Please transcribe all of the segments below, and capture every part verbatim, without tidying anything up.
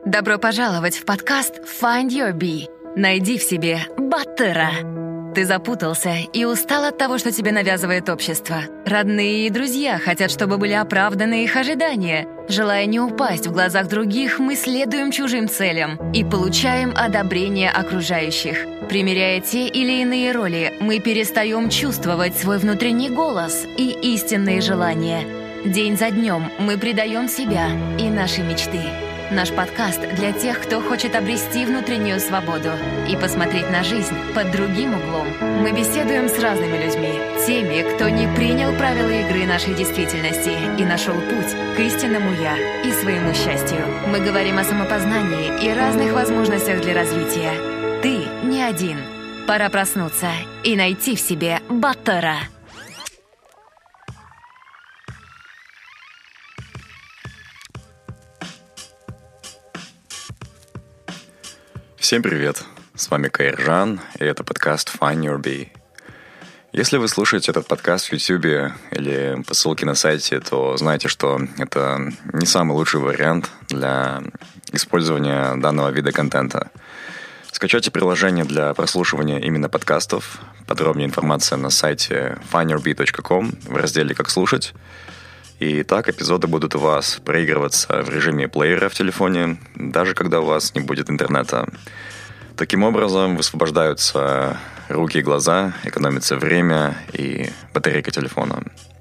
Добро пожаловать в подкаст Find Your Bee. Найди в себе Баттера. Ты запутался и устал от того, что тебе навязывает общество. Родные и друзья хотят, чтобы были оправданы их ожидания. Желая не упасть в глазах других, мы следуем чужим целям и получаем одобрение окружающих. Примеряя те или иные роли, мы перестаем чувствовать свой внутренний голос и истинные желания. День за днем мы предаем себя и наши мечты. Наш подкаст для тех, кто хочет обрести внутреннюю свободу и посмотреть на жизнь под другим углом. Мы беседуем с разными людьми, теми, кто не принял правила игры нашей действительности и нашел путь к истинному «я» и своему счастью. Мы говорим о самопознании и разных возможностях для развития. Ты не один. Пора проснуться и найти в себе Баттера. Всем привет! С вами Кайржан, и это подкаст Find Your Bee. Если вы слушаете этот подкаст в YouTube или по ссылке на сайте, то знайте, что это не самый лучший вариант для использования данного вида контента. Скачайте приложение для прослушивания именно подкастов. Подробнее информация на сайте find your bee точка com в разделе «Как слушать». И так эпизоды будут у вас проигрываться в режиме плеера в телефоне, даже когда у вас не будет интернета. Таким образом высвобождаются руки и глаза, экономится время и батарейка телефона.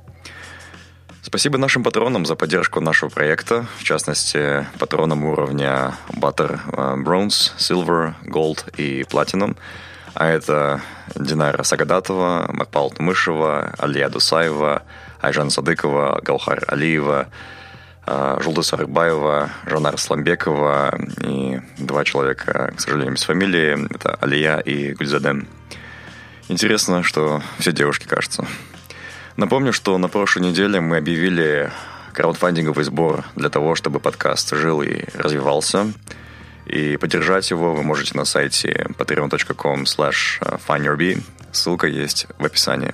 Спасибо нашим патронам за поддержку нашего проекта, в частности, патронам уровня Butter, Bronze, Silver, Gold и Platinum. А это Динара Сагадатова, Макпал Тумышева, Алия Дусаева, Айжан Садыкова, Галхар Алиева, Жулдуса Рыбаева, Жанар Сламбекова и два человека, к сожалению, без фамилии. Это Алия и Гульзадем. Интересно, что все девушки, кажется. Напомню, что на прошлой неделе мы объявили краудфандинговый сбор для того, чтобы подкаст жил и развивался. И поддержать его вы можете на сайте patreon точка com slash find your bee. Ссылка есть в описании.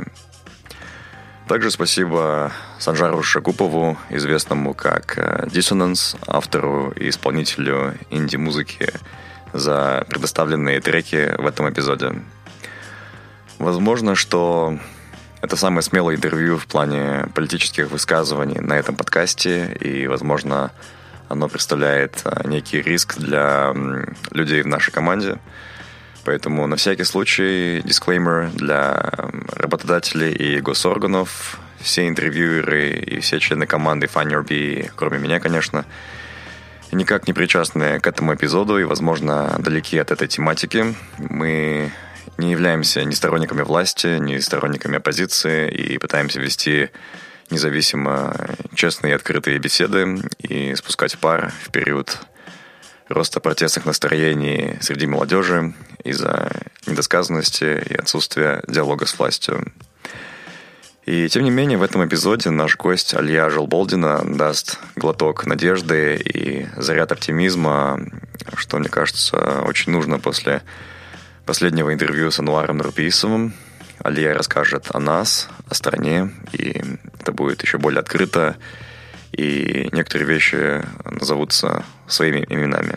Также спасибо Санжару Шагупову, известному как Dissonance, автору и исполнителю инди-музыки, за предоставленные треки в этом эпизоде. Возможно, что это самое смелое интервью в плане политических высказываний на этом подкасте, и, возможно, оно представляет некий риск для людей в нашей команде. Поэтому на всякий случай дисклеймер для работодателей и госорганов. Все интервьюеры и все члены команды Find Your Bee, кроме меня, конечно, никак не причастны к этому эпизоду и, возможно, далеки от этой тематики. Мы не являемся ни сторонниками власти, ни сторонниками оппозиции и пытаемся вести независимо честные и открытые беседы и спускать пар в период роста протестных настроений среди молодежи из-за недосказанности и отсутствия диалога с властью. И тем не менее, в этом эпизоде наш гость Алия Жалболдина даст глоток надежды и заряд оптимизма, что, мне кажется, очень нужно после последнего интервью с Ануаром Нурпеисовым. Алия расскажет о нас, о стране, и это будет еще более открыто, и некоторые вещи назовутся своими именами.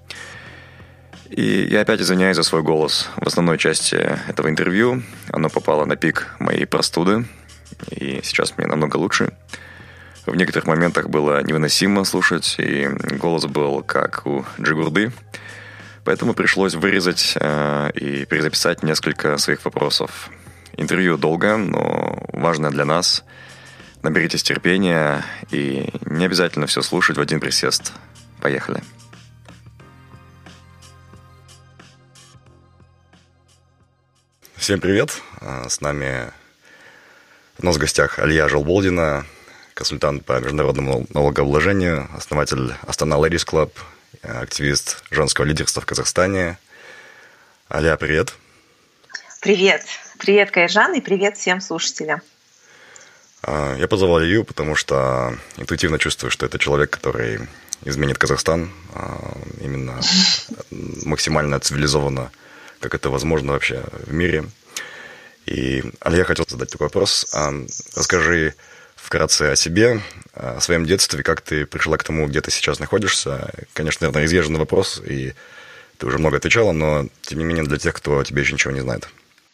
И я опять извиняюсь за свой голос в основной части этого интервью. Оно попало на пик моей простуды, и сейчас мне намного лучше. В некоторых моментах было невыносимо слушать, и голос был как у Джигурды. Поэтому пришлось вырезать э, и перезаписать несколько своих вопросов. Интервью долго, но важное для нас. Наберитесь терпения и не обязательно все слушать в один присест. Поехали. Всем привет. С нами у нас в гостях Алия Жалболдина, консультант по международному налогообложению, основатель Астана Ladies Club, активист женского лидерства в Казахстане. Алия, привет. Привет. Привет, Кайржан, и привет всем слушателям. Я позвал Алию, потому что интуитивно чувствую, что это человек, который изменит Казахстан именно максимально цивилизованно, как это возможно вообще в мире. И, Алия, хотел задать такой вопрос. Расскажи вкратце о себе, о своем детстве, как ты пришла к тому, где ты сейчас находишься. Конечно, наверное, изъезженный вопрос, и ты уже много отвечала, но, тем не менее, для тех, кто тебе еще ничего не знает.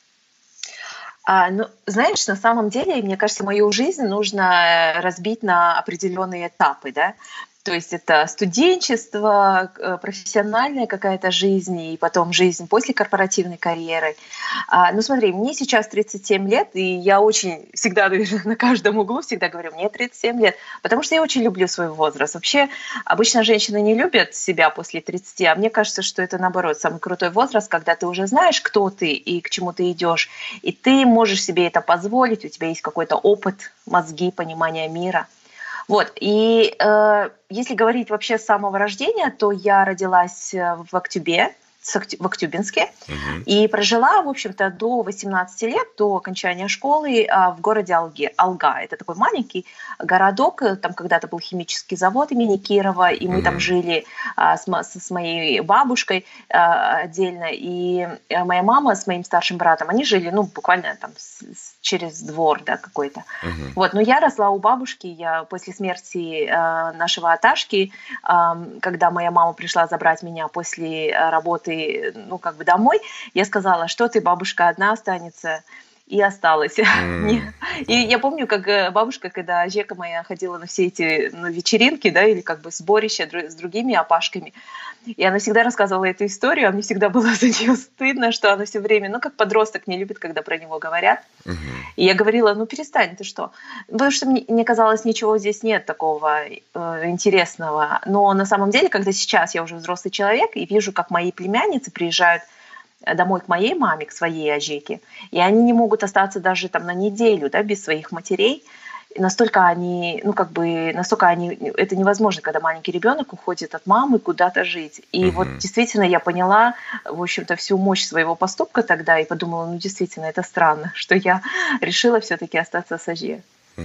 А, ну, знаешь, на самом деле, мне кажется, мою жизнь нужно разбить на определенные этапы, да. То есть это студенчество, профессиональная какая-то жизнь и потом жизнь после корпоративной карьеры. А, ну смотри, мне сейчас тридцать семь лет, и я очень всегда, наверное, на каждом углу всегда говорю, мне тридцать семь лет, потому что я очень люблю свой возраст. Вообще, обычно женщины не любят себя после тридцати, а мне кажется, что это наоборот, самый крутой возраст, когда ты уже знаешь, кто ты и к чему ты идешь, и ты можешь себе это позволить, у тебя есть какой-то опыт, мозги, понимание мира. Вот, и э, если говорить вообще с самого рождения, то я родилась в Актюбе, в Актюбинске, uh-huh. и прожила, в общем-то, до восемнадцати лет, до окончания школы в городе Алге, Алга. Это такой маленький городок, там когда-то был химический завод имени Кирова, и мы uh-huh. там жили а, с, с моей бабушкой а, отдельно, и моя мама с моим старшим братом, они жили, ну, буквально там с, с, через двор, да, какой-то. Uh-huh. Вот, но я росла у бабушки, я после смерти а, нашего Аташки, а, когда моя мама пришла забрать меня после работы, ну, как бы домой, я сказала, что ты, бабушка, одна останется, и осталась. Mm. И я помню, как бабушка, когда Жека моя ходила на все эти ну, вечеринки, да, или как бы сборища с другими опашками, и она всегда рассказывала эту историю, а мне всегда было за нее стыдно, что она все время, ну, как подросток не любит, когда про него говорят. Mm-hmm. И я говорила, ну, перестань, ты что? Потому что мне, мне казалось, ничего здесь нет такого э, интересного. Но на самом деле, когда сейчас я уже взрослый человек и вижу, как мои племянницы приезжают домой к моей маме, к своей Ажеке, и они не могут остаться даже там на неделю, да, без своих матерей. И настолько они, ну как бы, настолько они, это невозможно, когда маленький ребенок уходит от мамы куда-то жить. И угу. вот действительно я поняла, в общем-то, всю мощь своего поступка тогда и подумала, ну действительно, это странно, что я решила все-таки остаться с Аже. Угу.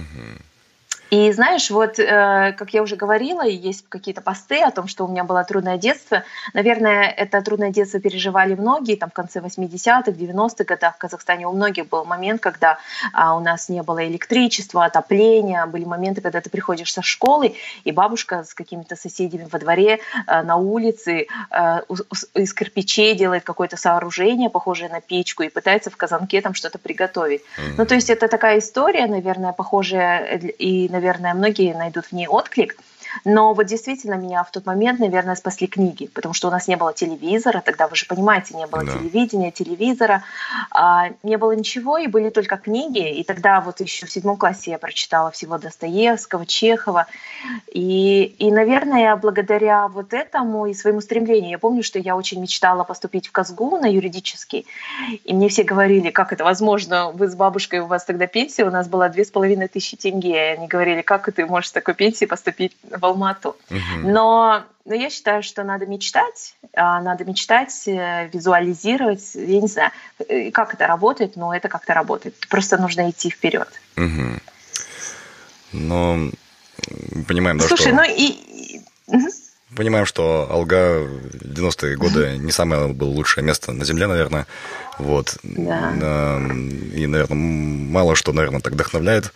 И знаешь, вот, э, как я уже говорила, есть какие-то посты о том, что у меня было трудное детство. Наверное, это трудное детство переживали многие, там, в конце восьмидесятых, девяностых годах в Казахстане у многих был момент, когда а, у нас не было электричества, отопления, были моменты, когда ты приходишь со школы, и бабушка с какими-то соседями во дворе, э, на улице, э, из кирпичей делает какое-то сооружение, похожее на печку, и пытается в казанке там что-то приготовить. Mm-hmm. Ну, то есть это такая история, наверное, похожая и, наверное, многие найдут в ней отклик. Но вот действительно меня в тот момент, наверное, спасли книги, потому что у нас не было телевизора, тогда вы же понимаете, не было да. телевидения, телевизора, а, не было ничего, и были только книги. И тогда вот еще в седьмом классе я прочитала всего Достоевского, Чехова. И, и, наверное, благодаря вот этому и своему стремлению, я помню, что я очень мечтала поступить в Казгу на юридический, и мне все говорили, как это возможно, вы с бабушкой, у вас тогда пенсия, у нас была две с половиной тысячи тенге, и они говорили, как ты можешь с такой пенсии поступить в Алмату. Uh-huh. Но, но я считаю, что надо мечтать, надо мечтать, визуализировать. Я не знаю, как это работает, но это как-то работает. Просто нужно идти вперед. Uh-huh. Но понимаем, да, Слушай, что... ну и... Uh-huh. Понимаем, что Алга в девяностые годы uh-huh. не самое было лучшее место на Земле, наверное. Вот. Да. И, наверное, мало что, наверное, так вдохновляет.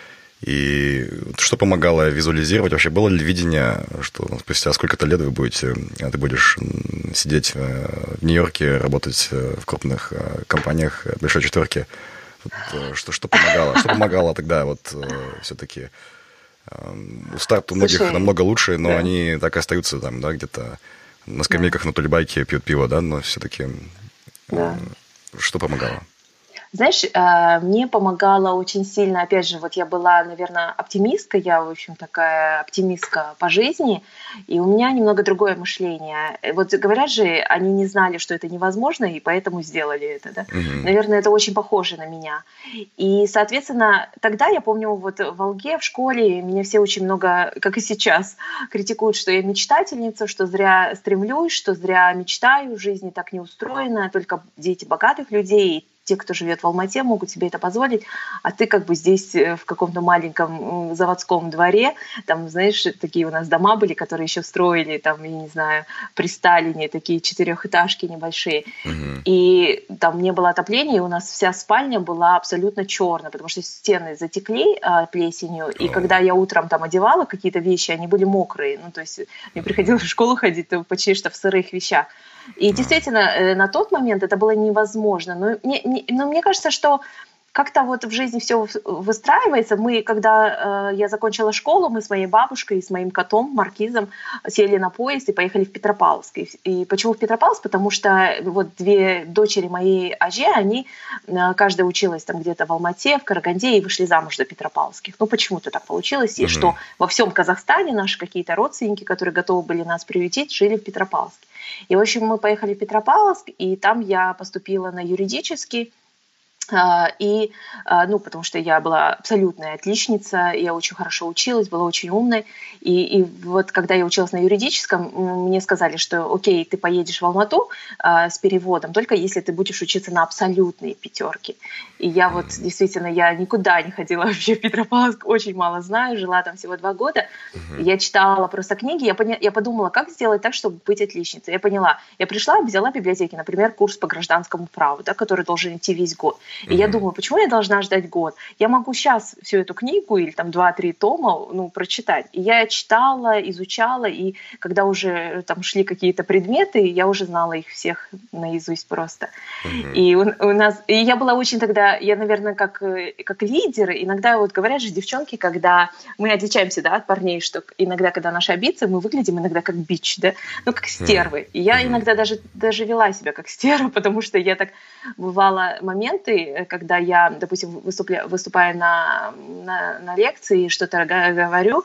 И что помогало визуализировать? Вообще было ли видение, что спустя сколько-то лет вы будете, ты будешь сидеть в Нью-Йорке, работать в крупных компаниях большой четверки? Что, что помогало? Что помогало тогда вот все-таки? Старт у многих Слушай, намного лучше, но да. они так и остаются там, да, где-то на скамейках да. на Тулебайке пьют пиво, да, но все-таки да. что помогало? Знаешь, мне помогало очень сильно, опять же, вот я была, наверное, оптимистка, я, в общем, такая оптимистка по жизни, и у меня немного другое мышление. Вот говорят же, они не знали, что это невозможно, и поэтому сделали это, да? Mm-hmm. Наверное, это очень похоже на меня. И, соответственно, тогда, я помню, вот в Алге, в школе, меня все очень много, как и сейчас, критикуют, что я мечтательница, что зря стремлюсь, что зря мечтаю, жизнь так не устроена, только дети богатых людей, те, кто живет в Алмате, могут себе это позволить, а ты как бы здесь в каком-то маленьком заводском дворе, там, знаешь, такие у нас дома были, которые еще строили, там, я не знаю, при Сталине, такие четырехэтажки небольшие, mm-hmm. и там не было отопления, и у нас вся спальня была абсолютно черная, потому что стены затекли а, плесенью, и oh. когда я утром там одевала какие-то вещи, они были мокрые, ну, то есть мне приходилось в школу ходить почти что в сырых вещах. И действительно, на тот момент это было невозможно. Но, не, не, но мне кажется, что как-то вот в жизни все выстраивается. Мы, когда э, я закончила школу, мы с моей бабушкой и с моим котом Маркизом сели на поезд и поехали в Петропавловск. И, и почему в Петропавловск? Потому что вот две дочери моей Ажи, они, э, каждая училась там где-то в Алмате, в Караганде и вышли замуж за петропавловских. Ну, почему-то так получилось. И mm-hmm. что во всем Казахстане наши какие-то родственники, которые готовы были нас приютить, жили в Петропавловске. И, в общем, мы поехали в Петропавловск, и там я поступила на юридический. И, ну, потому что я была абсолютная отличница, я очень хорошо училась, была очень умной. И, и вот когда я училась на юридическом, мне сказали, что окей, ты поедешь в Алмату а, с переводом, только если ты будешь учиться на абсолютные пятерки. И я вот действительно, я никуда не ходила вообще в Петропавловск, очень мало знаю, жила там всего два года. Uh-huh. Я читала просто книги, я, поня- я подумала, как сделать так, чтобы быть отличницей. Я поняла, я пришла, взяла в библиотеке, например, курс по гражданскому праву, да, который должен идти весь год. И mm-hmm. я думаю, почему я должна ждать год? Я могу сейчас всю эту книгу или там два-три тома, ну, прочитать. И я читала, изучала, и когда уже там шли какие-то предметы, я уже знала их всех наизусть просто. Mm-hmm. И у, у нас, и я была очень тогда, я, наверное, как, как лидер, иногда вот говорят же девчонки, когда мы отличаемся, да, от парней, что иногда, когда наши амбиции, мы выглядим иногда как бич, да, ну, как стервы. Mm-hmm. И я иногда даже, даже вела себя как стерва, потому что я так, бывало моменты, когда я, допустим, выступля, выступаю на, на, на лекции, что-то говорю,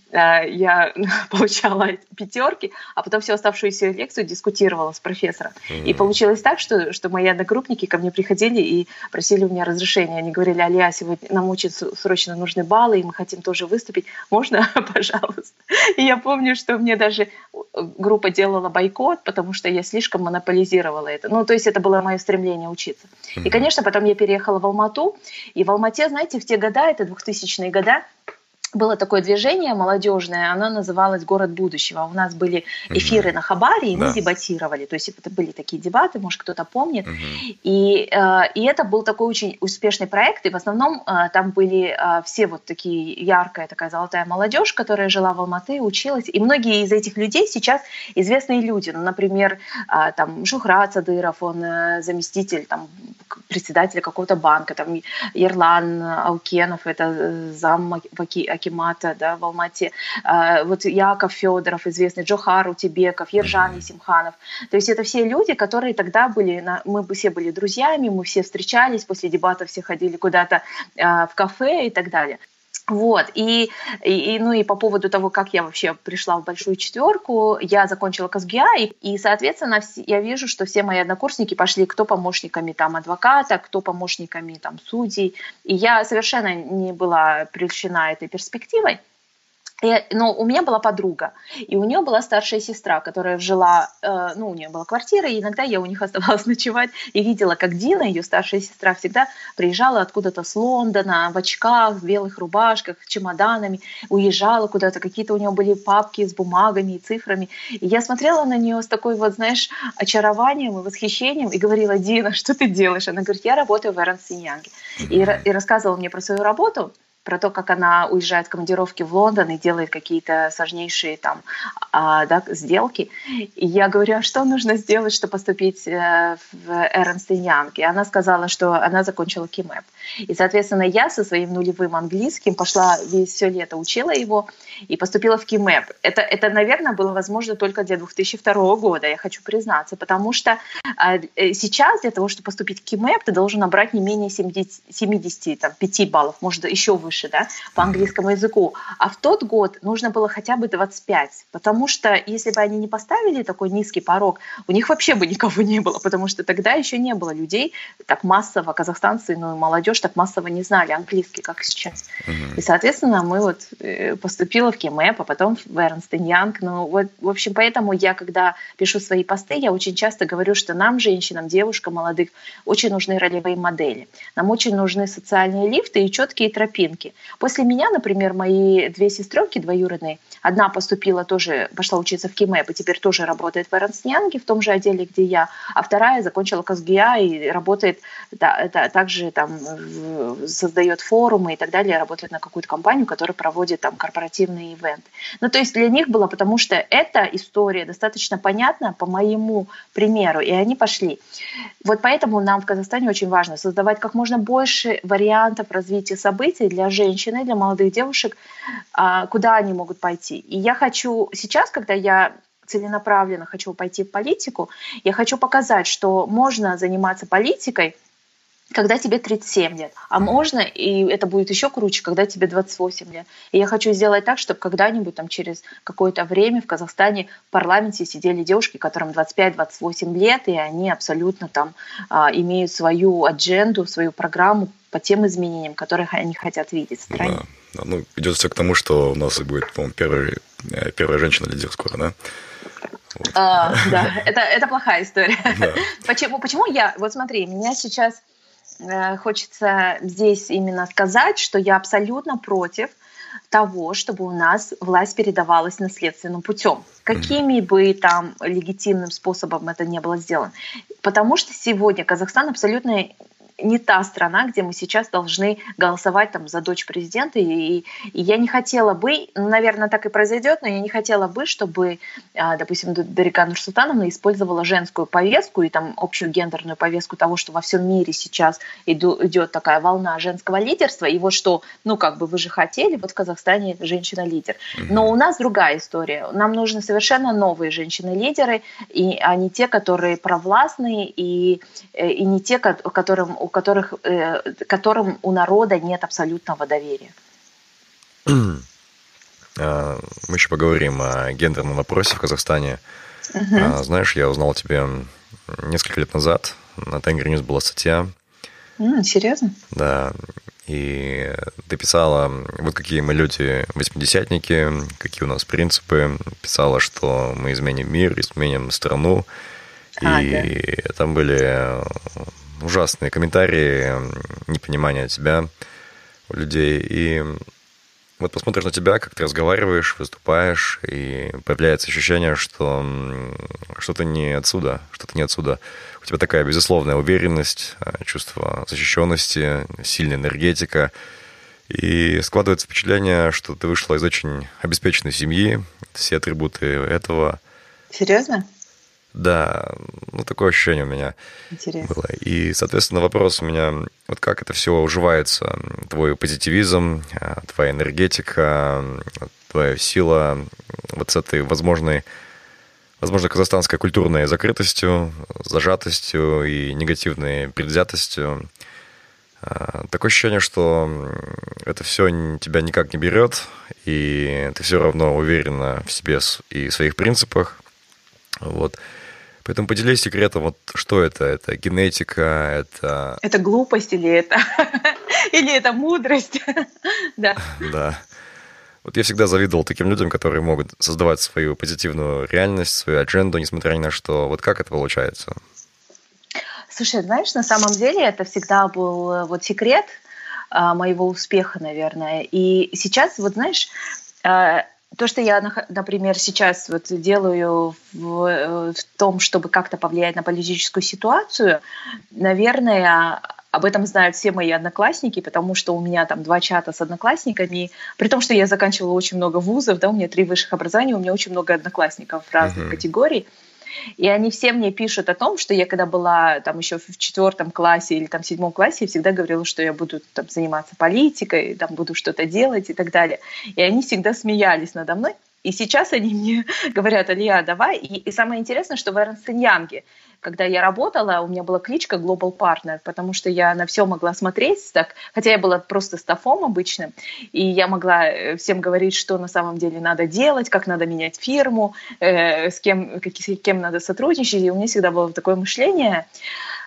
я получала пятерки, а потом всю оставшуюся лекцию дискутировала с профессором. Mm-hmm. И получилось так, что, что мои одногруппники ко мне приходили и просили у меня разрешения. Они говорили: Алия, сегодня нам очень срочно нужны баллы, и мы хотим тоже выступить. Можно, пожалуйста? И я помню, что мне даже группа делала бойкот, потому что я слишком монополизировала это. Ну, то есть это было мое стремление учиться. Mm-hmm. И, конечно, потом я переехала в Алмату. И в Алмате, знаете, в те годы, это двухтысячные годы, было такое движение молодежное, оно называлось «Город будущего». У нас были эфиры mm-hmm. на Хабаре, и мы да. дебатировали. То есть это были такие дебаты, может, кто-то помнит. Mm-hmm. И, э, и это был такой очень успешный проект. И в основном э, там были э, все вот такие яркая такая золотая молодежь, которая жила в Алматы, училась. И многие из этих людей сейчас известные люди. Ну, например, э, там Шухрат Садыров, он э, заместитель там, председателя какого-то банка. Там Ерлан Аукенов, это зам Акимата, да, в Алмате, а, вот Яков Федоров, известный, Джохар Утебеков, Ержан Есимханов. То есть это все люди, которые тогда были, на, мы все были друзьями, мы все встречались, после дебатов все ходили куда-то а, в кафе и так далее. Вот, и, и, ну и по поводу того, как я вообще пришла в большую четверку, я закончила КСГИА, и, и, соответственно, я вижу, что все мои однокурсники пошли кто помощниками там адвоката, кто помощниками там судей, и я совершенно не была прельщена этой перспективой. И, но у меня была подруга, и у нее была старшая сестра, которая жила, э, ну, у нее была квартира, и иногда я у них оставалась ночевать, и видела, как Дина, ее старшая сестра, всегда приезжала откуда-то с Лондона, в очках, в белых рубашках, с чемоданами, уезжала куда-то, какие-то у нее были папки с бумагами и цифрами, и я смотрела на нее с такой вот, знаешь, очарованием и восхищением, и говорила: Дина, что ты делаешь? Она говорит: я работаю в Эрнст энд Янге, и, и рассказывала мне про свою работу, про то, как она уезжает в командировки в Лондон и делает какие-то сложнейшие там, а, да, сделки. И я говорю: а что нужно сделать, чтобы поступить э, в Эрнст энд Янг? И она сказала, что она закончила КИМЭП. И, соответственно, я со своим нулевым английским пошла, весь все лето учила его и поступила в КИМЭП. Это, это, наверное, было возможно только для две тысячи второго года, я хочу признаться, потому что э, сейчас для того, чтобы поступить в КИМЭП, ты должен набрать не менее семьдесят пять баллов, может, еще выше, да, по английскому языку. А в тот год нужно было хотя бы двадцать пять, потому что если бы они не поставили такой низкий порог, у них вообще бы никого не было, потому что тогда еще не было людей так массово, казахстанцы, ну и молодежь молодежь так массово не знали английский, как сейчас. Мгм. И, соответственно, мы вот э, поступила в КИМЭП, а потом в Эрнст энд Янг. Ну, вот, в общем, поэтому я, когда пишу свои посты, я очень часто говорю, что нам, женщинам, девушкам, молодых, очень нужны ролевые модели. Нам очень нужны социальные лифты и четкие тропинки. После меня, например, мои две сестренки двоюродные, одна поступила тоже, пошла учиться в КИМЭП и теперь тоже работает в Эрнст энд Янге, в том же отделе, где я, а вторая закончила КАСГИА и работает, да, да, также там в- создает форумы и так далее, работает на какую-то компанию, которая проводит там корпоративные ивенты. Ну, то есть для них было, потому что эта история достаточно понятна по моему примеру, и они пошли. Вот поэтому нам в Казахстане очень важно создавать как можно больше вариантов развития событий для женщин и для молодых девушек, а, куда они могут пойти. И я хочу сейчас, когда я целенаправленно хочу пойти в политику, я хочу показать, что можно заниматься политикой, когда тебе тридцать семь лет, а можно, и это будет еще круче, когда тебе двадцать восемь лет. И я хочу сделать так, чтобы когда-нибудь там через какое-то время в Казахстане в парламенте сидели девушки, которым двадцать пять - двадцать восемь лет, и они абсолютно там а, имеют свою адженду, свою программу по тем изменениям, которых они хотят видеть в стране. Да. Да, ну, идет все к тому, что у нас и будет, по-моему, первый, э, первая женщина-лидер скоро, да? А, да, это, это плохая история. Да. Почему, почему я... Вот смотри, меня сейчас э, хочется здесь именно сказать, что я абсолютно против того, чтобы у нас власть передавалась наследственным путем. Какими бы там легитимным способом это не было сделано. Потому что сегодня Казахстан абсолютно не та страна, где мы сейчас должны голосовать там за дочь президента. И, и я не хотела бы, ну, наверное, так и произойдет, но я не хотела бы, чтобы, а, допустим, Дарига Нурсултановна использовала женскую повестку и там общую гендерную повестку того, что во всем мире сейчас иду, идет такая волна женского лидерства. И вот что, ну как бы вы же хотели, вот в Казахстане женщина-лидер. Но у нас другая история. Нам нужны совершенно новые женщины-лидеры, и, а не те, которые провластные, и, и не те, которым у которых, э, которым у народа нет абсолютного доверия. А, Мы еще поговорим о гендерном вопросе в Казахстане. Угу. А, Знаешь, я узнал тебя несколько лет назад. На Тенгри Ньюс была статья. М, серьезно? Да. И ты писала, вот какие мы люди восьмидесятники, какие у нас принципы. Писала, что мы изменим мир, изменим страну. А, И там были ужасные комментарии, непонимание тебя у людей. И вот посмотришь на тебя, как ты разговариваешь, выступаешь, и появляется ощущение, что что-то не отсюда, что-то не отсюда. У тебя такая безусловная уверенность, чувство защищенности, сильная энергетика. И складывается впечатление, что ты вышла из очень обеспеченной семьи, все атрибуты этого. Серьезно? Да, ну такое ощущение у меня Интересно. было. И, соответственно, вопрос у меня, вот как это все уживается, твой позитивизм, твоя энергетика, твоя сила, вот с этой возможной, возможно, казахстанской культурной закрытостью, зажатостью и негативной предвзятостью. Такое ощущение, что это все тебя никак не берет, и ты все равно уверена в себе и в своих принципах. Вот. Поэтому поделись секретом, вот что это? Это генетика, это... Это глупость или это, или это мудрость? Да. Да. Вот я всегда завидовал таким людям, которые могут создавать свою позитивную реальность, свою адженду, несмотря ни на что. Вот как это получается? Слушай, знаешь, на самом деле это всегда был вот секрет а, моего успеха, наверное. И сейчас, вот знаешь, а, то, что я, например, сейчас вот делаю в, в том, чтобы как-то повлиять на политическую ситуацию, наверное, об этом знают все мои одноклассники, потому что у меня там два чата с одноклассниками, при том, что я заканчивала очень много вузов, да, у меня три высших образования, у меня очень много одноклассников разных uh-huh. категорий. И они все мне пишут о том, что я когда была там еще в четвертом классе или там в седьмом классе, я всегда говорила, что я буду там заниматься политикой, там буду что-то делать и так далее. И они всегда смеялись надо мной. И сейчас они мне говорят: Алия, давай. И, и самое интересное, что в Эрнст энд Янге, когда я работала, у меня была кличка Global Partner, потому что я на все могла смотреть, так, хотя я была просто стафом обычным, и я могла всем говорить, что на самом деле надо делать, как надо менять фирму, э, с, кем, как, с кем надо сотрудничать, и у меня всегда было такое мышление.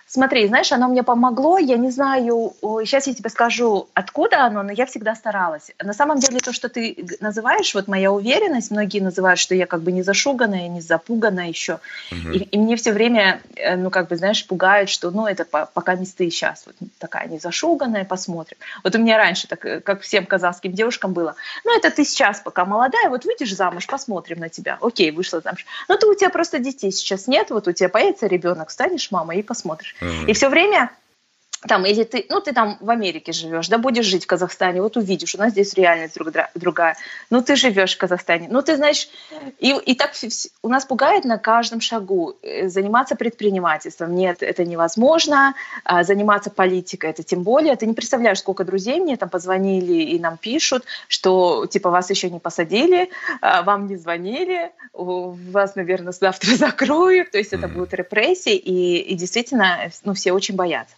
Смотри, знаешь, оно мне помогло, я не знаю, сейчас я тебе скажу, откуда оно, но я всегда старалась. На самом деле то, что ты называешь, вот моя уверенность, многие называют, что я как бы не зашуганная, не запуганная еще, угу. и, и мне все время, ну как бы, знаешь, пугают, что ну это пока не ты сейчас, вот такая не зашуганная, посмотрим. Вот у меня раньше, так, как всем казахским девушкам было, ну это ты сейчас пока молодая, вот выйдешь замуж, посмотрим на тебя. Окей, вышла замуж. Ну ты у тебя просто детей сейчас нет, вот у тебя появится ребенок, станешь мамой и посмотришь. И все время там, или ты, ну, ты там в Америке живешь, да, будешь жить в Казахстане, вот увидишь, у нас здесь реальность друг, другая. Ну, ты живешь в Казахстане, ну, ты знаешь, и, и так у нас пугает на каждом шагу заниматься предпринимательством. Нет, это невозможно, а заниматься политикой, это тем более. Ты не представляешь, сколько друзей мне там позвонили и нам пишут, что, типа, вас еще не посадили, вам не звонили, вас, наверное, завтра закроют, то есть это будут репрессии, и, и действительно, ну, все очень боятся.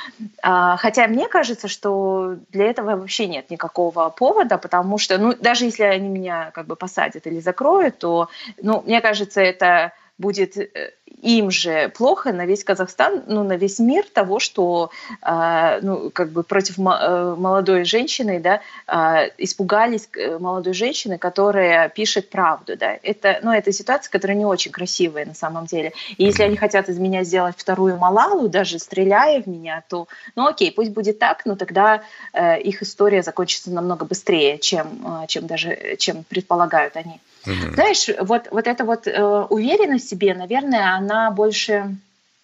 Хотя мне кажется, что для этого вообще нет никакого повода, потому что, ну, даже если они меня как бы посадят или закроют, то, ну, мне кажется, это будет им же плохо на весь Казахстан, ну, на весь мир того, что, э, ну, как бы против м- молодой женщины, да, э, испугались молодой женщины, которая пишет правду, да. Это, ну, это ситуация, которая не очень красивая на самом деле. И если они хотят из меня сделать вторую Малалу, даже стреляя в меня, то, ну, окей, пусть будет так, но тогда э, их история закончится намного быстрее, чем, э, чем даже, чем предполагают они. Mm-hmm. Знаешь, вот, вот эта вот э, уверенность в себе, наверное, она больше,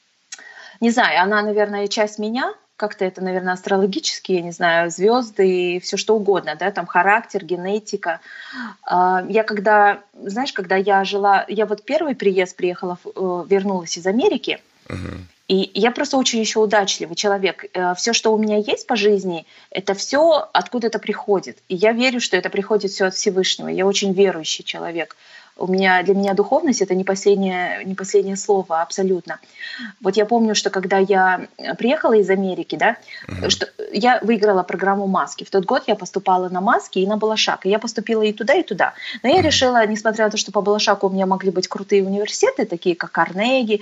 не знаю, она, наверное, часть меня, как-то это, наверное, астрологически, я не знаю, звезды и все что угодно, да, там характер, генетика. Э, я когда, знаешь, когда я жила, я вот первый приезд приехала, э, вернулась из Америки, mm-hmm. И я просто очень еще удачливый человек. Все, что у меня есть по жизни, это все откуда-то приходит. И я верю, что это приходит все от Всевышнего. Я очень верующий человек. У меня, для меня духовность — это не последнее, не последнее слово, абсолютно. Вот я помню, что когда я приехала из Америки, да, mm-hmm. что я выиграла программу «Маски». В тот год я поступала на «Маски» и на «Балашак». И я поступила и туда, и туда. Но я mm-hmm. решила, несмотря на то, что по «Балашаку» у меня могли быть крутые университеты, такие как Карнеги,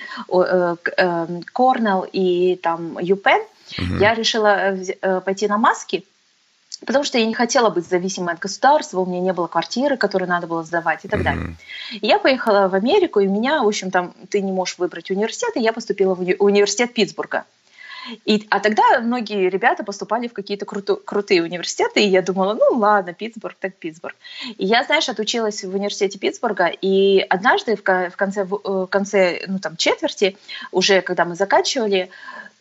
Корнелл и там ЮПенн, mm-hmm. я решила пойти на «Маски», потому что я не хотела быть зависимой от государства, у меня не было квартиры, которую надо было сдавать и так mm-hmm. далее. И я поехала в Америку, и меня, в общем, там, ты не можешь выбрать университет, и я поступила в уни- университет Питтсбурга. И, а тогда многие ребята поступали в какие-то круту- крутые университеты, и я думала, ну ладно, Питтсбург, так Питтсбург. И я, знаешь, отучилась в университете Питтсбурга, и однажды в, в конце, в конце ну, там, четверти, уже когда мы заканчивали,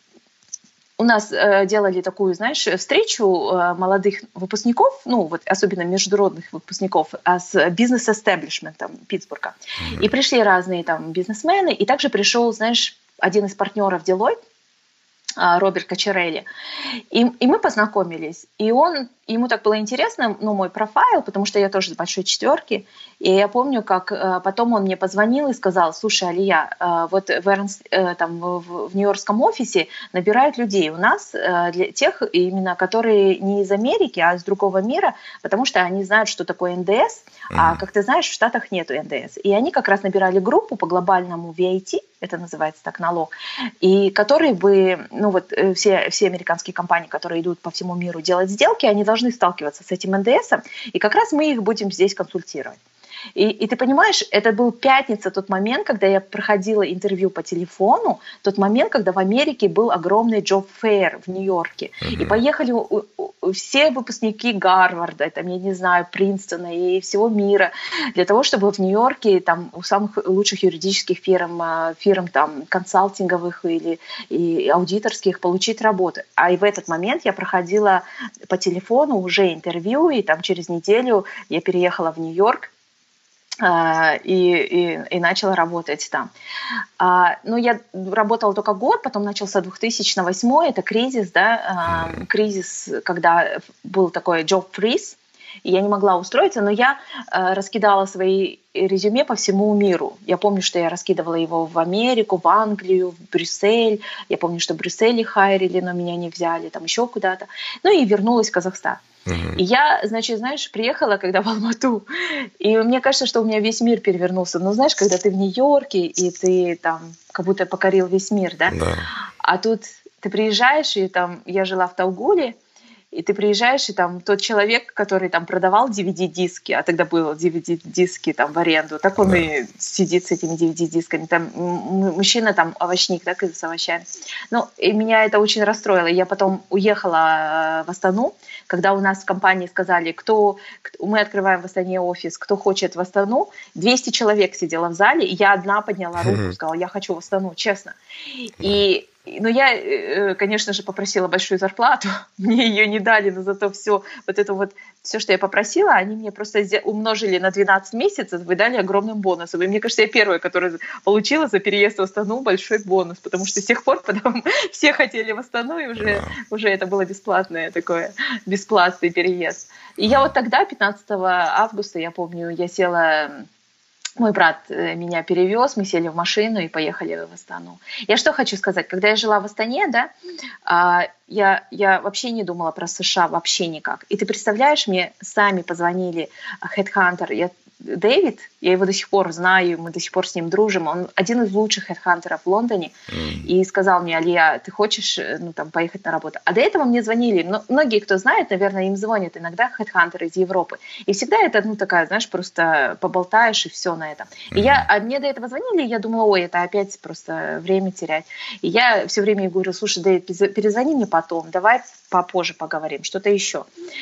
у нас э, делали такую, знаешь, встречу э, молодых выпускников, ну вот особенно международных выпускников, а с бизнес-эстеблишментом Питтсбурга. Mm-hmm. И пришли разные там бизнесмены, и также пришел, знаешь, один из партнеров Deloitte, Роберт Качарелли. И, и мы познакомились. И он, ему так было интересно, ну, мой профайл, потому что я тоже с большой четверки. И я помню, как э, потом он мне позвонил и сказал: слушай, Алия, э, вот в, Эрнс, э, там, в, в Нью-Йоркском офисе набирают людей у нас, э, для тех именно, которые не из Америки, а из другого мира, потому что они знают, что такое эн дэ эс, mm-hmm. а, как ты знаешь, в Штатах нету эн дэ эс. И они как раз набирали группу по глобальному ви ай ти, это называется так, налог, и которые бы, ну вот все, все американские компании, которые идут по всему миру делать сделки, они должны сталкиваться с этим эн дэ эсом, и как раз мы их будем здесь консультировать. И, и ты понимаешь, это был пятница, тот момент, когда я проходила интервью по телефону, тот момент, когда в Америке был огромный job-fair в Нью-Йорке. Mm-hmm. И поехали у, у, все выпускники Гарварда, там, я не знаю, Принстона и всего мира, для того, чтобы в Нью-Йорке там, у самых лучших юридических фирм, фирм там, консалтинговых или и аудиторских получить работу. А и в этот момент я проходила по телефону уже интервью, и там через неделю я переехала в Нью-Йорк, И, и, и начала работать там. А, ну, я работала только год, потом начался две тысячи восьмой, это кризис, да, а, кризис, когда был такой job freeze, и я не могла устроиться, но я а, раскидала свои резюме по всему миру. Я помню, что я раскидывала его в Америку, в Англию, в Брюссель. Я помню, что в Брюсселе хайрили, но меня не взяли, там еще куда-то. Ну и вернулась в Казахстан. Uh-huh. И я, значит, знаешь, приехала, когда в Алмату, и мне кажется, что у меня весь мир перевернулся. Ну, знаешь, когда ты в Нью-Йорке, и ты там как будто покорил весь мир, да? Да. А тут ты приезжаешь, и там я жила в Таугуле, и ты приезжаешь, и там тот человек, который там продавал ди ви ди-диски, а тогда было ди ви ди-диски там в аренду, так он да. и сидит с этими ди ви ди-дисками. Там мужчина, там овощник, так, с овощами. Ну, и меня это очень расстроило. Я потом уехала в Астану, когда у нас в компании сказали, кто... Мы открываем в Астане офис, кто хочет в Астану. двести человек сидело в зале, и я одна подняла руку, сказала, я хочу в Астану, честно. И... Но я, конечно же, попросила большую зарплату, мне ее не дали, но зато все, вот это вот, все, что я попросила, они мне просто умножили на двенадцать месяцев, выдали огромным бонусом. И мне кажется, я первая, которая получила за переезд в Астану большой бонус, потому что с тех пор потом все хотели в Астану, и уже, уже это было бесплатное такое, бесплатный переезд. И я вот тогда, пятнадцатого августа, я помню, я села... Мой брат меня перевез, мы сели в машину и поехали в Астану. Я что хочу сказать, когда я жила в Астане, да, я, я вообще не думала про США, вообще никак. И ты представляешь, мне сами позвонили Headhunter, я, Дэвид, я его до сих пор знаю, мы до сих пор с ним дружим, он один из лучших хедхантеров в Лондоне, mm. и сказал мне, Алия, ты хочешь ну, там, поехать на работу? А до этого мне звонили, но многие, кто знает, наверное, им звонят иногда хедхантеры из Европы, и всегда это, ну, такая, знаешь, просто поболтаешь и все на этом. И mm. я, а мне до этого звонили, и я думала, ой, это опять просто время терять. И я все время говорю, слушай, Дэвид, перезвони мне потом, давай попозже поговорим, что-то еще.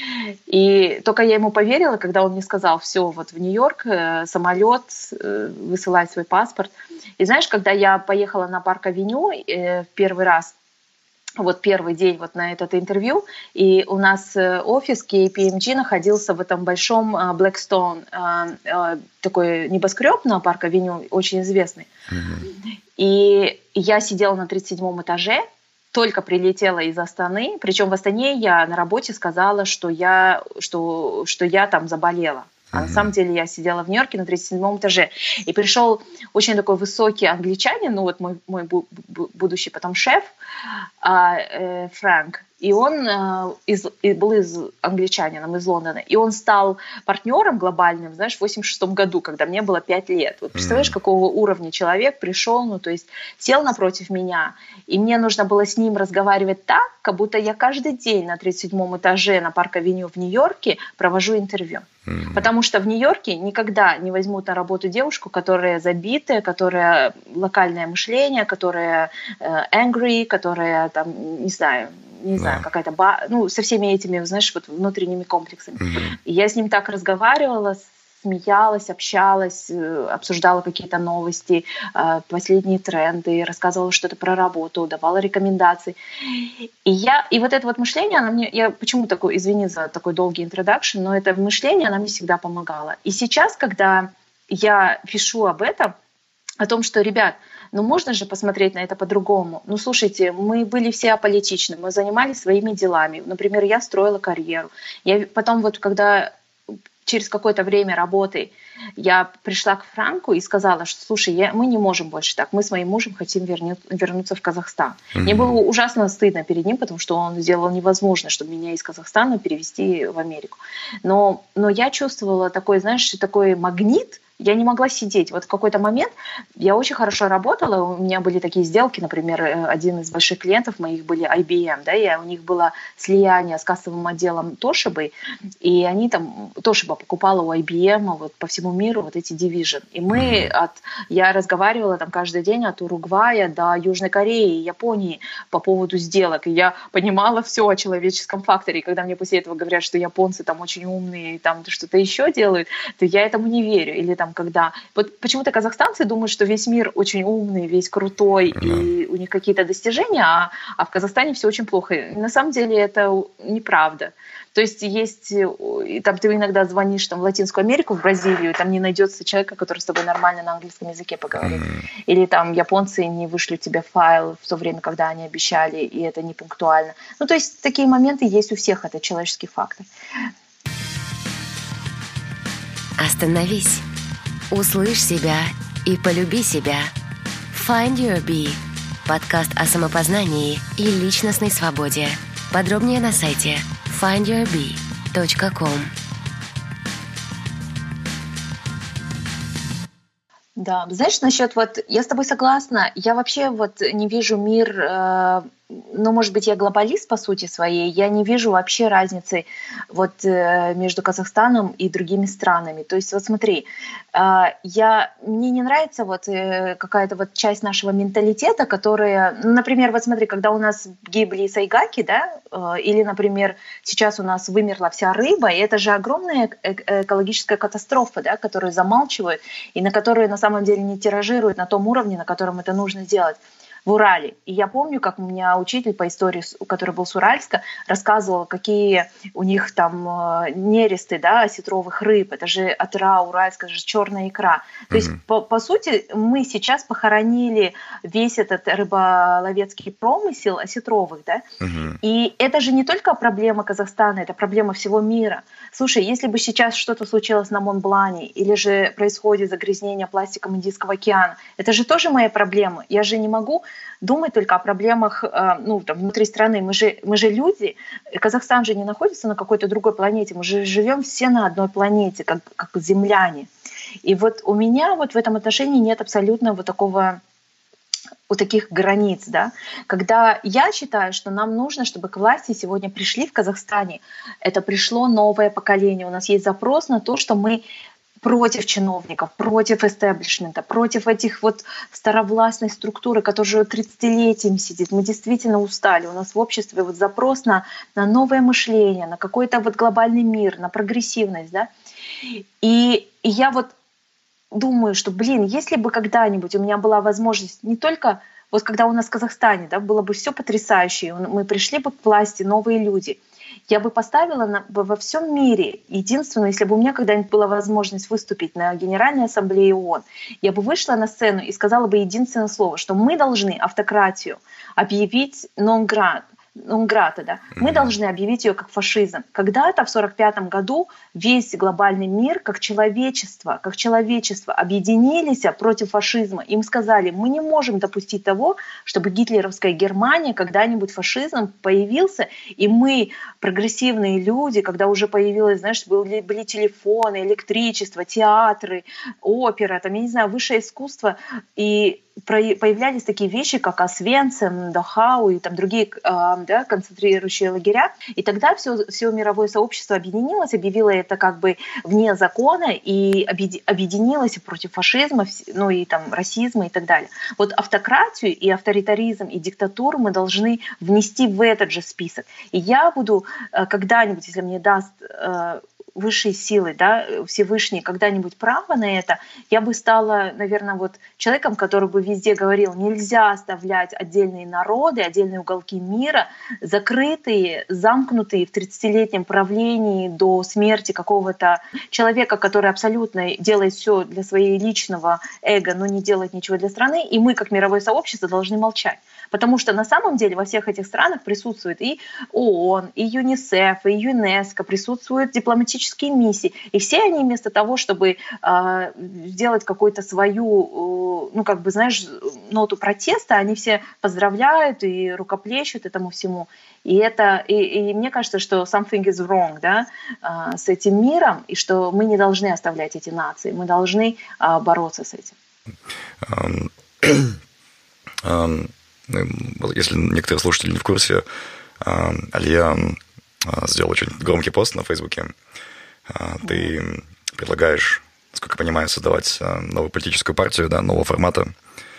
И только я ему поверила, когда он мне сказал, все, вот в Нью-Йорк, самолет, высылай свой паспорт. И знаешь, когда я поехала на Парк-авеню в первый раз, вот первый день вот на это интервью, и у нас офис кей пи эм джи находился в этом большом Blackstone, такой небоскреб на Парк-авеню, очень известный. Mm-hmm. И я сидела на тридцать седьмом этаже, только прилетела из Астаны, причем в Астане я на работе сказала, что я, что, что я там заболела. А mm-hmm. на самом деле я сидела в Нью-Йорке на тридцать седьмом этаже. И пришел очень такой высокий англичанин, ну вот мой, мой бу- бу- будущий потом шеф, э, э, Фрэнк. И он э, из, и был из англичанином из Лондона. И он стал партнером глобальным, знаешь, в восемьдесят шестом году, когда мне было пять лет. Вот представляешь, mm-hmm. какого уровня человек пришел, ну то есть сел напротив меня, и мне нужно было с ним разговаривать так, как будто я каждый день на тридцать седьмом этаже на Парк-авеню в Нью-Йорке провожу интервью. Mm-hmm. Потому что в Нью-Йорке никогда не возьмут на работу девушку, которая забитая, которая локальное мышление, которая э, angry, которая там, не знаю, не знаю, yeah. какая-то, ба... ну, со всеми этими, знаешь, вот внутренними комплексами. Mm-hmm. И я с ним так разговаривала, смеялась, общалась, обсуждала какие-то новости, последние тренды, рассказывала что-то про работу, давала рекомендации. И я, и вот это вот мышление, оно мне, я почему такой, извини за такой долгий интродакшн, но это мышление, оно мне всегда помогало. И сейчас, когда я пишу об этом, о том, что, ребят, ну можно же посмотреть на это по-другому. Ну слушайте, мы были все аполитичны, мы занимались своими делами. Например, я строила карьеру. Я потом вот когда через какое-то время работы я пришла к Франку и сказала, что слушай, я, мы не можем больше так, мы с моим мужем хотим вернуть, вернуться в Казахстан. Mm-hmm. Мне было ужасно стыдно перед ним, потому что он сделал невозможно, чтобы меня из Казахстана перевести в Америку. Но, но я чувствовала такой, знаешь, такой магнит. Я не могла сидеть. Вот в какой-то момент я очень хорошо работала, у меня были такие сделки, например, один из больших клиентов моих были ай би эм, да, и у них было слияние с кассовым отделом Toshiba, и они там, Toshiba покупала у ай би эм вот по всему миру вот эти division. И мы от, я разговаривала там каждый день от Уругвая до Южной Кореи, Японии по поводу сделок, и я понимала все о человеческом факторе, и когда мне после этого говорят, что японцы там очень умные, и там что-то еще делают, то я этому не верю, или там когда... Вот почему-то казахстанцы думают, что весь мир очень умный, весь крутой, mm-hmm. и у них какие-то достижения, а, а в Казахстане все очень плохо. И на самом деле это неправда. То есть есть... Там ты иногда звонишь там, в Латинскую Америку, в Бразилию, и там не найдется человека, который с тобой нормально на английском языке поговорит. Mm-hmm. Или там японцы не вышлют тебе файл в то время, когда они обещали, и это не пунктуально. Ну, то есть такие моменты есть у всех, это человеческий фактор. Остановись. Услышь себя и полюби себя. Find Your Bee. Подкаст о самопознании и личностной свободе. Подробнее на сайте файнд юр би точка ком. Да, знаешь, насчет вот, я с тобой согласна, я вообще вот не вижу мир, э, ну, может быть, я глобалист по сути своей, я не вижу вообще разницы вот э, между Казахстаном и другими странами. То есть вот смотри, э, я, мне не нравится вот э, какая-то вот часть нашего менталитета, которая, ну, например, вот смотри, когда у нас гибли сайгаки, да, э, или, например, сейчас у нас вымерла вся рыба, и это же огромная э- экологическая катастрофа, да, которую замалчивают, и на которые на самом деле не тиражируют на том уровне, на котором это нужно делать в Урале. И я помню, как у меня учитель по истории, который был с Уральска, рассказывал, какие у них там э, нересты, да, осетровых рыб. Это же отра уральская, это же черная икра. То mm-hmm. есть, по, по сути, мы сейчас похоронили весь этот рыболовецкий промысел осетровых, да. Mm-hmm. И это же не только проблема Казахстана, это проблема всего мира. Слушай, если бы сейчас что-то случилось на Монблане, или же происходит загрязнение пластиком Индийского океана, это же тоже моя проблема. Я же не могу думать только о проблемах ну, там, внутри страны. Мы же, мы же люди. Казахстан же не находится на какой-то другой планете. Мы же живем все на одной планете, как, как земляне. И вот у меня вот в этом отношении нет абсолютно вот такого... у таких границ, да, когда я считаю, что нам нужно, чтобы к власти сегодня пришли в Казахстане, это пришло новое поколение, у нас есть запрос на то, что мы против чиновников, против эстеблишмента, против этих вот старовластной структуры, которая уже тридцатилетиями сидит. Мы действительно устали. У нас в обществе вот запрос на, на новое мышление, на какой-то вот глобальный мир, на прогрессивность, да. И, и я вот думаю, что, блин, если бы когда-нибудь у меня была возможность не только, вот когда у нас в Казахстане, да, было бы все потрясающе, мы пришли бы к власти, новые люди, я бы поставила на, во всем мире, единственное, если бы у меня когда-нибудь была возможность выступить на Генеральной Ассамблее ООН, я бы вышла на сцену и сказала бы единственное слово, что мы должны автократию объявить non-grata, non-grata, да? Мы должны объявить ее как фашизм. Когда-то в сорок пятом году весь глобальный мир, как человечество, как человечество объединились против фашизма. Им сказали, мы не можем допустить того, чтобы гитлеровская Германия, когда-нибудь фашизм появился, и мы, прогрессивные люди, когда уже появилось, знаешь, были, были телефоны, электричество, театры, опера, там, я не знаю, высшее искусство, и появлялись такие вещи, как Освенцим, Дахау и там другие да, концентрирующие лагеря. И тогда все, все мировое сообщество объединилось, объявило это как бы вне закона и объединилось против фашизма, ну и там расизма и так далее. Вот автократию и авторитаризм и диктатуру мы должны внести в этот же список. И я буду когда-нибудь, если мне даст высшие силы, да, Всевышний, когда-нибудь право на это, я бы стала, наверное, вот человеком, который бы везде говорил, нельзя оставлять отдельные народы, отдельные уголки мира закрытые, замкнутые в тридцатилетнем правлении до смерти какого-то человека, который абсолютно делает все для своего личного эго, но не делает ничего для страны, и мы, как мировое сообщество, должны молчать. Потому что на самом деле во всех этих странах присутствует и ООН, и ЮНИСЕФ, и ЮНЕСКО, присутствуют дипломатические миссии. И все они вместо того, чтобы э, сделать какую-то свою, э, ну как бы, знаешь, ноту протеста, они все поздравляют и рукоплещут этому всему. И, это, и, и мне кажется, что something is wrong, да, э, с этим миром, и что мы не должны оставлять эти нации, мы должны э, бороться с этим. Um, um... Если некоторые слушатели не в курсе, Алия сделал очень громкий пост на Фейсбуке. Ты предлагаешь, насколько я понимаю, создавать новую политическую партию, да, нового формата.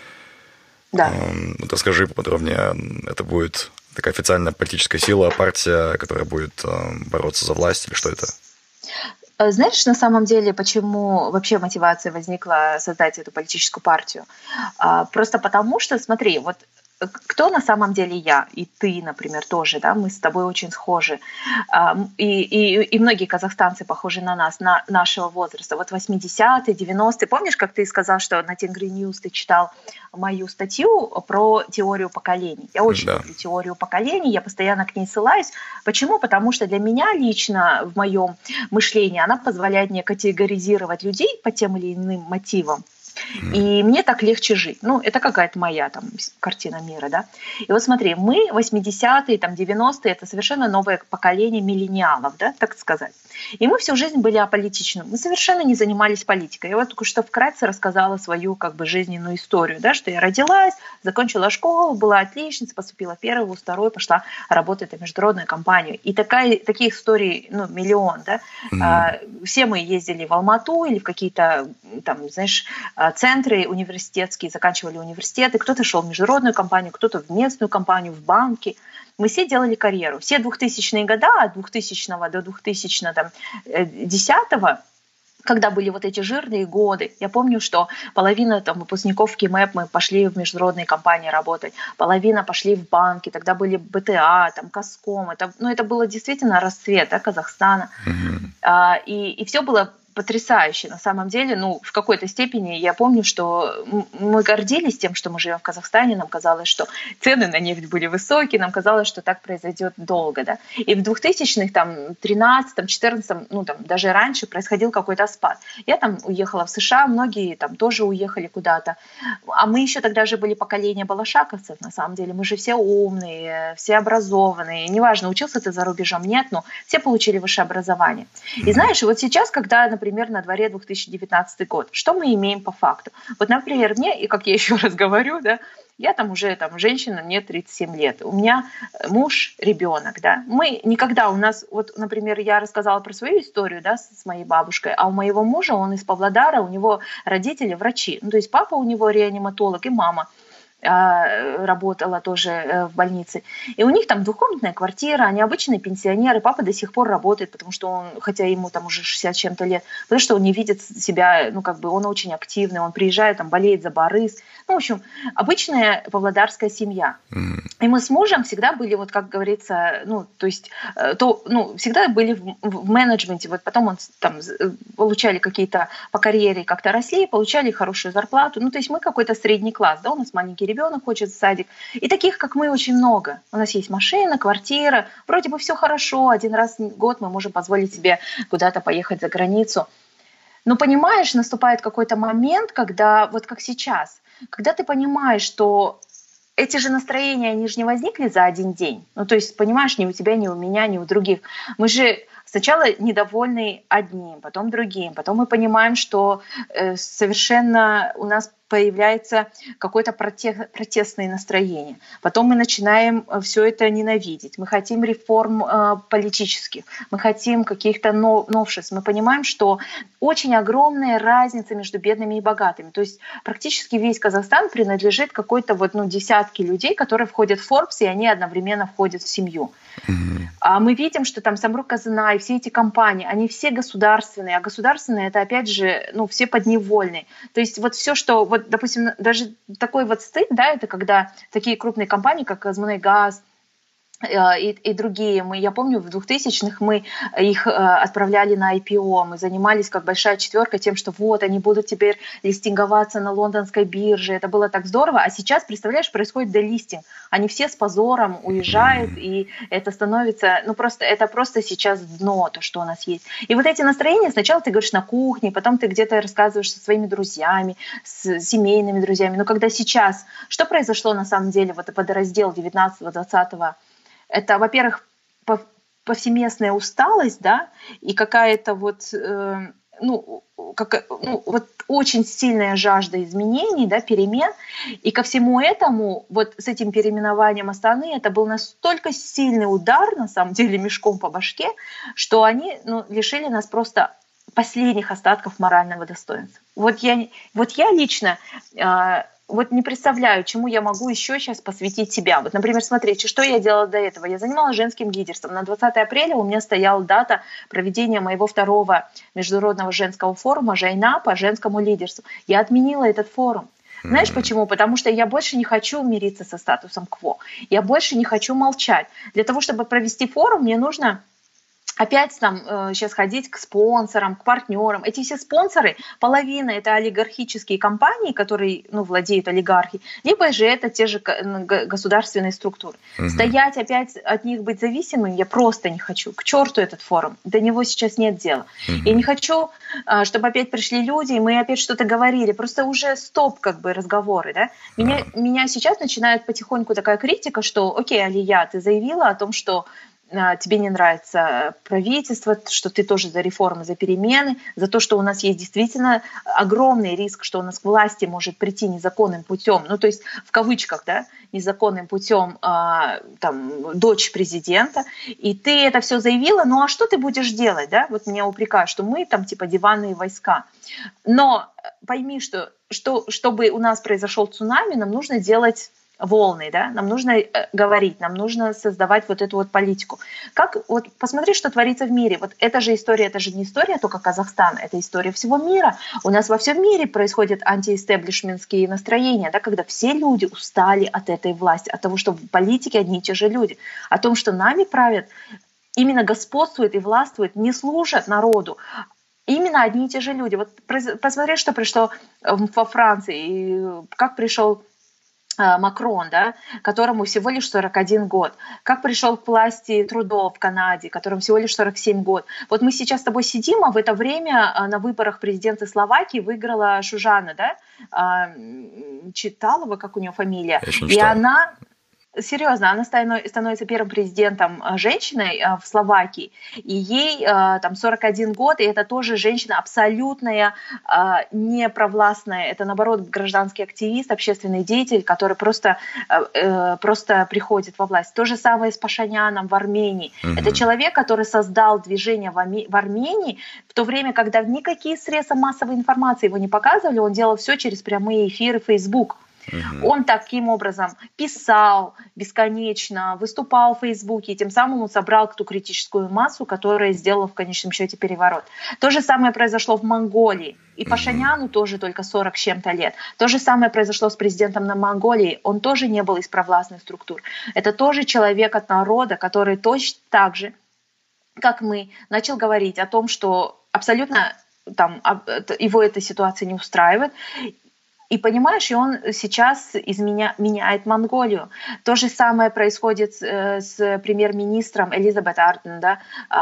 Да. Вот расскажи поподробнее. Это будет такая официальная политическая сила, партия, которая будет бороться за власть, или что это? Знаешь, на самом деле, почему вообще мотивация возникла создать эту политическую партию? Просто потому что, смотри, вот кто на самом деле я, и ты, например, тоже, да, мы с тобой очень схожи, и, и, и многие казахстанцы похожи на нас, на нашего возраста, вот восьмидесятые, девяностые, помнишь, как ты сказал, что на Тенгри Ньюс ты читал мою статью про теорию поколений? Я очень да. люблю теорию поколений, я постоянно к ней ссылаюсь. Почему? Потому что для меня лично, в моем мышлении, она позволяет мне категоризировать людей по тем или иным мотивам. И мне так легче жить. Ну, это какая-то моя там картина мира, да. И вот смотри, мы восьмидесятые, там, девяностые, это совершенно новое поколение миллениалов, да, так сказать. И мы всю жизнь были аполитичны. Мы совершенно не занимались политикой. Я вот только что вкратце рассказала свою как бы жизненную историю, да, что я родилась, закончила школу, была отличницей, поступила в первую, вторую, пошла работать в международную компанию. И такая, таких историй, ну, миллион, да. Mm-hmm. Все мы ездили в Алмату или в какие-то, там, знаешь, центры университетские, заканчивали университеты, кто-то шел в международную компанию, кто-то в местную компанию, в банки. Мы все делали карьеру. Все двухтысячные года, от двухтысячного до две тысячи десятого, когда были вот эти жирные годы, я помню, что половина там, выпускников КИМЭП мы пошли в международные компании работать, половина пошли в банки, тогда были БТА, там, Казком. Это, ну, это было действительно расцвет, да, Казахстана. Mm-hmm. А, и, и все было потрясающе. На самом деле, ну, в какой-то степени я помню, что мы гордились тем, что мы живем в Казахстане, нам казалось, что цены на нефть были высокие, нам казалось, что так произойдет долго, да. И в двухтысячных, там, тринадцатом, четырнадцатом, ну, там, даже раньше происходил какой-то спад. Я там уехала в США, многие там тоже уехали куда-то. А мы еще тогда же были поколение балашаковцев, на самом деле. Мы же все умные, все образованные. Неважно, учился ты за рубежом, нет, но все получили высшее образование. И знаешь, вот сейчас, когда, например, Например, на дворе две тысячи девятнадцатый год. Что мы имеем по факту? Вот, например, мне, и как я еще раз говорю, да, я там уже там, женщина, мне тридцать семь лет. У меня муж, ребенок, да. Мы никогда у нас, вот, например, я рассказала про свою историю, да, с моей бабушкой, а у моего мужа, он из Павлодара, у него родители врачи. Ну, то есть папа у него реаниматолог и мама работала тоже в больнице. И у них там двухкомнатная квартира, они обычные пенсионеры, папа до сих пор работает, потому что он, хотя ему там уже шестьдесят с чем-то лет, потому что он не видит себя, ну как бы он очень активный, он приезжает, там болеет за Борис. Ну, в общем, обычная павлодарская семья. Mm-hmm. И мы с мужем всегда были, вот как говорится, ну, то есть, то, ну, всегда были в, в менеджменте, вот потом он там получали какие-то по карьере, как-то росли, получали хорошую зарплату, ну, то есть мы какой-то средний класс, да, у нас маленький ребенок хочет в садик. И таких, как мы, очень много. У нас есть машина, квартира. Вроде бы все хорошо. Один раз в год мы можем позволить себе куда-то поехать за границу. Но понимаешь, наступает какой-то момент, когда, вот как сейчас, когда ты понимаешь, что эти же настроения, они же не возникли за один день. Ну, то есть, понимаешь, ни у тебя, ни у меня, ни у других. Мы же сначала недовольны одним, потом другим. Потом мы понимаем, что э, совершенно у нас появляется какое-то протестное настроение. Потом мы начинаем все это ненавидеть. Мы хотим реформ э, политических, мы хотим каких-то новшеств. Мы понимаем, что очень огромная разница между бедными и богатыми. То есть практически весь Казахстан принадлежит какой-то вот, ну, десятке людей, которые входят в Forbes, и они одновременно входят в семью. Mm-hmm. А мы видим, что там Самрук-Казына и все эти компании, они все государственные, а государственные — это, опять же, ну, все подневольные. То есть вот все, что... Вот, допустим, даже такой вот стыд, да, это когда такие крупные компании, как Казмунайгаз и, и другие, мы, я помню, в двухтысячных мы их отправляли на ай пи о, мы занимались как большая четверка тем, что вот они будут теперь листинговаться на лондонской бирже, это было так здорово, а сейчас, представляешь, происходит делистинг, они все с позором уезжают, и это становится, ну просто, это просто сейчас дно, то, что у нас есть. И вот эти настроения, сначала ты говоришь на кухне, потом ты где-то рассказываешь со своими друзьями, с семейными друзьями, но когда сейчас, что произошло на самом деле, вот подраздел девятнадцатого-двадцатого, это, во-первых, повсеместная усталость, да, и какая-то вот, э, ну, как, ну, вот очень сильная жажда изменений, да, перемен. И ко всему этому, вот с этим переименованием Астаны, это был настолько сильный удар, на самом деле, мешком по башке, что они, ну, лишили нас просто последних остатков морального достоинства. Вот я, вот я лично... Э, Вот не представляю, чему я могу еще сейчас посвятить себя. Вот, например, смотрите, что я делала до этого. Я занималась женским лидерством. На двадцатое апреля у меня стояла дата проведения моего второго международного женского форума «Жайна» по женскому лидерству. Я отменила этот форум. Знаешь почему? Потому что я больше не хочу мириться со статусом кво. Я больше не хочу молчать. Для того, чтобы провести форум, мне нужно опять там э, сейчас ходить к спонсорам, к партнерам. Эти все спонсоры, половина это олигархические компании, которые, ну, владеют олигархи, либо же это те же государственные структуры. Угу. Стоять опять от них, быть зависимым я просто не хочу. К черту этот форум. До него сейчас нет дела. Угу. Я не хочу, чтобы опять пришли люди, и мы опять что-то говорили. Просто уже стоп, как бы, разговоры. Да? Меня, угу. меня сейчас начинает потихоньку такая критика, что, окей, Алия, ты заявила о том, что тебе не нравится правительство, что ты тоже за реформы, за перемены, за то, что у нас есть действительно огромный риск, что у нас к власти может прийти незаконным путем, ну то есть в кавычках, да, незаконным путем а, там, дочь президента, и ты это все заявила, ну а что ты будешь делать, да? Вот меня упрекают, что мы там типа диванные войска. Но пойми, что, что чтобы у нас произошел цунами, нам нужно делать волны, да, нам нужно говорить, нам нужно создавать вот эту вот политику. Как, вот посмотри, что творится в мире. Вот эта же история, это же не история только Казахстана, это история всего мира. У нас во всем мире происходят антиэстеблишментские настроения, да, когда все люди устали от этой власти, от того, что в политике одни и те же люди, о том, что нами правят, именно господствуют и властвуют, не служат народу, именно одни и те же люди. Вот посмотри, что пришло во Франции, как пришел Макрон, да, которому всего лишь сорок один год. Как пришел к власти Трудо в Канаде, которому всего лишь сорок семь год. Вот мы сейчас с тобой сидим, а в это время на выборах президента Словакии выиграла Шужана, да, Читалова, как у нее фамилия. И она... Серьезно, она становится первым президентом женщиной в Словакии, и ей там сорок один год, и это тоже женщина абсолютная, не провластная, это наоборот гражданский активист, общественный деятель, который просто, просто приходит во власть. То же самое с Пашиняном в Армении. Mm-hmm. Это человек, который создал движение в Армении в то время, когда никакие средства массовой информации его не показывали, он делал все через прямые эфиры Facebook. Uh-huh. Он таким образом писал бесконечно, выступал в Фейсбуке, и тем самым он собрал ту критическую массу, которая сделала в конечном счете переворот. То же самое произошло в Монголии. И uh-huh. Пашиняну тоже только сорок с чем-то лет. То же самое произошло с президентом на Монголии. Он тоже не был из провластных структур. Это тоже человек от народа, который точно так же, как мы, начал говорить о том, что абсолютно там, его эта ситуация не устраивает. И понимаешь, и он сейчас изменя, меняет Монголию. То же самое происходит с, с премьер-министром Элизабет Арден, да,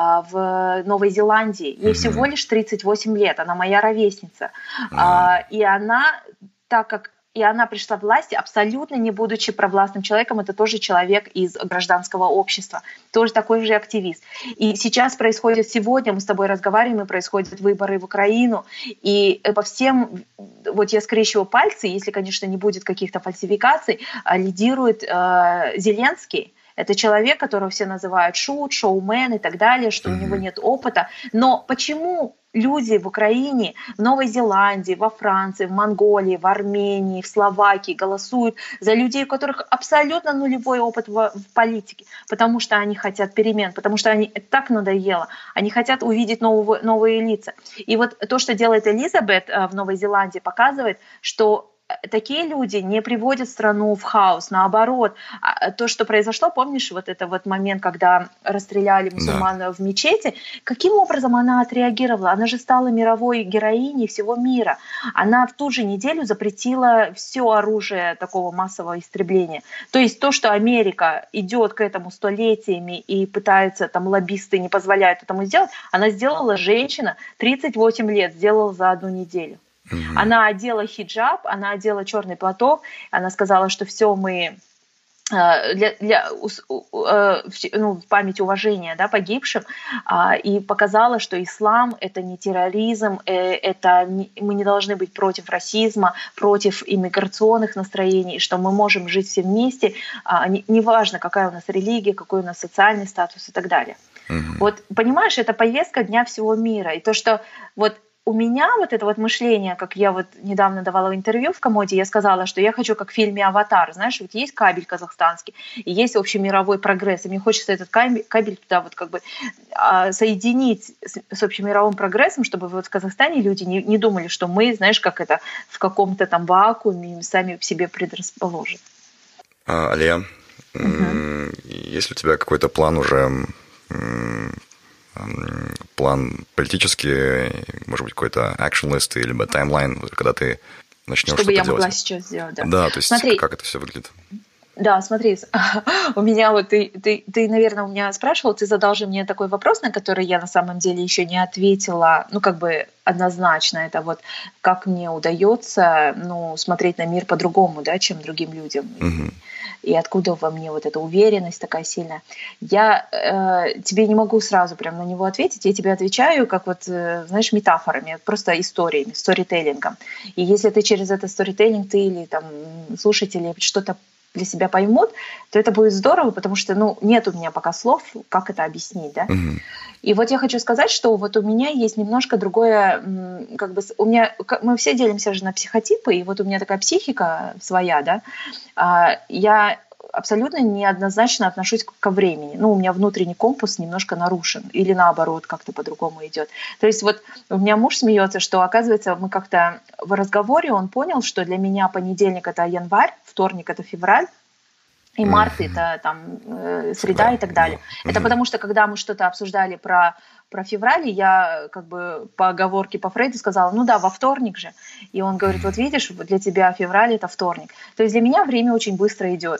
в Новой Зеландии. Ей mm-hmm. всего лишь тридцать восемь лет, она моя ровесница. Mm-hmm. И она, так как и она пришла к власти, абсолютно не будучи провластным человеком, это тоже человек из гражданского общества, тоже такой же активист. И сейчас происходит, сегодня мы с тобой разговариваем, и происходят выборы в Украину, и по всем, вот я скрещиваю пальцы, если, конечно, не будет каких-то фальсификаций, лидирует э, Зеленский. Это человек, которого все называют шут, шоумен и так далее, что mm-hmm. у него нет опыта. Но почему люди в Украине, в Новой Зеландии, во Франции, в Монголии, в Армении, в Словакии голосуют за людей, у которых абсолютно нулевой опыт в, в политике? Потому что они хотят перемен, потому что они так надоело. Они хотят увидеть новые, новые лица. И вот то, что делает Элизабет в Новой Зеландии, показывает, что такие люди не приводят страну в хаос, наоборот. То, что произошло, помнишь, вот это вот момент, когда расстреляли мусульман да. в мечети, каким образом она отреагировала? Она же стала мировой героиней всего мира. Она в ту же неделю запретила все оружие такого массового истребления. То есть то, что Америка идет к этому столетиями и пытается, там, лоббисты не позволяют этому сделать, она сделала, женщина, тридцать восемь лет, сделала за одну неделю. Mm-hmm. Она одела хиджаб, она одела черный платок, она сказала, что все мы для, для ну, в память уважения, да, погибшим, и показала, что ислам — это не терроризм, это не, мы не должны быть против расизма, против иммиграционных настроений, что мы можем жить все вместе, неважно, какая у нас религия, какой у нас социальный статус и так далее. Mm-hmm. Вот понимаешь, это повестка дня всего мира, и то, что вот у меня вот это вот мышление, как я вот недавно давала интервью в Комоде, я сказала, что я хочу как в фильме «Аватар», знаешь, вот есть кабель казахстанский, и есть общемировой прогресс, и мне хочется этот кабель, кабель туда вот как бы соединить с, с общемировым прогрессом, чтобы вот в Казахстане люди не, не думали, что мы, знаешь, как это, в каком-то там вакууме сами в себе предрасположены. А, Алия, угу. есть ли у тебя какой-то план уже план политический, может быть, какой-то action list, либо таймлайн, когда ты начнешь Чтобы что-то я делать. могла сейчас сделать, да. Да, то есть Смотри, как это все выглядит? Да, смотри, у меня вот ты, ты, ты, наверное, у меня спрашивал, ты задал же мне такой вопрос, на который я на самом деле еще не ответила, ну, как бы однозначно, это вот как мне удается, ну, смотреть на мир по-другому, да, чем другим людям. Угу. И откуда во мне вот эта уверенность такая сильная. Я э, тебе не могу сразу прям на него ответить, я тебе отвечаю как вот, э, знаешь, метафорами, просто историями, сторителлингом. И если ты через этот сторителлинг, ты или там слушатели что-то для себя поймут, то это будет здорово, потому что, ну, нет у меня пока слов, как это объяснить, да. Угу. И вот я хочу сказать, что вот у меня есть немножко другое, как бы, у меня, мы все делимся же на психотипы, и вот у меня такая психика своя, да, я абсолютно неоднозначно отношусь ко времени. Ну, у меня внутренний компас немножко нарушен, или наоборот, как-то по-другому идет. То есть вот у меня муж смеется, что, оказывается, мы как-то в разговоре, он понял, что для меня понедельник – это январь, вторник – это февраль, и март – это там э, среда и так далее. Mm-hmm. Это потому что, когда мы что-то обсуждали про, про февраль, я как бы по оговорке по Фрейду сказала, ну да, во вторник же. И он говорит, вот видишь, для тебя февраль – это вторник. То есть для меня время очень быстро идет.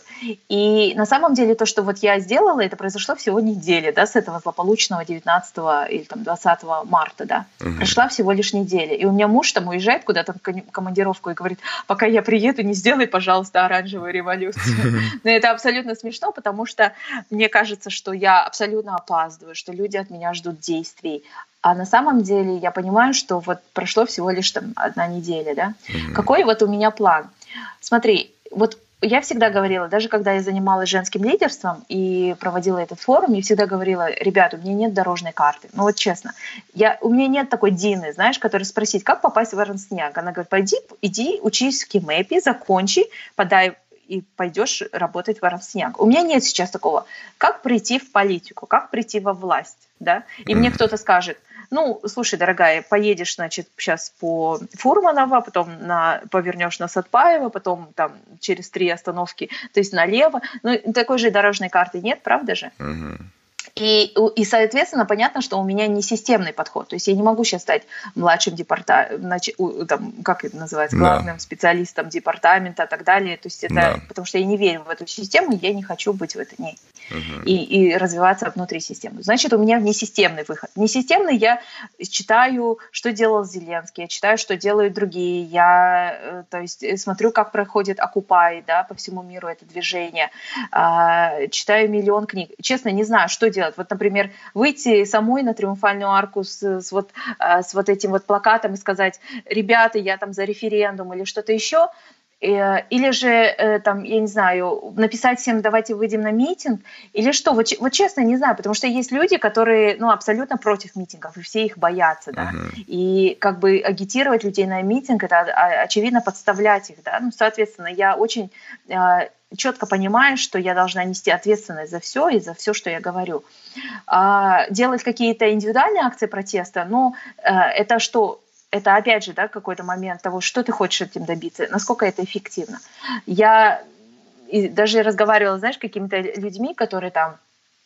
И на самом деле то, что вот я сделала, это произошло всего неделя, да, с этого злополучного девятнадцатого или там двадцатого марта, да. Mm-hmm. Прошла всего лишь неделя. И у меня муж там уезжает куда-то в командировку и говорит, пока я приеду, не сделай, пожалуйста, оранжевую революцию. Но это абсолютно смешно, потому что мне кажется, что я абсолютно опаздываю, что люди от меня ждут действий. А на самом деле я понимаю, что вот прошло всего лишь там одна неделя, да. Mm-hmm. Какой вот у меня план? Смотри, вот я всегда говорила, даже когда я занималась женским лидерством и проводила этот форум, я всегда говорила, ребят, у меня нет дорожной карты. Ну вот честно, я, у меня нет такой Дины, знаешь, которой спросить, как попасть в Эрнст-Янг. Она говорит, пойди, иди, учись в КИМЭПе, закончи, подай и пойдешь работать в Эрнст-Янг. У меня нет сейчас такого, как прийти в политику, как прийти во власть, да? И mm. мне кто-то скажет, ну, слушай, дорогая, поедешь, значит, сейчас по Фурманова, потом на, повернешь на Сатпаева, потом там через три остановки, то есть налево. Ну, такой же дорожной карты нет, правда же? Mm-hmm. И, и, соответственно, понятно, что у меня не системный подход. То есть я не могу сейчас стать младшим департаментом, как это называется, главным да. специалистом департамента и так далее. То есть это, да. потому что я не верю в эту систему, я не хочу быть в этой ней. Угу. И, и развиваться внутри системы. Значит, у меня несистемный выход. Несистемный я читаю, что делал Зеленский, я читаю, что делают другие. Я, то есть, смотрю, как проходит Окупай, да, по всему миру это движение. Читаю миллион книг. Честно, не знаю, что делать. Вот, например, выйти самой на Триумфальную арку с, с, вот, с вот этим вот плакатом и сказать, ребята, я там за референдум или что-то еще, или же, там, я не знаю, написать всем, давайте выйдем на митинг, или что, вот, вот честно не знаю, потому что есть люди, которые, ну, абсолютно против митингов, и все их боятся, да, uh-huh. и как бы агитировать людей на митинг, это, очевидно, подставлять их, да, ну, соответственно, я очень четко понимаю, что я должна нести ответственность за все и за все, что я говорю. А делать какие-то индивидуальные акции протеста, ну, это что? Это, опять же, да, какой-то момент того, что ты хочешь этим добиться, насколько это эффективно. Я даже разговаривала, знаешь, с какими-то людьми, которые там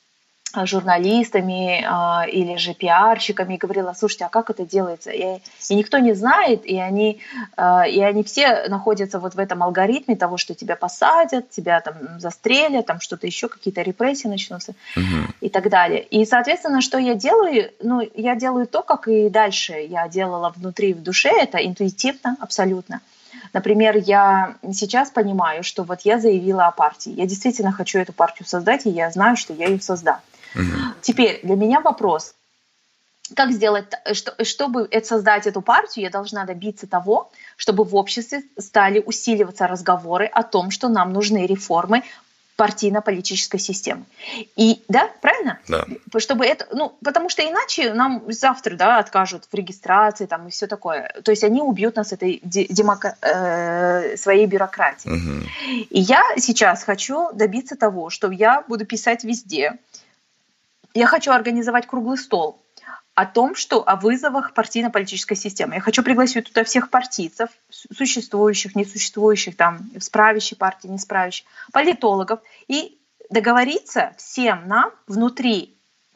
журналистами э, или же пиарщиками, и говорила, слушайте, а как это делается? И, и никто не знает, и они, э, и они все находятся вот в этом алгоритме того, что тебя посадят, тебя там застрелят, там что-то еще, какие-то репрессии начнутся mm-hmm. и так далее. И, соответственно, что я делаю? Ну, я делаю то, как и дальше я делала внутри, в душе, это интуитивно абсолютно. Например, я сейчас понимаю, что вот я заявила о партии. Я действительно хочу эту партию создать, и я знаю, что я ее создам. Mm-hmm. Теперь для меня вопрос, как сделать, что, чтобы создать эту партию, я должна добиться того, чтобы в обществе стали усиливаться разговоры о том, что нам нужны реформы партийно-политической системы. И, да, правильно? Да. Чтобы это, ну, потому что иначе нам завтра, да, откажут в регистрации там и все такое. То есть они убьют нас этой демока- э, своей бюрократией. Угу. И я сейчас хочу добиться того, что я буду писать везде. Я хочу организовать круглый стол о том, что о вызовах партийно-политической системы. Я хочу пригласить туда всех партийцев, существующих, несуществующих, там, с правящей партии, не с правящей, политологов, и договориться всем нам внутри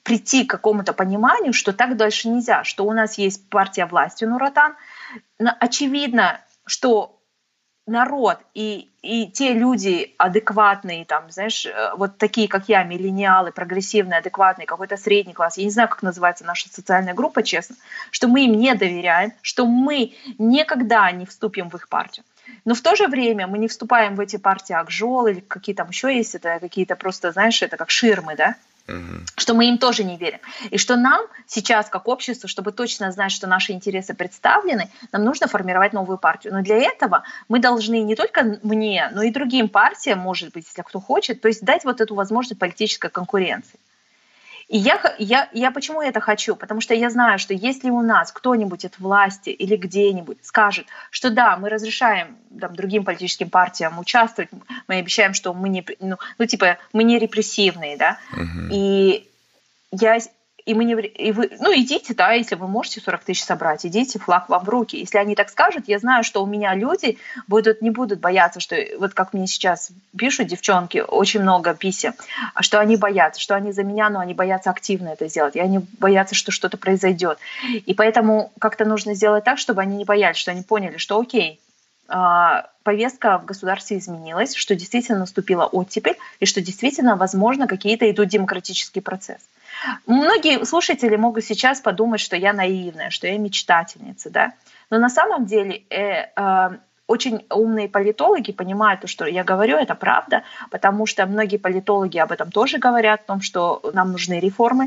прийти к какому-то пониманию, что так дальше нельзя, что у нас есть партия власти Нур-Отан. Очевидно, что народ и, и те люди адекватные, там, знаешь, вот такие, как я, миллениалы, прогрессивные, адекватные, какой-то средний класс, я не знаю, как называется наша социальная группа, честно, что мы им не доверяем, что мы никогда не вступим в их партию. Но в то же время мы не вступаем в эти партии Ак-Жол или какие там еще есть, это какие-то просто, знаешь, это как ширмы, да? Uh-huh. Что мы им тоже не верим. И что нам сейчас, как обществу, чтобы точно знать, что наши интересы представлены, нам нужно формировать новую партию. Но для этого мы должны не только мне, но и другим партиям, может быть, если кто хочет, то есть дать вот эту возможность политической конкуренции. И я, я, я почему это хочу? Потому что я знаю, что если у нас кто-нибудь от власти или где-нибудь скажет, что да, мы разрешаем там, другим политическим партиям участвовать, мы обещаем, что мы не, ну, ну типа, мы не репрессивные, да, uh-huh. и я... И мы не, и вы, ну, идите, да, если вы можете сорок тысяч собрать, идите, флаг вам в руки. Если они так скажут, я знаю, что у меня люди будут, не будут бояться, что, вот как мне сейчас пишут девчонки, очень много писем, что они боятся, что они за меня, но они боятся активно это сделать, и они боятся, что что-то произойдет. И поэтому как-то нужно сделать так, чтобы они не боялись, что они поняли, что окей, повестка в государстве изменилась, что действительно наступила оттепель, и что действительно, возможно, какие-то идут демократические процессы. Многие слушатели могут сейчас подумать, что я наивная, что я мечтательница, да? Но на самом деле э, э, очень умные политологи понимают то, что я говорю, это правда, потому что многие политологи об этом тоже говорят, о том, что нам нужны реформы,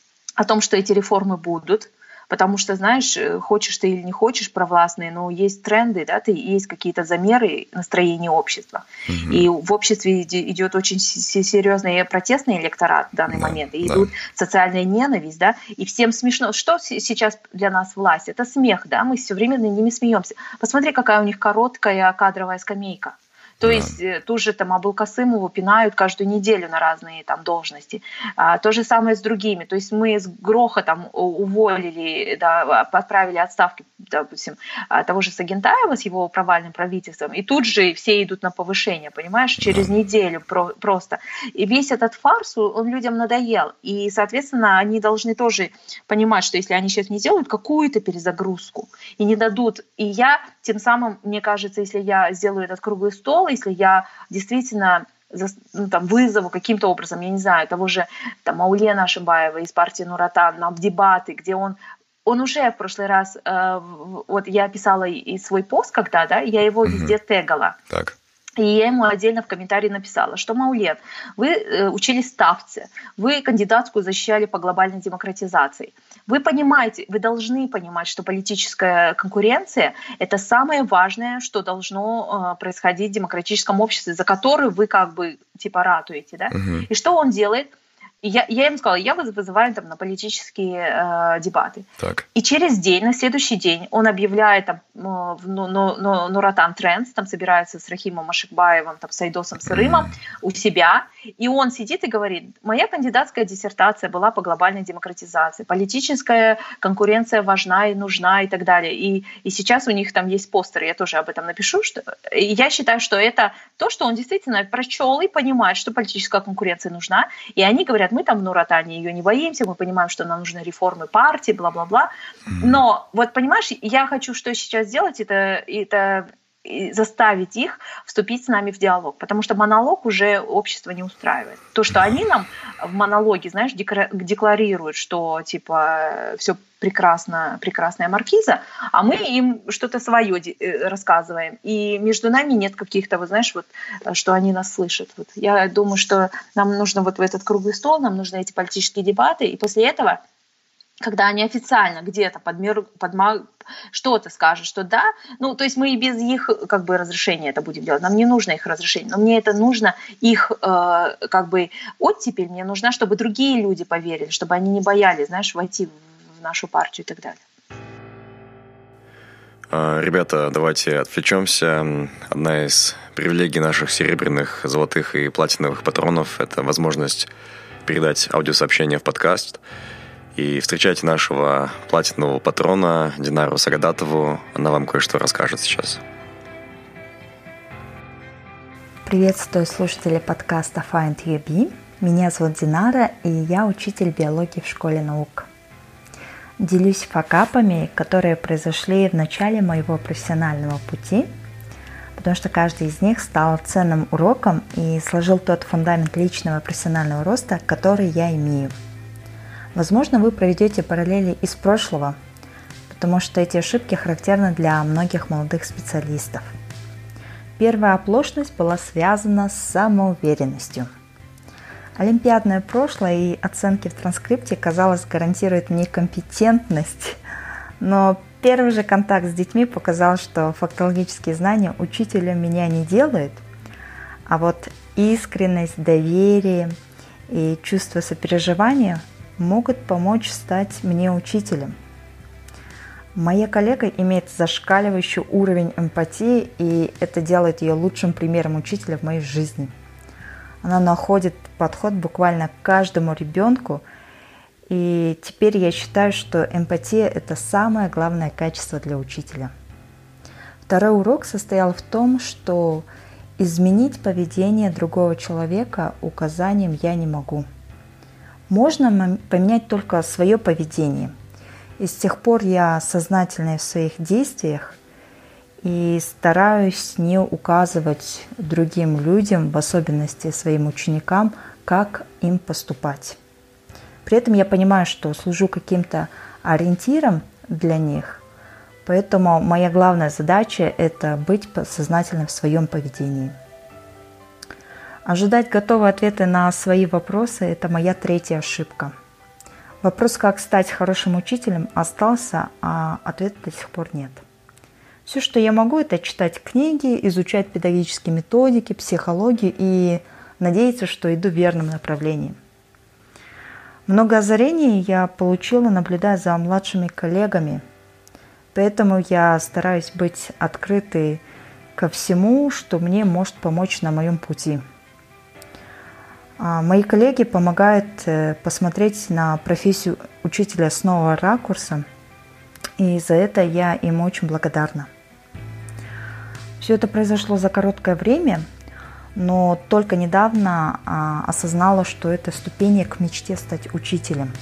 о том, что эти реформы будут. Потому что, знаешь, хочешь ты или не хочешь провластные, но есть тренды, да, есть какие-то замеры настроения общества. Угу. И в обществе идет очень серьезный протестный электорат в данный да, момент. И да. идут социальная ненависть, да, и всем смешно. Что сейчас для нас власть? Это смех, да, мы все время над ними смеемся. Посмотри, какая у них короткая кадровая скамейка. То да. есть ту же там Абылкасымову пинают каждую неделю на разные там должности. А, то же самое с другими. То есть мы с грохотом уволили, да, отправили отставки, допустим, того же Сагентаева с его провальным правительством, и тут же все идут на повышение, понимаешь, через да. неделю про- просто. И весь этот фарс, он людям надоел. И, соответственно, они должны тоже понимать, что если они сейчас не сделают какую-то перезагрузку и не дадут, и я тем самым, мне кажется, если я сделаю этот круглый стол, если я действительно ну, там, вызову каким-то образом, я не знаю, того же там, Маулена Ашимбаева из партии Нур-Отан на дебаты, где он Он уже в прошлый раз, э, вот я писала и свой пост когда, да, я его mm-hmm. везде тегала. Так. И я ему отдельно в комментарии написала, что, Маулен, вы э, учились в ставце, вы кандидатскую защищали по глобальной демократизации. Вы понимаете, вы должны понимать, что политическая конкуренция – это самое важное, что должно э, происходить в демократическом обществе, за которое вы как бы типа ратуете, да? Mm-hmm. И что он делает? И я, я им сказала, я вызываю там на политические э, дебаты. Так. И через день, на следующий день, он объявляет там э, ну, ну, ну, Нур-Отан Трендс, там собирается с Рахимом Ашикбаевым, там, с Айдосом Сырымом mm. у себя, и он сидит и говорит, моя кандидатская диссертация была по глобальной демократизации, политическая конкуренция важна и нужна и так далее. И, и сейчас у них там есть постеры, я тоже об этом напишу, что и я считаю, что это то, что он действительно прочел и понимает, что политическая конкуренция нужна, и они говорят, мы там в Нур-Отане ее не боимся, мы понимаем, что нам нужны реформы партии, бла-бла-бла. Но вот понимаешь, я хочу что сейчас сделать, это, это заставить их вступить с нами в диалог, потому что монолог уже общество не устраивает. То, что они нам в монологе, знаешь, декларируют, что типа все прекрасно, прекрасная маркиза, а мы им что-то свое рассказываем. И между нами нет каких-то, вот знаешь, вот, что они нас слышат. Вот. Я думаю, что нам нужно вот в этот круглый стол, нам нужны эти политические дебаты, и после этого, когда они официально где-то подмер, подма, что-то скажут, что да, ну, то есть мы и без их как бы разрешения это будем делать, нам не нужно их разрешение, но мне это нужно, их э, как бы оттепель мне нужна, чтобы другие люди поверили, чтобы они не боялись, знаешь, войти в нашу партию и так далее. Ребята, давайте отвлечемся. Одна из привилегий наших серебряных, золотых и платиновых патронов – это возможность передать аудиосообщение в подкаст. И встречайте нашего платинового патрона Динару Сагадатову. Она вам кое-что расскажет сейчас. Приветствую слушателей подкаста Find Your Bee. Меня зовут Динара, и я учитель биологии в школе наук. Делюсь факапами, которые произошли в начале моего профессионального пути, потому что каждый из них стал ценным уроком и сложил тот фундамент личного профессионального роста, который я имею. Возможно, вы проведете параллели из прошлого, потому что эти ошибки характерны для многих молодых специалистов. Первая оплошность была связана с самоуверенностью. Олимпиадное прошлое и оценки в транскрипте, казалось, гарантируют мне компетентность, но первый же контакт с детьми показал, что фактологические знания учителя меня не делают, а вот искренность, доверие и чувство сопереживания могут помочь стать мне учителем. Моя коллега имеет зашкаливающий уровень эмпатии, и это делает ее лучшим примером учителя в моей жизни. Она находит подход буквально к каждому ребенку, и теперь я считаю, что эмпатия – это самое главное качество для учителя. Второй урок состоял в том, что изменить поведение другого человека указанием я не могу. Можно поменять только свое поведение. И с тех пор я сознательная в своих действиях и стараюсь не указывать другим людям, в особенности своим ученикам, как им поступать. При этом я понимаю, что служу каким-то ориентиром для них, поэтому моя главная задача – это быть сознательным в своем поведении. Ожидать готовые ответы на свои вопросы – это моя третья ошибка. Вопрос, как стать хорошим учителем, остался, а ответа до сих пор нет. Все, что я могу, это читать книги, изучать педагогические методики, психологию и надеяться, что иду в верном направлении. Много озарений я получила, наблюдая за младшими коллегами, поэтому я стараюсь быть открытой ко всему, что мне может помочь на моем пути. Мои коллеги помогают посмотреть на профессию учителя с нового ракурса, и за это я им очень благодарна. Все это произошло за короткое время, но только недавно а, осознала, что это ступени к мечте стать учителем.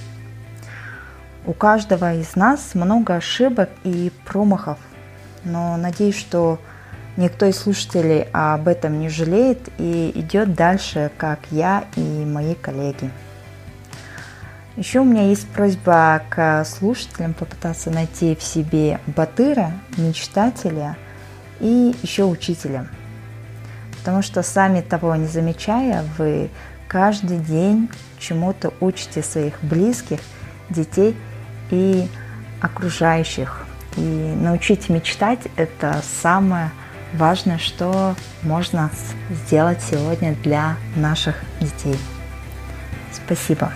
У каждого из нас много ошибок и промахов, но надеюсь, что никто из слушателей об этом не жалеет и идет дальше, как я и мои коллеги. Еще у меня есть просьба к слушателям попытаться найти в себе батыра, мечтателя и еще учителя. Потому что сами того не замечая, вы каждый день чему-то учите своих близких, детей и окружающих. И научить мечтать – это самое важное, что можно сделать сегодня для наших детей. Спасибо.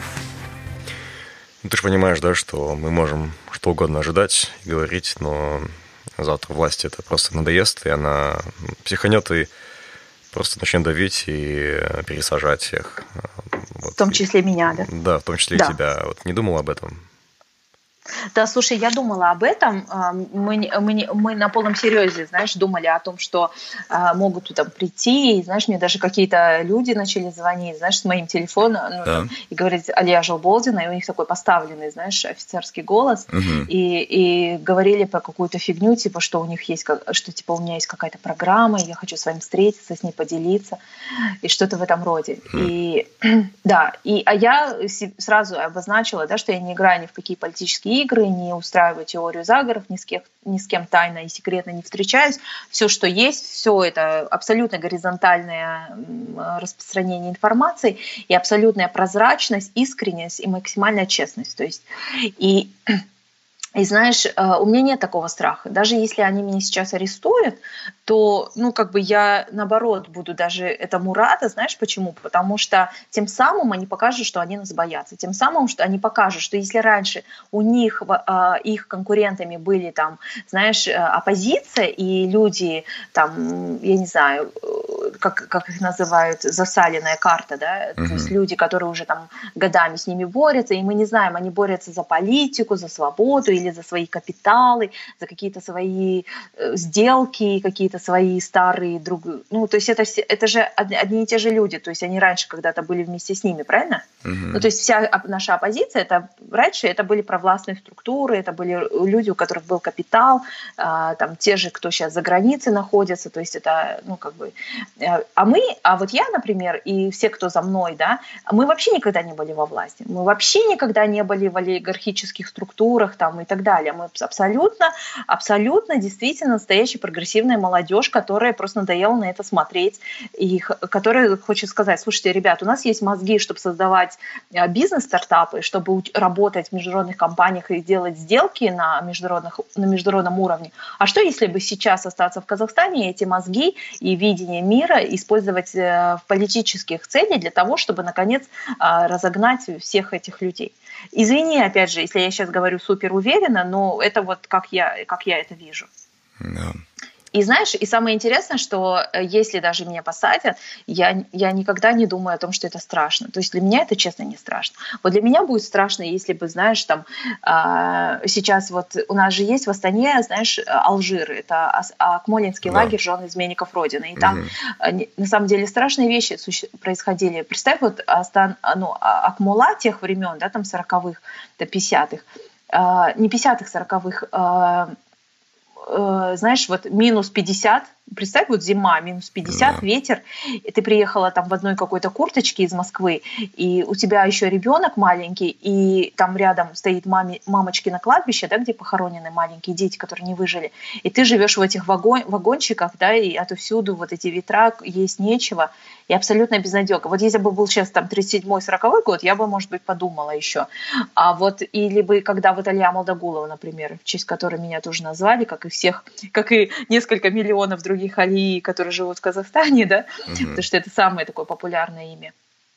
Ну, ты же понимаешь, да, что мы можем что угодно ожидать и говорить, но завтра власти это просто надоест, и она психанет и просто начнет давить и пересажать всех. Вот. В том числе меня, да? Да, в том числе да. И тебя. Вот не думал об этом? Да, слушай, я думала об этом. Мы, мы, мы на полном серьезе, знаешь, думали о том, что а, могут там прийти, и, знаешь, мне даже какие-то люди начали звонить, знаешь, с моим телефоном, ну, да. И говорить Алия Жалболдина, и у них такой поставленный, знаешь, офицерский голос, угу. и, и говорили про какую-то фигню, типа, что у них есть, что, типа, у меня есть какая-то программа, и я хочу с вами встретиться, с ней поделиться, и что-то в этом роде. Угу. И, да, и, а я сразу обозначила, да, что я не играю ни в какие политические игры, не устраиваю теорию заговоров, ни с, кем, ни с кем тайно и секретно не встречаюсь. Все, что есть, все это абсолютно горизонтальное распространение информации и абсолютная прозрачность, искренность и максимальная честность. То есть, и, и знаешь, у меня нет такого страха. Даже если они меня сейчас арестуют, то, ну, как бы я, наоборот, буду даже этому рада, знаешь, почему? Потому что тем самым они покажут, что они нас боятся, тем самым, что они покажут, что если раньше у них, их конкурентами были там, знаешь, оппозиция и люди там, я не знаю, как, как их называют, засаленная карта, да, mm-hmm. то есть люди, которые уже там годами с ними борются, и мы не знаем, они борются за политику, за свободу или за свои капиталы, за какие-то свои сделки, какие-то свои старые друг, ну, то есть это, это же одни и те же люди, то есть они раньше когда-то были вместе с ними, правильно? Mm-hmm. Ну, то есть вся наша оппозиция, это раньше это были провластные структуры, это были люди, у которых был капитал, а, там те же, кто сейчас за границей находится, то есть это, ну, как бы, а мы, а вот я, например, и все, кто за мной, да, мы вообще никогда не были во власти, мы вообще никогда не были в олигархических структурах там и так далее, мы абсолютно, абсолютно действительно настоящая прогрессивная молодежь, которая просто надоела на это смотреть, и которая хочет сказать, слушайте, ребят, у нас есть мозги, чтобы создавать бизнес-стартапы, чтобы работать в международных компаниях и делать сделки на, международных, на международном уровне. А что, если бы сейчас остаться в Казахстане и эти мозги и видение мира использовать в политических целях для того, чтобы, наконец, разогнать всех этих людей? Извини, опять же, если я сейчас говорю супер уверенно, но это вот как я, как я это вижу. Да. И знаешь, и самое интересное, что если даже меня посадят, я, я никогда не думаю о том, что это страшно. То есть для меня это, честно, не страшно. Вот для меня будет страшно, если бы, знаешь, там э, сейчас вот у нас же есть в Астане, знаешь, Алжир, это Акмолинский да. лагерь жен изменников Родины. И там угу. на самом деле страшные вещи происходили. Представь, вот Астан, ну, Акмола тех времен, да, там сороковых, до пятидесятых, э, не пятидесятых, сороковых, э, знаешь, вот минус пятьдесят, представь, вот зима, минус пятьдесят, да. ветер, и ты приехала там в одной какой-то курточке из Москвы, и у тебя еще ребенок маленький, и там рядом стоит маме, мамочки на кладбище, да, где похоронены маленькие дети, которые не выжили, и ты живешь в этих вагон, вагончиках, да, и отовсюду вот эти ветра, есть нечего, и абсолютно безнадега. Вот если бы был сейчас там тридцать седьмой сороковой год, я бы, может быть, подумала еще. А вот, или бы, когда вот Алия Молдагулова, например, в честь которой меня тоже назвали, как и всех, как и несколько миллионов других Алии, которые живут в Казахстане, да, mm-hmm. потому что это самое такое популярное имя.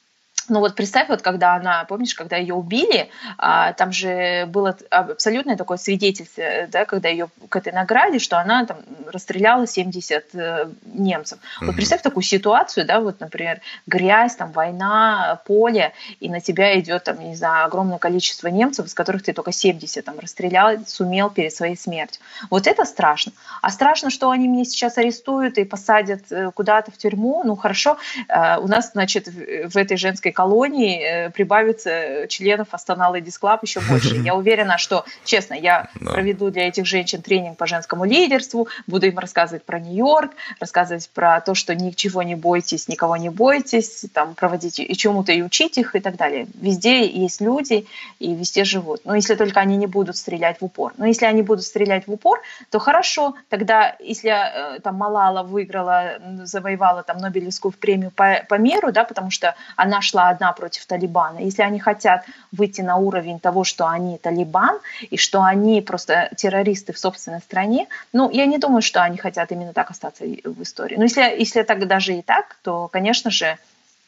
Ну вот представь, вот когда она, помнишь, когда ее убили, а, там же было абсолютное такое свидетельство, да, когда ее к этой награде, что она там расстреляла семьдесят э, немцев. Mm-hmm. Вот представь такую ситуацию, да, вот, например, грязь, там, война, поле, и на тебя идет, там, не знаю, огромное количество немцев, из которых ты только семьдесят там расстрелял, сумел перед своей смертью. Вот это страшно. А страшно, что они меня сейчас арестуют и посадят куда-то в тюрьму. Ну хорошо, э, у нас, значит, в, в этой женской колонии э, прибавится членов Астана Ladies Club еще больше. Я уверена, что, честно, я no. проведу для этих женщин тренинг по женскому лидерству, буду им рассказывать про Нью-Йорк, рассказывать про то, что ничего не бойтесь, никого не бойтесь, там, проводить и чему-то и учить их и так далее. Везде есть люди и везде живут. Но если только они не будут стрелять в упор. Но если они будут стрелять в упор, то хорошо, тогда, если э, там Малала выиграла, завоевала там Нобелевскую премию по, по миру, да, потому что она шла одна против Талибана. Если они хотят выйти на уровень того, что они Талибан, и что они просто террористы в собственной стране, ну, я не думаю, что они хотят именно так остаться в истории. Но если, если так даже и так, то, конечно же,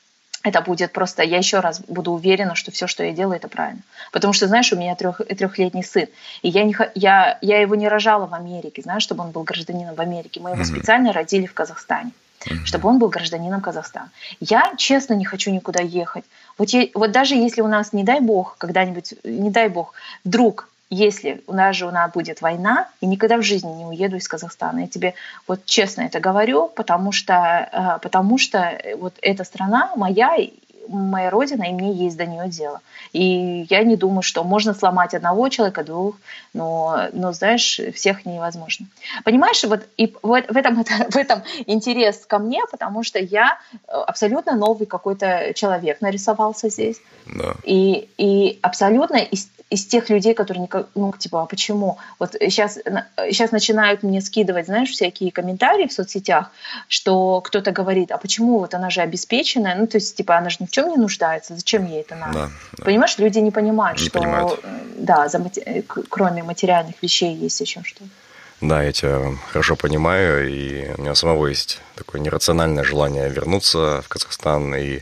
это будет просто, я еще раз буду уверена, что все, что я делаю, это правильно. Потому что, знаешь, у меня трех, трехлетний сын, и я, не, я, я его не рожала в Америке, знаешь, чтобы он был гражданином в Америке. Мы его mm-hmm. специально родили в Казахстане, mm-hmm. чтобы он был гражданином Казахстана. Я, честно, не хочу никуда ехать. Вот, я, вот даже если у нас, не дай бог, когда-нибудь, не дай бог, вдруг, если у нас же у нас будет война, я никогда в жизни не уеду из Казахстана. Я тебе вот честно это говорю, потому что, потому что вот эта страна моя, моя родина, и мне есть до нее дело. И я не думаю, что можно сломать одного человека, двух, но, но знаешь, всех невозможно. Понимаешь, вот и в этом, в этом интерес ко мне, потому что я абсолютно новый какой-то человек нарисовался здесь. Да. И, и абсолютно из из тех людей, которые, никак, ну, типа, а почему? Вот сейчас, сейчас начинают мне скидывать, знаешь, всякие комментарии в соцсетях, что кто-то говорит, а почему вот она же обеспеченная, ну, то есть, типа, она же ни в чем не нуждается, зачем ей это надо? Да, да. Понимаешь, люди не понимают, не что, понимают. Да, за, кроме материальных вещей есть еще что-то. Да, я тебя хорошо понимаю, и у меня самого есть такое нерациональное желание вернуться в Казахстан, и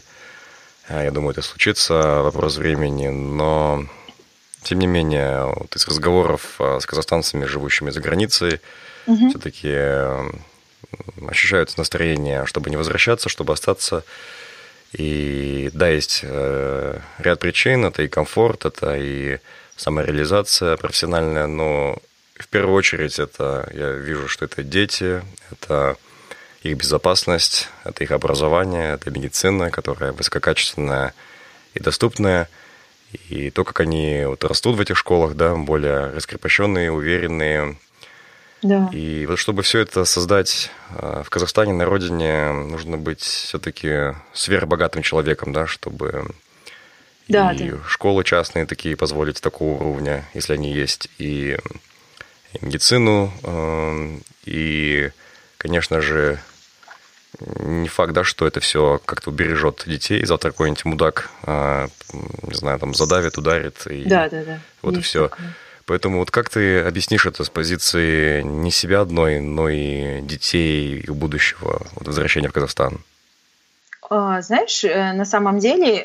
я думаю, это случится, вопрос времени, но... Тем не менее, вот из разговоров с казахстанцами, живущими за границей, угу. все-таки ощущают настроение, чтобы не возвращаться, чтобы остаться. И да, есть э, ряд причин, это и комфорт, это и самореализация профессиональная, но в первую очередь это, я вижу, что это дети, это их безопасность, это их образование, это медицина, которая высококачественная и доступная. И то, как они вот растут в этих школах, да, более раскрепощенные, уверенные. Да. И вот чтобы все это создать в Казахстане, на родине, нужно быть все-таки сверхбогатым человеком, да, чтобы да, и да. школы частные такие позволить такого уровня, если они есть, и, и медицину, и, конечно же, не факт, да, что это все как-то убережет детей. Завтра какой-нибудь мудак, не знаю, там задавит, ударит. И да, да, да. Вот есть и все. такое. Поэтому вот как ты объяснишь это с позиции не себя одной, но и детей, их будущего, вот, возвращения в Казахстан? Знаешь, на самом деле,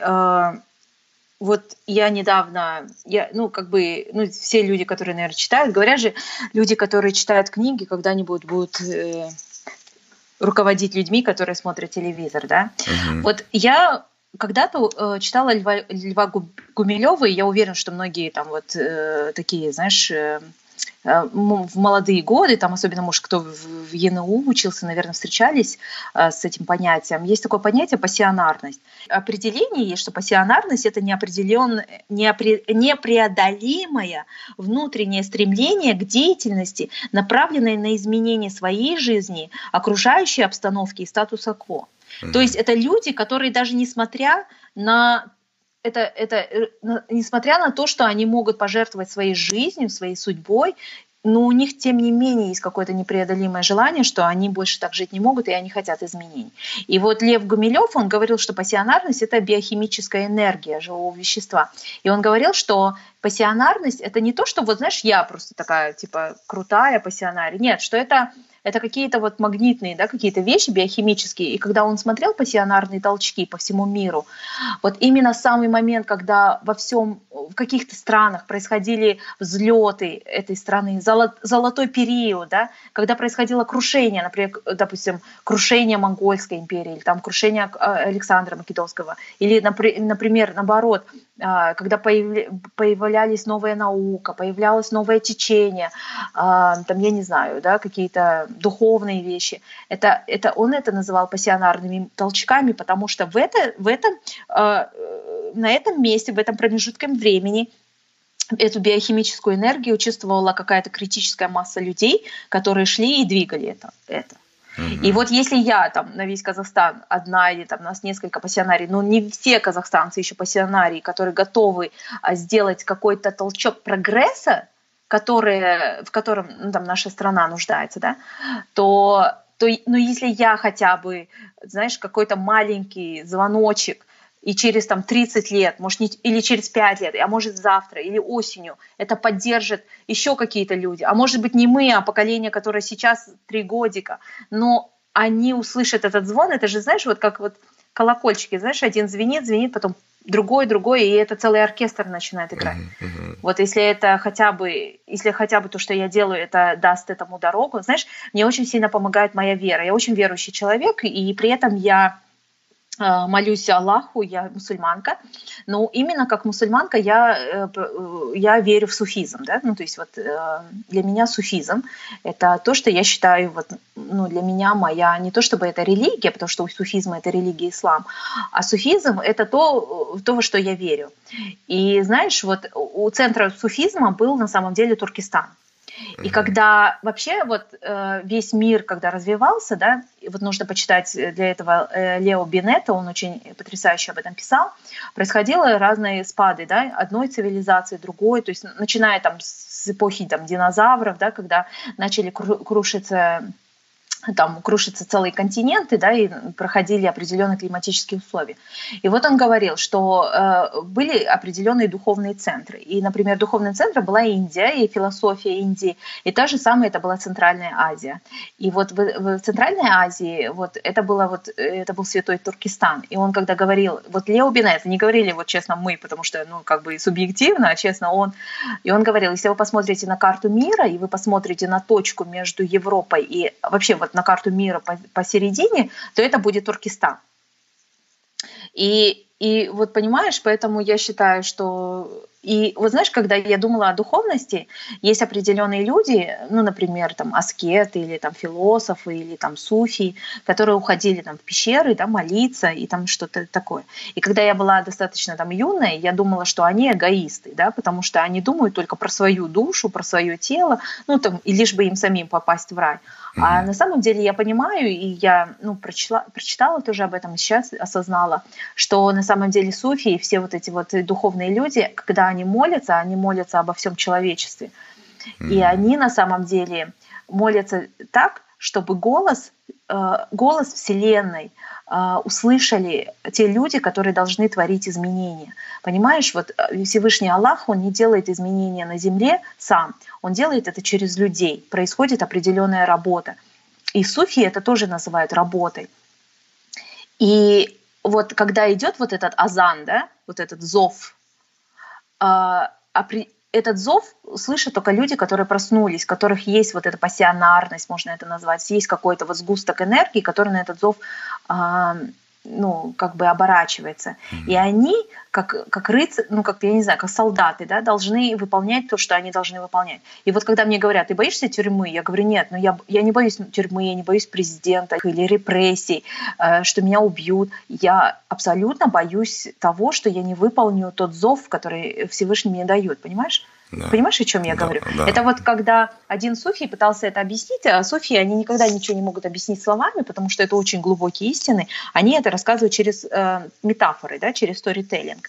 вот я недавно, я, ну, как бы, ну, все люди, которые, наверное, читают, говорят же, люди, которые читают книги, когда-нибудь будут э, руководить людьми, которые смотрят телевизор, да. Угу. Вот я когда-то э, читала Льва, Льва Гумилёва, и я уверена, что многие там вот э, такие, знаешь, э, э, в молодые годы, там особенно, может, кто в, в ЕНУ учился, наверное, встречались э, с этим понятием. Есть такое понятие пассионарность. Определение есть, что пассионарность — это неопределен, неопре, непреодолимое внутреннее стремление к деятельности, направленное на изменение своей жизни, окружающей обстановки и статуса кво. То есть это люди, которые даже несмотря на это, это, несмотря на то, что они могут пожертвовать своей жизнью, своей судьбой, но у них, тем не менее, есть какое-то непреодолимое желание, что они больше так жить не могут, и они хотят изменений. И вот Лев Гумилёв, он говорил, что пассионарность — это биохимическая энергия живого вещества. И он говорил, что пассионарность — это не то, что, вот знаешь, я просто такая, типа, крутая пассионария. Нет, что это... Это какие-то вот магнитные, да, какие-то вещи биохимические. И когда он смотрел пассионарные толчки по всему миру, вот именно самый момент, когда во всем, в каких-то странах происходили взлеты этой страны, золотой период, да, когда происходило крушение, например, допустим, крушение Монгольской империи, или там крушение Александра Македонского, или, например, наоборот, когда появлялись новая наука, появлялось новое течение, там, я не знаю, да, какие-то духовные вещи. Это, это, он это называл пассионарными толчками, потому что в, это, в этом, на этом месте, в этом промежутке времени эту биохимическую энергию чувствовала какая-то критическая масса людей, которые шли и двигали это. это. Mm-hmm. И вот если я там на весь Казахстан одна или там у нас несколько пассионарий, но не все казахстанцы еще пассионарии, которые готовы сделать какой-то толчок прогресса, который, в котором ну, там, наша страна нуждается, да, то, то ну, если я хотя бы, знаешь, какой-то маленький звоночек, и через там, тридцать лет, может, не, или через пять лет, а может завтра или осенью это поддержит еще какие-то люди. А может быть не мы, а поколение, которое сейчас три годика. Но они услышат этот звон. Это же, знаешь, вот как вот колокольчики, знаешь, один звенит, звенит, потом другой, другой, и это целый оркестр начинает играть. Uh-huh, uh-huh. Вот если это хотя бы, если хотя бы то, что я делаю, это даст этому дорогу. Знаешь, мне очень сильно помогает моя вера. Я очень верующий человек, и при этом я молюсь Аллаху, я мусульманка, но именно как мусульманка я, я верю в суфизм, да, ну то есть вот для меня суфизм — это то, что я считаю, вот, ну для меня моя, не то чтобы это религия, потому что у суфизма это религия ислам, а суфизм — это то, то, во что я верю. И знаешь, вот у центра суфизма был на самом деле Туркестан. И когда вообще вот э, весь мир, когда развивался, да, и вот нужно почитать для этого э, Лео Бенетто, он очень потрясающе об этом писал, происходило разные спады, да, одной цивилизации, другой, то есть начиная там с эпохи там, динозавров, да, когда начали кру- крушиться там крушатся целые континенты, да, и проходили определенные климатические условия. И вот он говорил, что э, были определенные духовные центры. И, например, духовным центром была Индия и философия Индии. И та же самая это была Центральная Азия. И вот в, в Центральной Азии вот это, было вот, это был святой Туркестан. И он когда говорил, вот Лео Бенетто, не говорили вот честно мы, потому что, ну, как бы субъективно, а честно он. И он говорил, если вы посмотрите на карту мира, и вы посмотрите на точку между Европой и вообще вот вот на карту мира по, посередине, то это будет Туркестан. И, и вот понимаешь, поэтому я считаю, что... И вот знаешь, когда я думала о духовности, есть определенные люди, ну, например, там аскеты или там философы или там суфии, которые уходили там в пещеры, да, молиться и там что-то такое. И когда я была достаточно там юной, я думала, что они эгоисты, да, потому что они думают только про свою душу, про свое тело, ну, там, и лишь бы им самим попасть в рай. А на самом деле я понимаю, и я ну, прочитала, прочитала тоже об этом, и сейчас осознала, что на самом деле суфии, все вот эти вот духовные люди, когда они молятся, они молятся обо всем человечестве. Mm-hmm. И они на самом деле молятся так, чтобы голос, э, голос Вселенной э, услышали те люди, которые должны творить изменения. Понимаешь, вот Всевышний Аллах, Он не делает изменения на земле сам, Он делает это через людей. Происходит определенная работа. И суфии это тоже называют работой. И вот когда идет вот этот азан, да, вот этот зов, э, этот зов слышат только люди, которые проснулись, у которых есть вот эта пассионарность, можно это назвать, есть какой-то вот сгусток энергии, который на этот зов э, ну, как бы оборачивается. Mm-hmm. И они, как, как рыцари, ну, как, я не знаю, как солдаты, да, должны выполнять то, что они должны выполнять. И вот когда мне говорят, ты боишься тюрьмы? Я говорю, нет, ну, я, я не боюсь тюрьмы, я не боюсь президента или репрессий, э, что меня убьют. Я абсолютно боюсь того, что я не выполню тот зов, который Всевышний мне дает, понимаешь? Да. Понимаешь, о чем я да, говорю? Да. Это вот когда один суфий пытался это объяснить, а суфии, они никогда ничего не могут объяснить словами, потому что это очень глубокие истины, они это рассказывают через э, метафоры, да, через сторителлинг.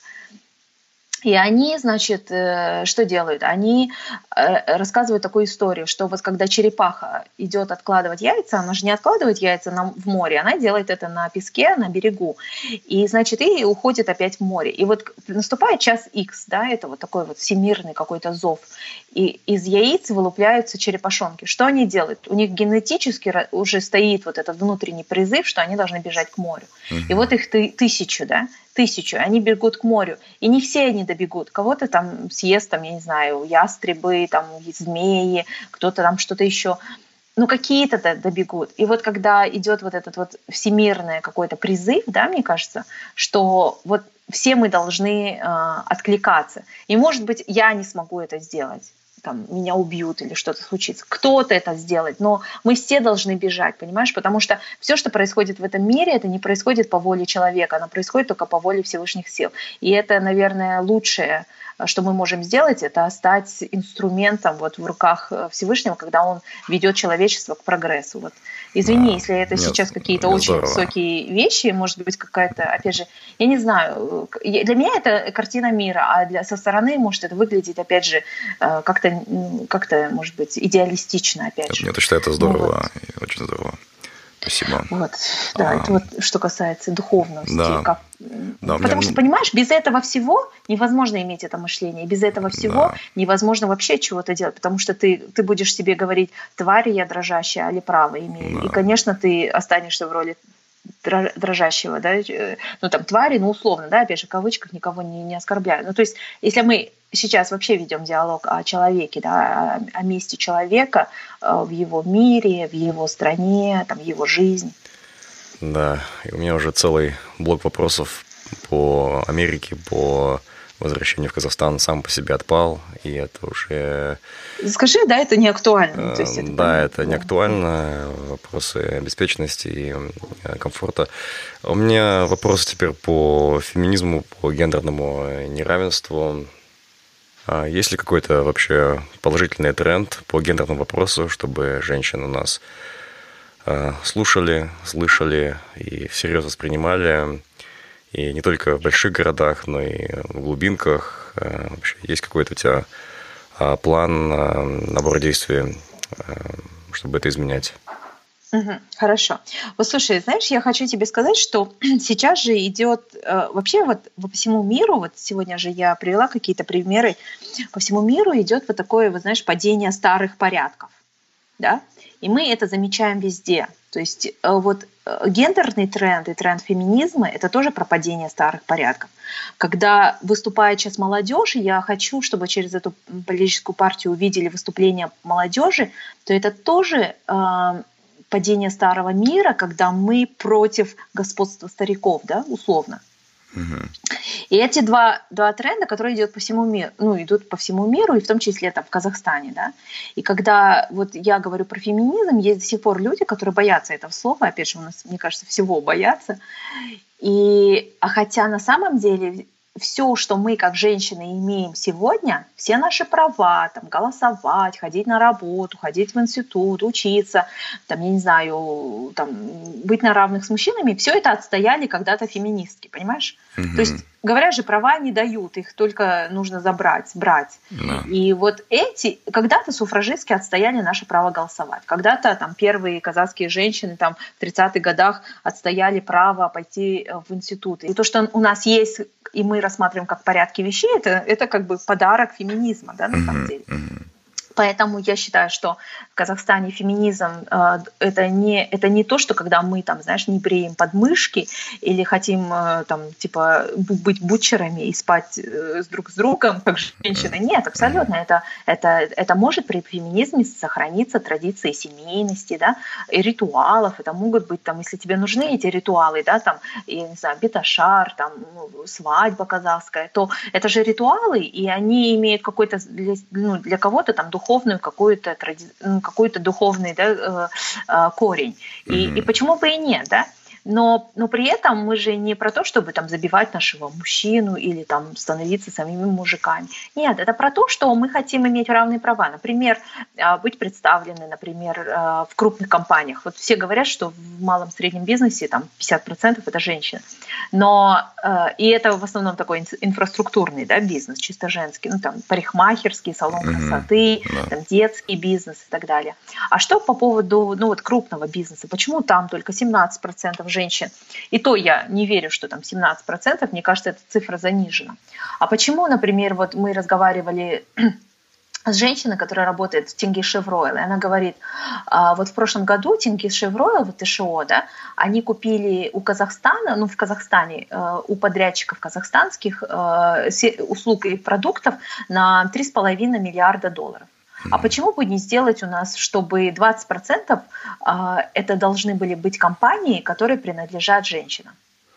И они, значит, э, что делают? Они э, рассказывают такую историю, что вот когда черепаха идет откладывать яйца, она же не откладывает яйца на, в море, она делает это на песке, на берегу. И, значит, и уходит опять в море. И вот наступает час Х, да, это вот такой вот всемирный какой-то зов. И из яиц вылупляются черепашонки. Что они делают? У них генетически уже стоит вот этот внутренний призыв, что они должны бежать к морю. Угу. И вот их ты, тысячу, да, тысячу, они бегут к морю. И не все они добегут. Кого-то там съест, там, я не знаю, ястребы, там, змеи, кто-то там что-то еще. Ну, какие-то добегут. И вот когда идет вот этот вот всемирный какой-то призыв, да, мне кажется, что вот все мы должны э, откликаться. И, может быть, я не смогу это сделать. Там, меня убьют или что-то случится. Кто-то это сделает, но мы все должны бежать, понимаешь? Потому что все, что происходит в этом мире, это не происходит по воле человека, оно происходит только по воле Всевышних сил. И это, наверное, лучшее, что мы можем сделать, это стать инструментом вот в руках Всевышнего, когда Он ведет человечество к прогрессу. Вот. Извини, да, если это нет, сейчас какие-то очень здорово. Высокие вещи, может быть, какая-то, опять же, я не знаю, для меня это картина мира, а для, со стороны может это выглядеть, опять же, как-то, как-то может быть, идеалистично, опять же. Нет, я считаю, это здорово, вот. Очень здорово. Спасибо. Вот, да, а, это вот что касается духовности. Да, как... да, Потому меня... что, понимаешь, без этого всего невозможно иметь это мышление, без этого всего да. невозможно вообще чего-то делать, потому что ты, ты будешь себе говорить, тварь я дрожащая, али право имею. Да. И, конечно, ты останешься в роли дрожащего, да, ну там твари, ну условно, да, опять же, в кавычках никого не, не оскорбляю. Ну то есть, если мы сейчас вообще ведем диалог о человеке, да, о, о месте человека в его мире, в его стране, там, в его жизни. Да, и у меня уже целый блок вопросов по Америке, по возвращению в Казахстан сам по себе отпал, и это уже... Скажи, да, это не актуально. То есть это да, понятно. это не актуально, вопросы обеспеченности и комфорта. У меня вопросы теперь по феминизму, по гендерному неравенству. Есть ли какой-то вообще положительный тренд по гендерному вопросу, чтобы женщины у нас слушали, слышали и всерьез воспринимали? И не только в больших городах, но и в глубинках. Вообще есть какой-то у тебя план, набор действий, чтобы это изменять? Угу, хорошо. Вот слушай, знаешь, я хочу тебе сказать, что сейчас же идет вообще вот по всему миру, вот сегодня же я привела какие-то примеры, по всему миру идет вот такое, вот знаешь, падение старых порядков, да, и мы это замечаем везде. То есть вот гендерный тренд и тренд феминизма – это тоже про падение старых порядков. Когда выступает сейчас молодежь, я хочу, чтобы через эту политическую партию увидели выступления молодежи, то это тоже э, падение старого мира, когда мы против господства стариков, да, условно. Мгм. И эти два, два тренда, которые идут по всему миру, ну, идут по всему миру, и в том числе там в Казахстане, да. И когда вот я говорю про феминизм, есть до сих пор люди, которые боятся этого слова, опять же, у нас, мне кажется, всего боятся. И, а хотя на самом деле все, что мы как женщины имеем сегодня, все наши права, там, голосовать, ходить на работу, ходить в институт, учиться, там, я не знаю, там, быть на равных с мужчинами, все это отстояли когда-то феминистки, понимаешь? Мгм. То есть, говорят же, права не дают, их только нужно забрать, брать. Да. И вот эти, когда-то суфражистки отстояли наше право голосовать. Когда-то там первые казахские женщины там в тридцатых годах отстояли право пойти э, в институт. И то, что у нас есть, и мы рассматриваем как порядки вещей, это, это как бы подарок феминизма, да, на самом Мгм. деле. Мгм. Поэтому я считаю, что в Казахстане феминизм э, это не это не то, что когда мы там, знаешь, не бреем подмышки или хотим э, там типа бу- быть бутчерами и спать э, с друг с другом как женщины. Нет, абсолютно. Это это это может при феминизме сохраниться традиции семейности, да, и ритуалов. Это могут быть там, если тебе нужны эти ритуалы, да, там, я не знаю, беташар, там ну, свадьба казахская, то это же ритуалы, и они имеют какой-то для, ну, для кого-то там духовную какую-то тради... ну, какой-то духовный, да, э, э, корень. И, и Мгм. почему бы и нет, да? Но, но при этом мы же не про то, чтобы там забивать нашего мужчину или там становиться самими мужиками. Нет, это про то, что мы хотим иметь равные права. Например, а, быть представлены, например, а, в крупных компаниях. Вот все говорят, что в малом среднем бизнесе там пятьдесят процентов это женщины. Но э, и это в основном такой инс- инфраструктурный, да, бизнес, чисто женский, ну там парикмахерский, салон Мгм. красоты, Да. там детский бизнес и так далее. А что по поводу, ну вот крупного бизнеса? Почему там только семнадцать процентов женщин? И то я не верю, что там семнадцать процентов. Мне кажется, эта цифра занижена. А почему, например, вот мы разговаривали с женщиной, которая работает в Тиньгис Шевройл, и она говорит, а, вот в прошлом году Тиньгис Шевройл, вот ТШО, да, они купили у Казахстана, ну в Казахстане, э, у подрядчиков казахстанских э, се- услуг и продуктов на три с половиной миллиарда долларов. А почему бы не сделать у нас, чтобы двадцать процентов а, это должны были быть компании, которые принадлежат женщинам?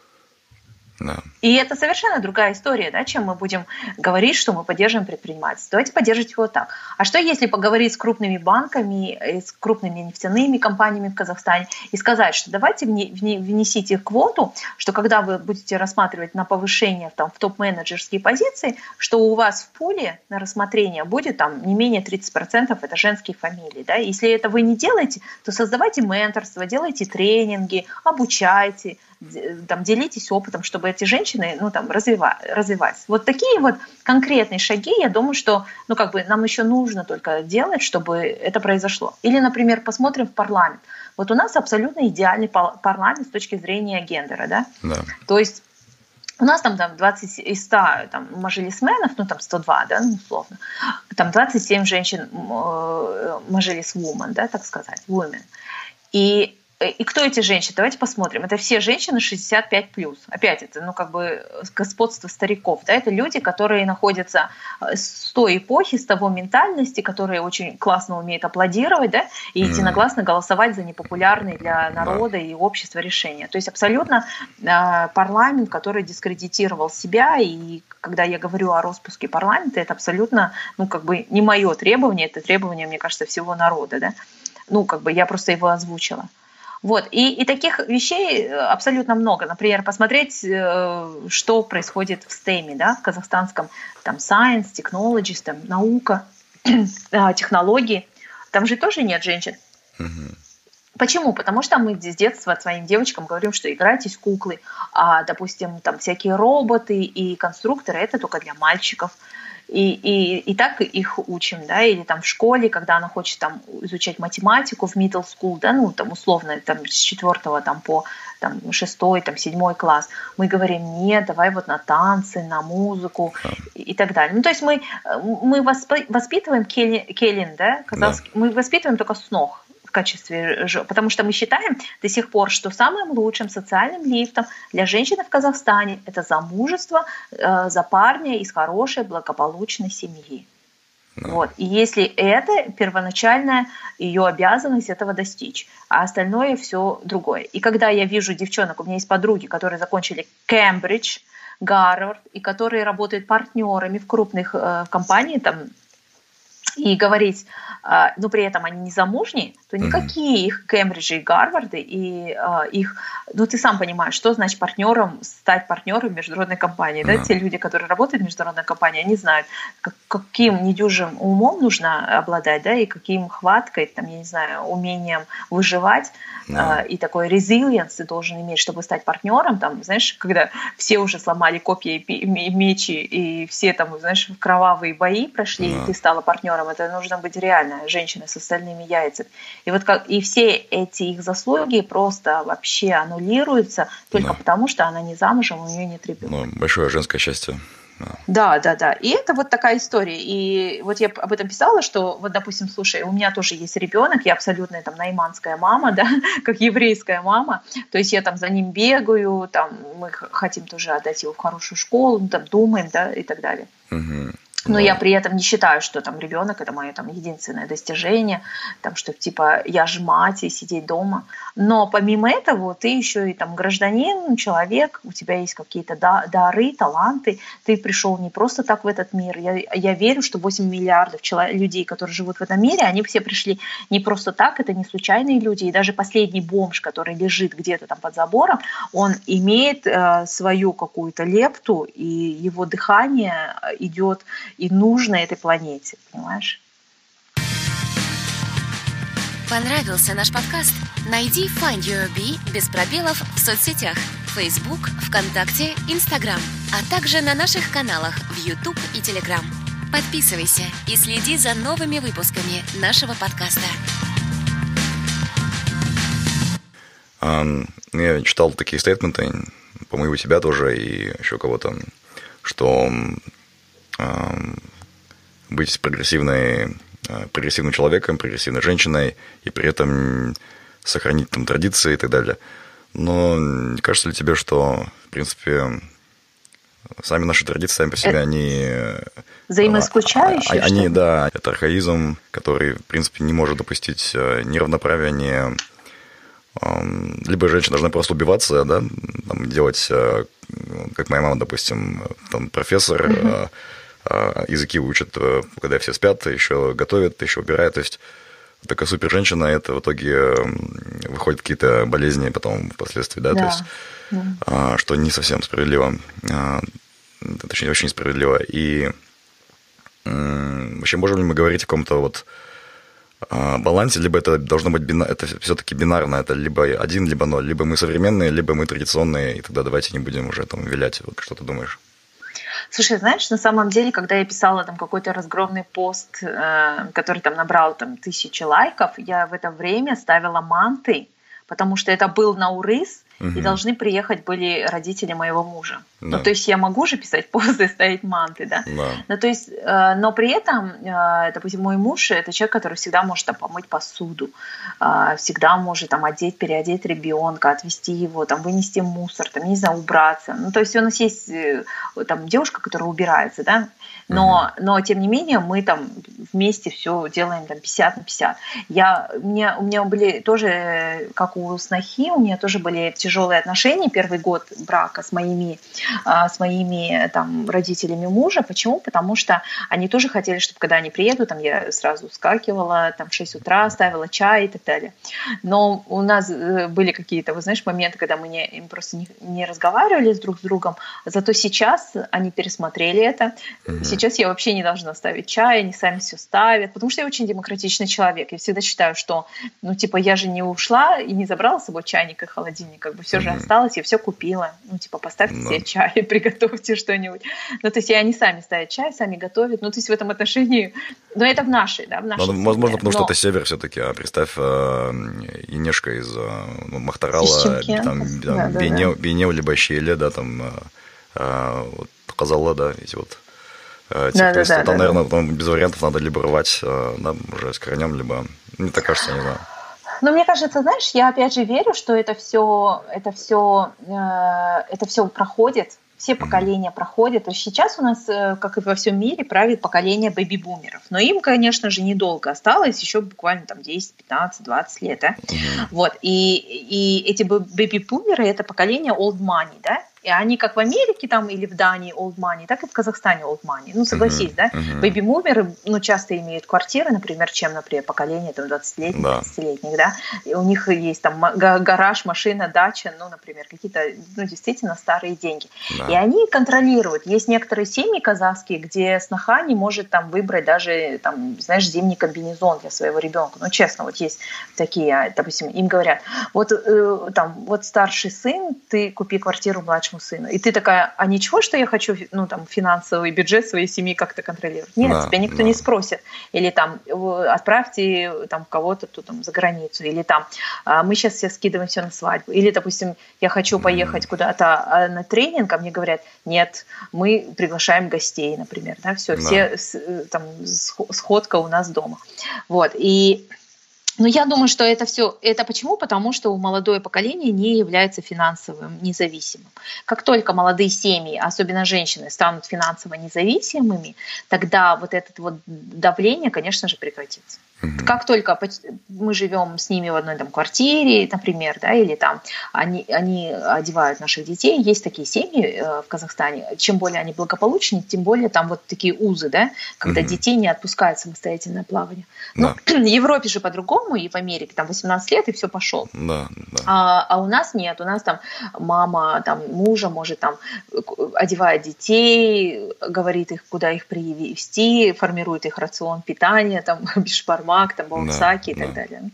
Да. И это совершенно другая история, да, чем мы будем говорить, что мы поддерживаем предпринимательство. Давайте поддерживать его так. А что если поговорить с крупными банками, э, с крупными нефтяными компаниями в Казахстане и сказать, что давайте вне- вне- внесите квоту, что когда вы будете рассматривать на повышение там, в топ-менеджерские позиции, что у вас в пуле на рассмотрение будет там, не менее тридцать процентов это женские фамилии. Да? Если это вы не делаете, то создавайте менторство, делайте тренинги, обучайте, д- там, делитесь опытом, чтобы эти женщины ну, там, развива- развивались. Вот такие вот конкретные шаги, я думаю, что ну, как бы, нам еще нужно только делать, чтобы это произошло. Или, например, посмотрим в парламент. Вот у нас абсолютно идеальный пар- парламент с точки зрения гендера. Да? Да. То есть у нас там, там двадцать из ста там, мажилисменов, ну там сто два, да, ну, условно, там двадцать семь женщин мажилисвумен, да, так сказать, women. И И кто эти женщины? Давайте посмотрим. Это все женщины шестьдесят пять плюс. Опять это, ну, как бы господство стариков. Да? Это люди, которые находятся с той эпохи, с того ментальности, которые очень классно умеют аплодировать, да? И Mm. единогласно голосовать за непопулярные для народа и общества решения. То есть абсолютно э, парламент, который дискредитировал себя. И когда я говорю о распуске парламента, это абсолютно, ну, как бы не мое требование, это требование, мне кажется, всего народа. Да? Ну, как бы я просто его озвучила. Вот. И, и таких вещей абсолютно много. Например, посмотреть, что происходит в стэме, да, в казахстанском, там, science, technologies, там, наука, технологии. Там же тоже нет женщин. Mm-hmm. Почему? Потому что мы с детства своим девочкам говорим, что играйтесь в куклы, а, допустим, там всякие роботы и конструкторы – это только для мальчиков. И, и, и так их учим, да, или там в школе, когда она хочет там изучать математику в middle school, да, ну, там условно, там с четвертого там по там, шестой, там седьмой класс, мы говорим, нет, давай вот на танцы, на музыку и, и так далее. Ну, то есть мы, мы воспитываем келин, да, казахский, да. Мы воспитываем только снох в качестве, потому что мы считаем до сих пор, что самым лучшим социальным лифтом для женщины в Казахстане это замужество э, за парня из хорошей благополучной семьи. Да. Вот. И если это первоначальная ее обязанность этого достичь, а остальное все другое. И когда я вижу девчонок, у меня есть подруги, которые закончили Кембридж, Гарвард, и которые работают партнерами в крупных э, компаниях, там, и говорить, э, но при этом они не замужние, то никакие mm-hmm. их Кембриджи и Гарварды, и э, их, ну ты сам понимаешь, что значит партнером, стать партнером международной компании, mm-hmm. да, те люди, которые работают в международной компании, они знают, как, каким недюжим умом нужно обладать, да, и каким хваткой, там, я не знаю, умением выживать, mm-hmm. э, и такой resilience ты должен иметь, чтобы стать партнером, там, знаешь, когда все уже сломали копья и мечи, и все там, знаешь, кровавые бои прошли, mm-hmm. и ты стала партнером, это нужно быть реально женщиной с остальными яйцами. И вот как и все эти их заслуги просто вообще аннулируются только да. потому, что она не замужем, у нее нет ребенка. Ну, большое женское счастье. Да. да, да, да. И это вот такая история. И вот я об этом писала, что вот, допустим, слушай, у меня тоже есть ребенок, я абсолютная там найманская мама, да, как еврейская мама. То есть я там за ним бегаю, там мы хотим тоже отдать его в хорошую школу, там думаем, да, и так далее. Угу. Но я при этом не считаю, что там ребенок это мое там единственное достижение, там что типа я же мать и сидеть дома. Но помимо этого ты еще и там гражданин, человек, у тебя есть какие-то дары, таланты. Ты пришел не просто так в этот мир. Я, я верю, что восемь миллиардов человек, людей, которые живут в этом мире, они все пришли не просто так, это не случайные люди. И даже последний бомж, который лежит где-то там под забором, он имеет э, свою какую-то лепту, и его дыхание идет и нужно этой планете, понимаешь? Понравился наш подкаст? Найди Find Your Bee без пробелов в соцсетях Facebook, ВКонтакте, Instagram, а также на наших каналах в YouTube и Telegram. Подписывайся и следи за новыми выпусками нашего подкаста. Um, я читал такие стейтменты, по-моему, у тебя тоже и еще кого-то, что быть прогрессивной, прогрессивным человеком, прогрессивной женщиной и при этом сохранить там традиции и так далее. Но не кажется ли тебе, что, в принципе, сами наши традиции сами по себе, они... Взаимоисключающие? Они, да, это архаизм, который, в принципе, не может допустить ни равноправия, ни... Либо женщина должна просто убиваться, да, там, делать, как моя мама, допустим, там, профессор, uh-huh. языки учат, когда все спят, еще готовят, еще убирают. То есть такая супер женщина, это в итоге выходят какие-то болезни потом впоследствии, да, да. то есть, да. что не совсем справедливо, точнее, очень несправедливо. И вообще можем ли мы говорить о каком-то вот балансе, либо это должно быть бина... это все-таки бинарно, это либо один, либо ноль, либо мы современные, либо мы традиционные, и тогда давайте не будем уже там вилять. Вот что ты думаешь? Слушай, знаешь, на самом деле, когда я писала там какой-то разгромный пост, э, который там набрал там тысячи лайков, я в это время ставила манты, потому что это был наурыз, угу. и должны приехать были родители моего мужа. Да. Ну, то есть я могу же писать посты и ставить манты, да? Да. Ну, то есть, э, но при этом, э, допустим, мой муж – это человек, который всегда может там, помыть посуду, э, всегда может там одеть, переодеть ребенка, отвезти его, там, вынести мусор, там, не знаю, убраться. Ну, то есть у нас есть э, там девушка, которая убирается, да? Но, uh-huh. но, тем не менее, мы там вместе все делаем там пятьдесят на пятьдесят. Я, у, меня, у меня были тоже, как у снохи, у меня тоже были тяжелые отношения первый год брака с моими, с моими там, родителями мужа. Почему? Потому что они тоже хотели, чтобы когда они приедут, там, я сразу вскакивала, там, в шесть утра ставила чай и так далее. Но у нас были какие-то, вы знаешь, моменты, когда мы не, им просто не, не разговаривали друг с другом. Зато сейчас они пересмотрели это. Uh-huh. Сейчас я вообще не должна ставить чай, они сами все ставят, потому что я очень демократичный человек. Я всегда считаю, что, ну, типа, я же не ушла и не забрала с собой чайник и холодильник, как бы все mm-hmm. же осталось, я все купила. Ну, типа, поставьте no. себе чай, приготовьте что-нибудь. Ну, то есть, и они сами ставят чай, сами готовят. Ну, то есть, в этом отношении, но это в нашей, да, в нашей ну, возможно, потому но... что это север все-таки, а представь, э, Инешка из ну, Махтарала, там, там да, да, Бейнеу, да. Бейнеу, либо Щейле, да, там, э, вот, Казала, да, эти вот. Типа, да, то есть, да, там, да, наверное, да. Там без вариантов надо либо рвать, да, уже с корнем, либо, мне так кажется, не знаю. Но мне кажется, знаешь, я опять же верю, что это все, это все, э, это все проходит, Все поколения mm-hmm. проходят. То есть сейчас у нас, как и во всем мире, правит поколение бэби-бумеров. Но им, конечно же, недолго осталось, еще буквально там десять, пятнадцать, двадцать лет. Да? Mm-hmm. Вот. И, и эти бэби-бумеры – это поколение old money, да? И они как в Америке там, или в Дании old money, так и в Казахстане old money. Ну, согласись, uh-huh, да? Uh-huh. Бэби-бумеры, ну, часто имеют квартиры, например, чем, например, поколение там двадцатилетних, да. тридцатилетних, да? И у них есть там гараж, машина, дача, ну, например, какие-то, ну, действительно старые деньги. Да. И они контролируют. Есть некоторые семьи казахские, где сноха не может там выбрать даже, там, знаешь, зимний комбинезон для своего ребенка. Ну, честно, вот есть такие, допустим, им говорят, вот э, там, вот старший сын, ты купи квартиру младшему сына. И ты такая, а ничего, что я хочу, ну, там, финансовый бюджет своей семьи как-то контролировать? Нет, да, тебя никто да. не спросит. Или там, отправьте там кого-то кто, там, за границу. Или там, мы сейчас все скидываем все на свадьбу. Или, допустим, я хочу поехать mm. куда-то на тренинг, а мне говорят, нет, мы приглашаем гостей, например. Да, все, да. все там, сходка у нас дома. Вот, и но я думаю, что это все, это почему? Потому что у молодое поколение не является финансовым независимым. Как только молодые семьи, особенно женщины, станут финансово независимыми, тогда вот это вот давление, конечно же, прекратится. Mm-hmm. Как только мы живем с ними в одной там квартире, например, да, или там они, они одевают наших детей, есть такие семьи э, в Казахстане, чем более они благополучнее, тем более там вот такие узы, да, когда mm-hmm. детей не отпускают в самостоятельное плавание. Но yeah. в Европе же по-другому, и в Америке там восемнадцать лет, и все, пошел. Yeah. Yeah. А, а у нас нет, у нас там мама там, мужа может там одевает детей, говорит их, куда их привести, формирует их рацион питания, там, бишбармак, там, баунсаки да, и так да. далее.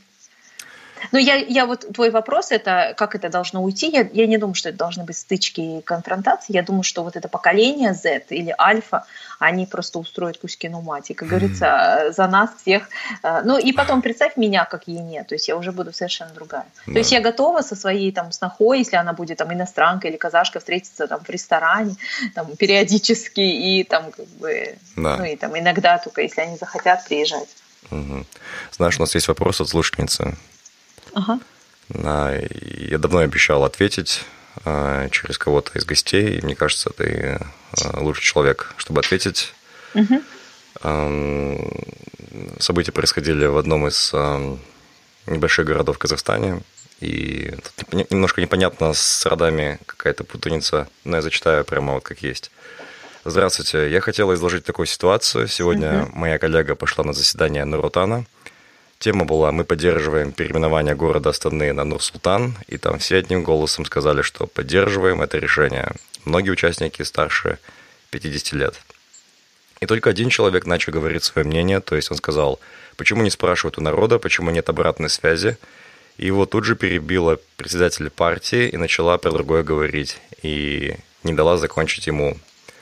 Но я, я вот твой вопрос, это как это должно уйти, я, я не думаю, что это должны быть стычки и конфронтации, я думаю, что вот это поколение Z или Альфа, они просто устроят Кузькину мать, и, как говорится, mm. за нас всех. Ну и потом представь меня как Ене, то есть я уже буду совершенно другая. Да. То есть я готова со своей там снохой, если она будет там иностранка или казашка, встретиться там в ресторане, там периодически и там как бы, да. ну и там иногда только, если они захотят приезжать. Угу. Знаешь, у нас есть вопрос от слушательницы. Ага. Я давно обещал ответить через кого-то из гостей, и мне кажется, ты лучший человек, чтобы ответить. Угу. События происходили в одном из небольших городов в Казахстане, и тут немножко непонятно с родами, какая-то путаница, но я зачитаю прямо вот как есть. Здравствуйте, я хотела изложить такую ситуацию. Сегодня uh-huh. моя коллега пошла на заседание Нур-Отана. Тема была «Мы поддерживаем переименование города Астаны на Нур-Султан», и там все одним голосом сказали, что поддерживаем это решение. Многие участники старше пятидесяти лет. И только один человек начал говорить свое мнение, то есть он сказал, почему не спрашивают у народа, почему нет обратной связи. И его тут же перебила председатель партии и начала про другое говорить, и не дала закончить ему.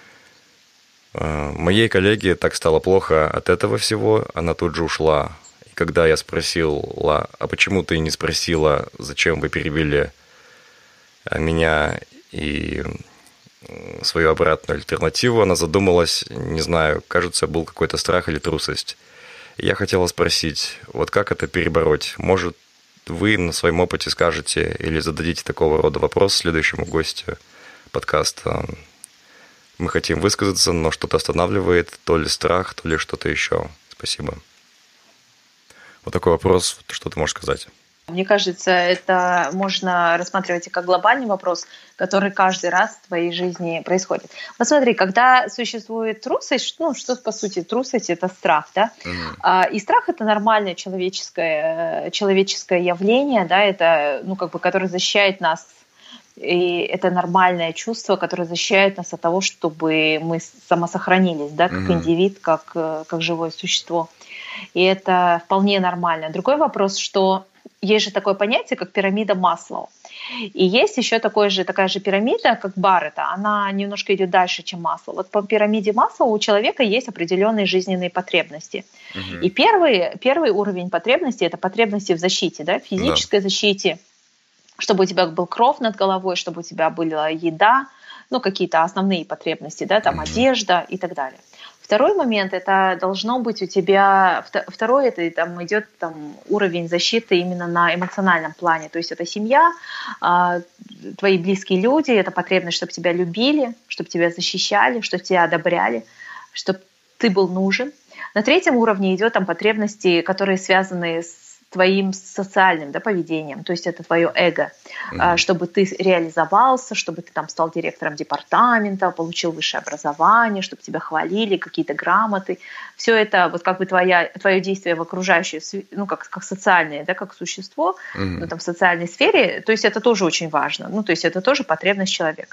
Моей коллеге так стало плохо от этого всего, она тут же ушла. И когда я спросила, а почему ты не спросила, зачем вы перебили меня и свою обратную альтернативу, она задумалась, не знаю, кажется, был какой-то страх или трусость. И я хотела спросить, вот как это перебороть? Может, вы на своем опыте скажете или зададите такого рода вопрос следующему гостю подкаста? Мы хотим высказаться, но что-то останавливает, то ли страх, то ли что-то еще. Спасибо. Вот такой вопрос. Что ты можешь сказать? Мне кажется, это можно рассматривать и как глобальный вопрос, который каждый раз в твоей жизни происходит. Посмотри, когда существует трусость, ну, что по сути трусость – это страх, да? Mm-hmm. И страх – это нормальное человеческое, человеческое явление, да, это, ну, как бы, которое защищает нас. И это нормальное чувство, которое защищает нас от того, чтобы мы самосохранились, да, как mm-hmm. индивид, как, как живое существо. И это вполне нормально. Другой вопрос, что есть же такое понятие, как пирамида Маслоу. И есть еще такой же, такая же пирамида, как Баррета. Она немножко идет дальше, чем Маслоу. Вот по пирамиде Маслоу у человека есть определенные жизненные потребности. Mm-hmm. И первый, первый уровень потребностей – это потребности в защите, да, физической yeah. защите, чтобы у тебя был кров над головой, чтобы у тебя была еда, ну, какие-то основные потребности, да, там, одежда и так далее. Второй момент, это должно быть у тебя, второй, это там идет там, уровень защиты именно на эмоциональном плане, то есть это семья, твои близкие люди, это потребность, чтобы тебя любили, чтобы тебя защищали, чтобы тебя одобряли, чтобы ты был нужен. На третьем уровне идет там потребности, которые связаны с твоим социальным, да, поведением, то есть это твое эго, mm-hmm. чтобы ты реализовался, чтобы ты там стал директором департамента, получил высшее образование, чтобы тебя хвалили, какие-то грамоты. Все это вот как бы твоя, твое действие в окружающей, ну как, как социальное, да, как существо, mm-hmm. ну, там, в социальной сфере, то есть это тоже очень важно, ну то есть это тоже потребность человека.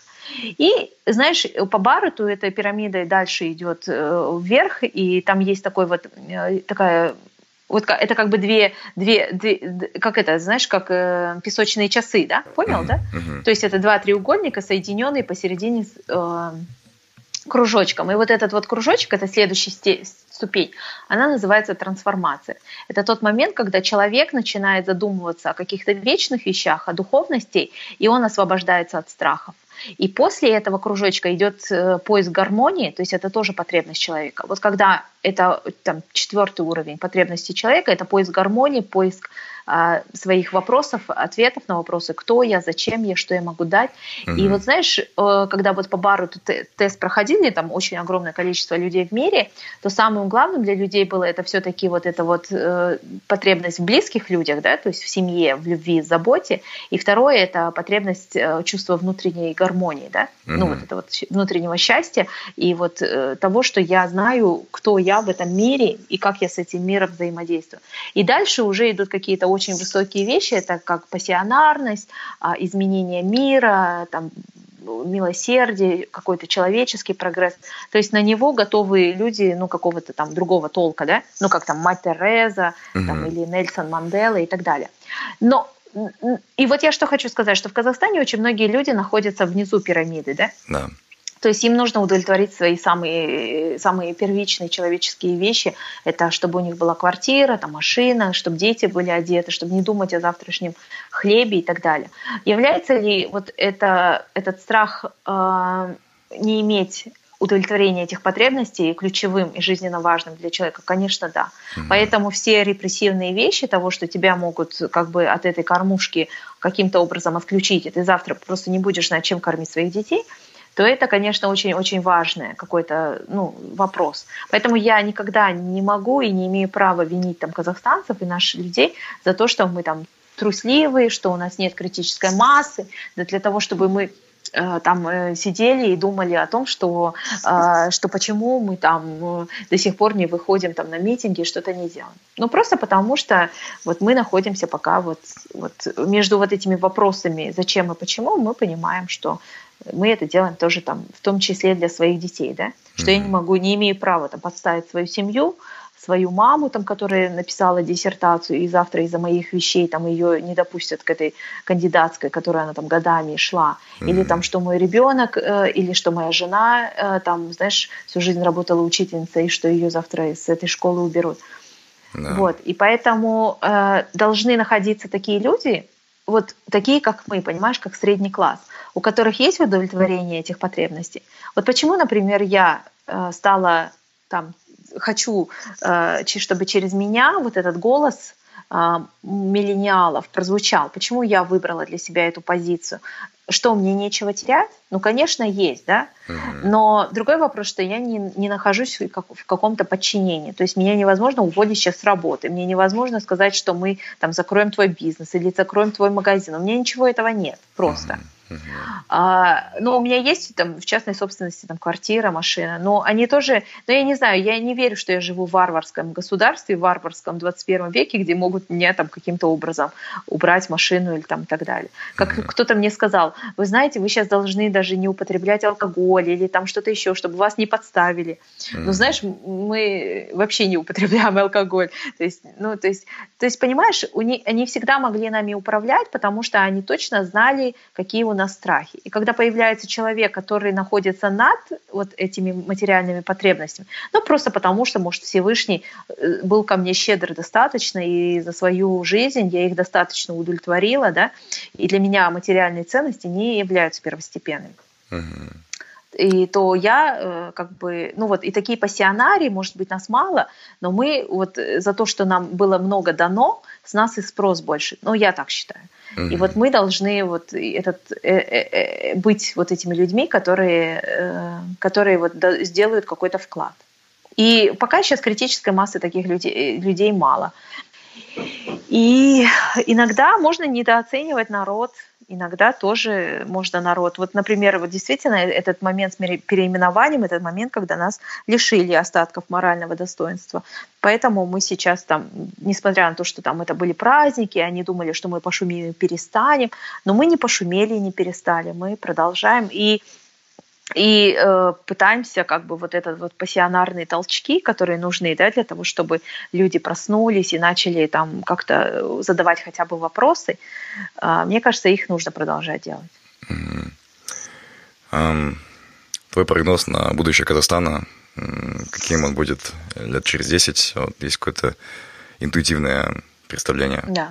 И знаешь, по Барретту эта пирамида дальше идет вверх, и там есть такой вот, такая Вот это как бы две, две, две, как это, знаешь, как э, песочные часы, да? Понял, uh-huh, да? Uh-huh. То есть это два треугольника, соединенные посередине э, кружочком. И вот этот вот кружочек, это следующая сте- ступень, она называется трансформация. Это тот момент, когда человек начинает задумываться о каких-то вечных вещах, о духовности, и он освобождается от страхов. И после этого кружочка идет поиск гармонии, то есть это тоже потребность человека. Вот когда это там, четвертый уровень потребности человека, это поиск гармонии, поиск а, своих вопросов, ответов на вопросы, кто я, зачем я, что я могу дать. Mm-hmm. И вот знаешь, когда вот по Барретту тест проходили, там очень огромное количество людей в мире, то самым главным для людей было это все-таки вот эта вот э, потребность в близких людях, да, то есть в семье, в любви, в заботе. И второе, это потребность э, чувства внутренней гармонии, да, mm-hmm. ну вот это вот внутреннего счастья и вот э, того, что я знаю, кто я в этом мире и как я с этим миром взаимодействую. И дальше уже идут какие-то очень высокие вещи, это как пассионарность, э, изменение мира, там, милосердие, какой-то человеческий прогресс. То есть на него готовы люди, ну, какого-то там другого толка, да, ну, как там Мать Тереза, mm-hmm. там, или Нельсон Мандела и так далее. Но и вот я что хочу сказать, что в Казахстане очень многие люди находятся внизу пирамиды, да? Да. То есть им нужно удовлетворить свои самые, самые первичные человеческие вещи. Это чтобы у них была квартира, там, машина, чтобы дети были одеты, чтобы не думать о завтрашнем хлебе и так далее. Является ли вот это, этот страх э, не иметь удовлетворения этих потребностей ключевым и жизненно важным для человека? Конечно, да. Mm-hmm. Поэтому все репрессивные вещи того, что тебя могут как бы от этой кормушки каким-то образом отключить, и ты завтра просто не будешь знать, чем кормить своих детей, то это, конечно, очень-очень важный какой-то ну, вопрос. Поэтому я никогда не могу и не имею права винить там, казахстанцев и наших людей за то, что мы там трусливые, что у нас нет критической массы, для того, чтобы мы э, там э, сидели и думали о том, что, э, что почему мы там э, до сих пор не выходим там, на митинги и что-то не делаем. Ну, просто потому что вот мы находимся пока вот, вот между вот этими вопросами «зачем» и «почему», мы понимаем, что мы это делаем тоже там, в том числе для своих детей, да, что mm-hmm. я не могу, не имею права там подставить свою семью, свою маму, там, которая написала диссертацию, и завтра из-за моих вещей там ее не допустят к этой кандидатской, которой она там годами шла, mm-hmm. или там, что мой ребенок, э, или что моя жена, э, там, знаешь, всю жизнь работала учительницей, и что ее завтра из этой школы уберут. No. Вот, и поэтому э, должны находиться такие люди, вот такие, как мы, понимаешь, как средний класс, у которых есть удовлетворение этих потребностей. Вот почему, например, я э, стала там, хочу, э, чтобы через меня вот этот голос э, миллениалов прозвучал. Почему я выбрала для себя эту позицию? Что, мне нечего терять? Ну, конечно, есть, да? Но другой вопрос, что я не, не нахожусь в, как, в каком-то подчинении. То есть меня невозможно уволить сейчас с работы. Мне невозможно сказать, что мы там закроем твой бизнес или закроем твой магазин. У меня ничего этого нет просто. Uh-huh. А, но у меня есть там, в частной собственности там, квартира, машина, но они тоже, но я не знаю, я не верю, что я живу в варварском государстве, в варварском двадцать первом веке, где могут мне там каким-то образом убрать машину или там и так далее. Как uh-huh. кто-то мне сказал, вы знаете, вы сейчас должны даже не употреблять алкоголь или там что-то еще, чтобы вас не подставили. Uh-huh. Ну, знаешь, мы вообще не употребляем алкоголь. То есть, ну, то есть, то есть понимаешь, у них, они всегда могли нами управлять, потому что они точно знали, какие у нас страхи. И когда появляется человек, который находится над вот этими материальными потребностями, ну просто потому, что, может, Всевышний был ко мне щедр достаточно, и за свою жизнь я их достаточно удовлетворила, да, и для меня материальные ценности не являются первостепенными. Угу. и то я как бы, ну вот и такие пассионарии, может быть, нас мало, но мы вот за то, что нам было много дано, с нас и спрос больше. Ну, я так считаю. Mm-hmm. И вот мы должны вот этот, э, э, быть вот этими людьми, которые, э, которые вот сделают какой-то вклад. И пока сейчас критической массы таких людей, людей мало. И иногда можно недооценивать народ, иногда тоже можно народ. Вот, например, вот действительно этот момент с переименованием, этот момент, когда нас лишили остатков морального достоинства. Поэтому мы сейчас там, несмотря на то, что там это были праздники, они думали, что мы пошумим и перестанем, но мы не пошумели и не перестали, мы продолжаем. И И э, пытаемся как бы вот этот вот пассионарные толчки, которые нужны, да, для того, чтобы люди проснулись и начали там как-то задавать хотя бы вопросы, э, мне кажется, их нужно продолжать делать. Mm-hmm. Um, твой прогноз на будущее Казахстана, каким он будет лет через десять? Вот, есть какое-то интуитивное представление? Да.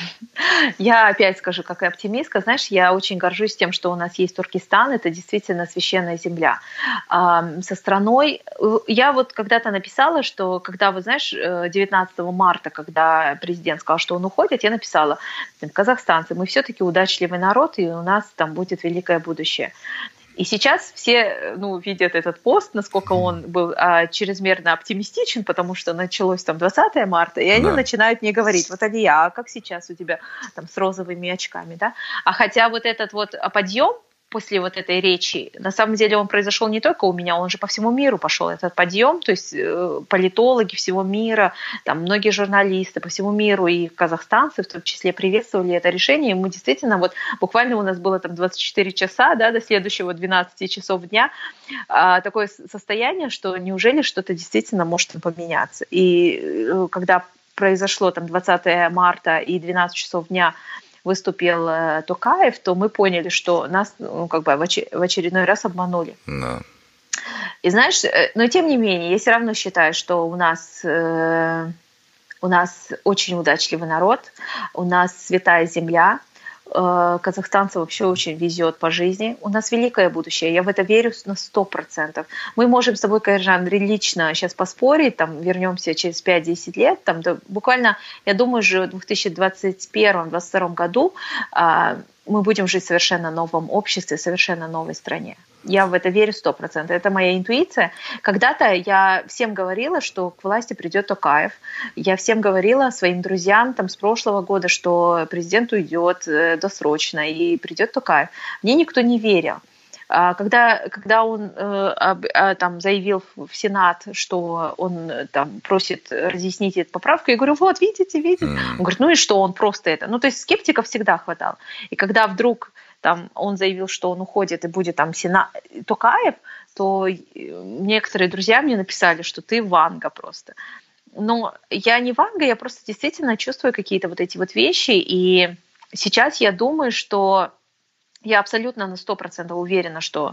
Я опять скажу, как и оптимистка, знаешь, я очень горжусь тем, что у нас есть Туркестан, это действительно священная земля. Со страной, я вот когда-то написала, что когда, вы знаешь, девятнадцатого марта, когда президент сказал, что он уходит, я написала: казахстанцы, мы все-таки удачливый народ, и у нас там будет великое будущее. И сейчас все, ну, видят этот пост, насколько он был а, чрезмерно оптимистичен, потому что началось там двадцатого марта, и они да. начинают мне говорить: вот, Алия, а как сейчас у тебя там с розовыми очками, да? А хотя вот этот вот подъем после вот этой речи, на самом деле он произошел не только у меня, он же по всему миру пошел, этот подъем, то есть э, политологи всего мира, там многие журналисты по всему миру и казахстанцы в том числе приветствовали это решение, и мы действительно, вот буквально у нас было там двадцать четыре часа, да, до следующего двенадцати часов дня, э, такое состояние, что неужели что-то действительно может поменяться. И э, когда произошло там двадцатого марта и двенадцать часов дня выступил э, Токаев, то мы поняли, что нас, ну, как бы в, оч- в очередной раз обманули. No. И знаешь, э, но тем не менее, я все равно считаю, что у нас, э, у нас очень удачливый народ, у нас святая земля, э, казахстанцам вообще очень везет по жизни, у нас великое будущее, я в это верю на сто процентов. Мы можем с тобой, Кайыржан, лично сейчас поспорить, там, вернемся через пять-десять лет, там, да, буквально, я думаю, уже в две тысячи двадцать первом — двадцать втором году э, мы будем жить в совершенно новом обществе, в совершенно новой стране. Я в это верю сто процентов. Это моя интуиция. Когда-то я всем говорила, что к власти придет Токаев. Я всем говорила, своим друзьям там, с прошлого года, что президент уйдет э, досрочно и придет Токаев. Мне никто не верил. А когда, когда он э, там, заявил в Сенат, что он там, просит разъяснить эту поправку, я говорю: вот, видите, видите. Он говорит: ну и что, он просто это. Ну, то есть скептиков всегда хватало. И когда вдруг там, он заявил, что он уходит и будет там Сена... Токаев, то некоторые друзья мне написали, что ты Ванга просто. Но я не Ванга, я просто действительно чувствую какие-то вот эти вот вещи. И сейчас я думаю, что я абсолютно на сто процентов уверена, что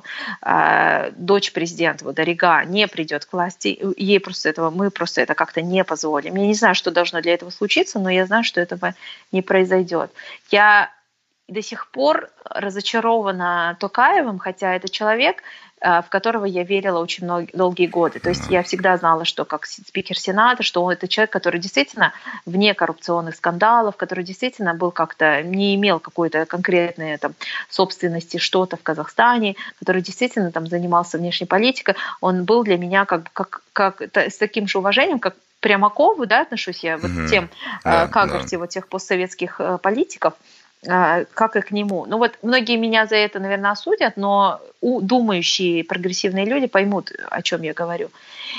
э, дочь президента, вот, Дарига, не придет к власти. Ей просто этого, мы просто это как-то не позволим. Я не знаю, что должно для этого случиться, но я знаю, что этого не произойдет. Я до сих пор разочарована Токаевым, хотя это человек, в которого я верила очень многие, долгие годы. То есть я всегда знала, что как спикер Сената, что он это человек, который действительно вне коррупционных скандалов, который действительно был как-то, не имел какой-то конкретной там, собственности что-то в Казахстане, который действительно там занимался внешней политикой. Он был для меня как, как, как, с таким же уважением, как Прямакову, да, отношусь я вот к тем yeah, каверти yeah. вот тех постсоветских политиков, как и к нему. Ну вот многие меня за это, наверное, осудят, но думающие прогрессивные люди поймут, о чем я говорю.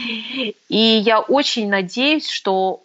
И я очень надеюсь, что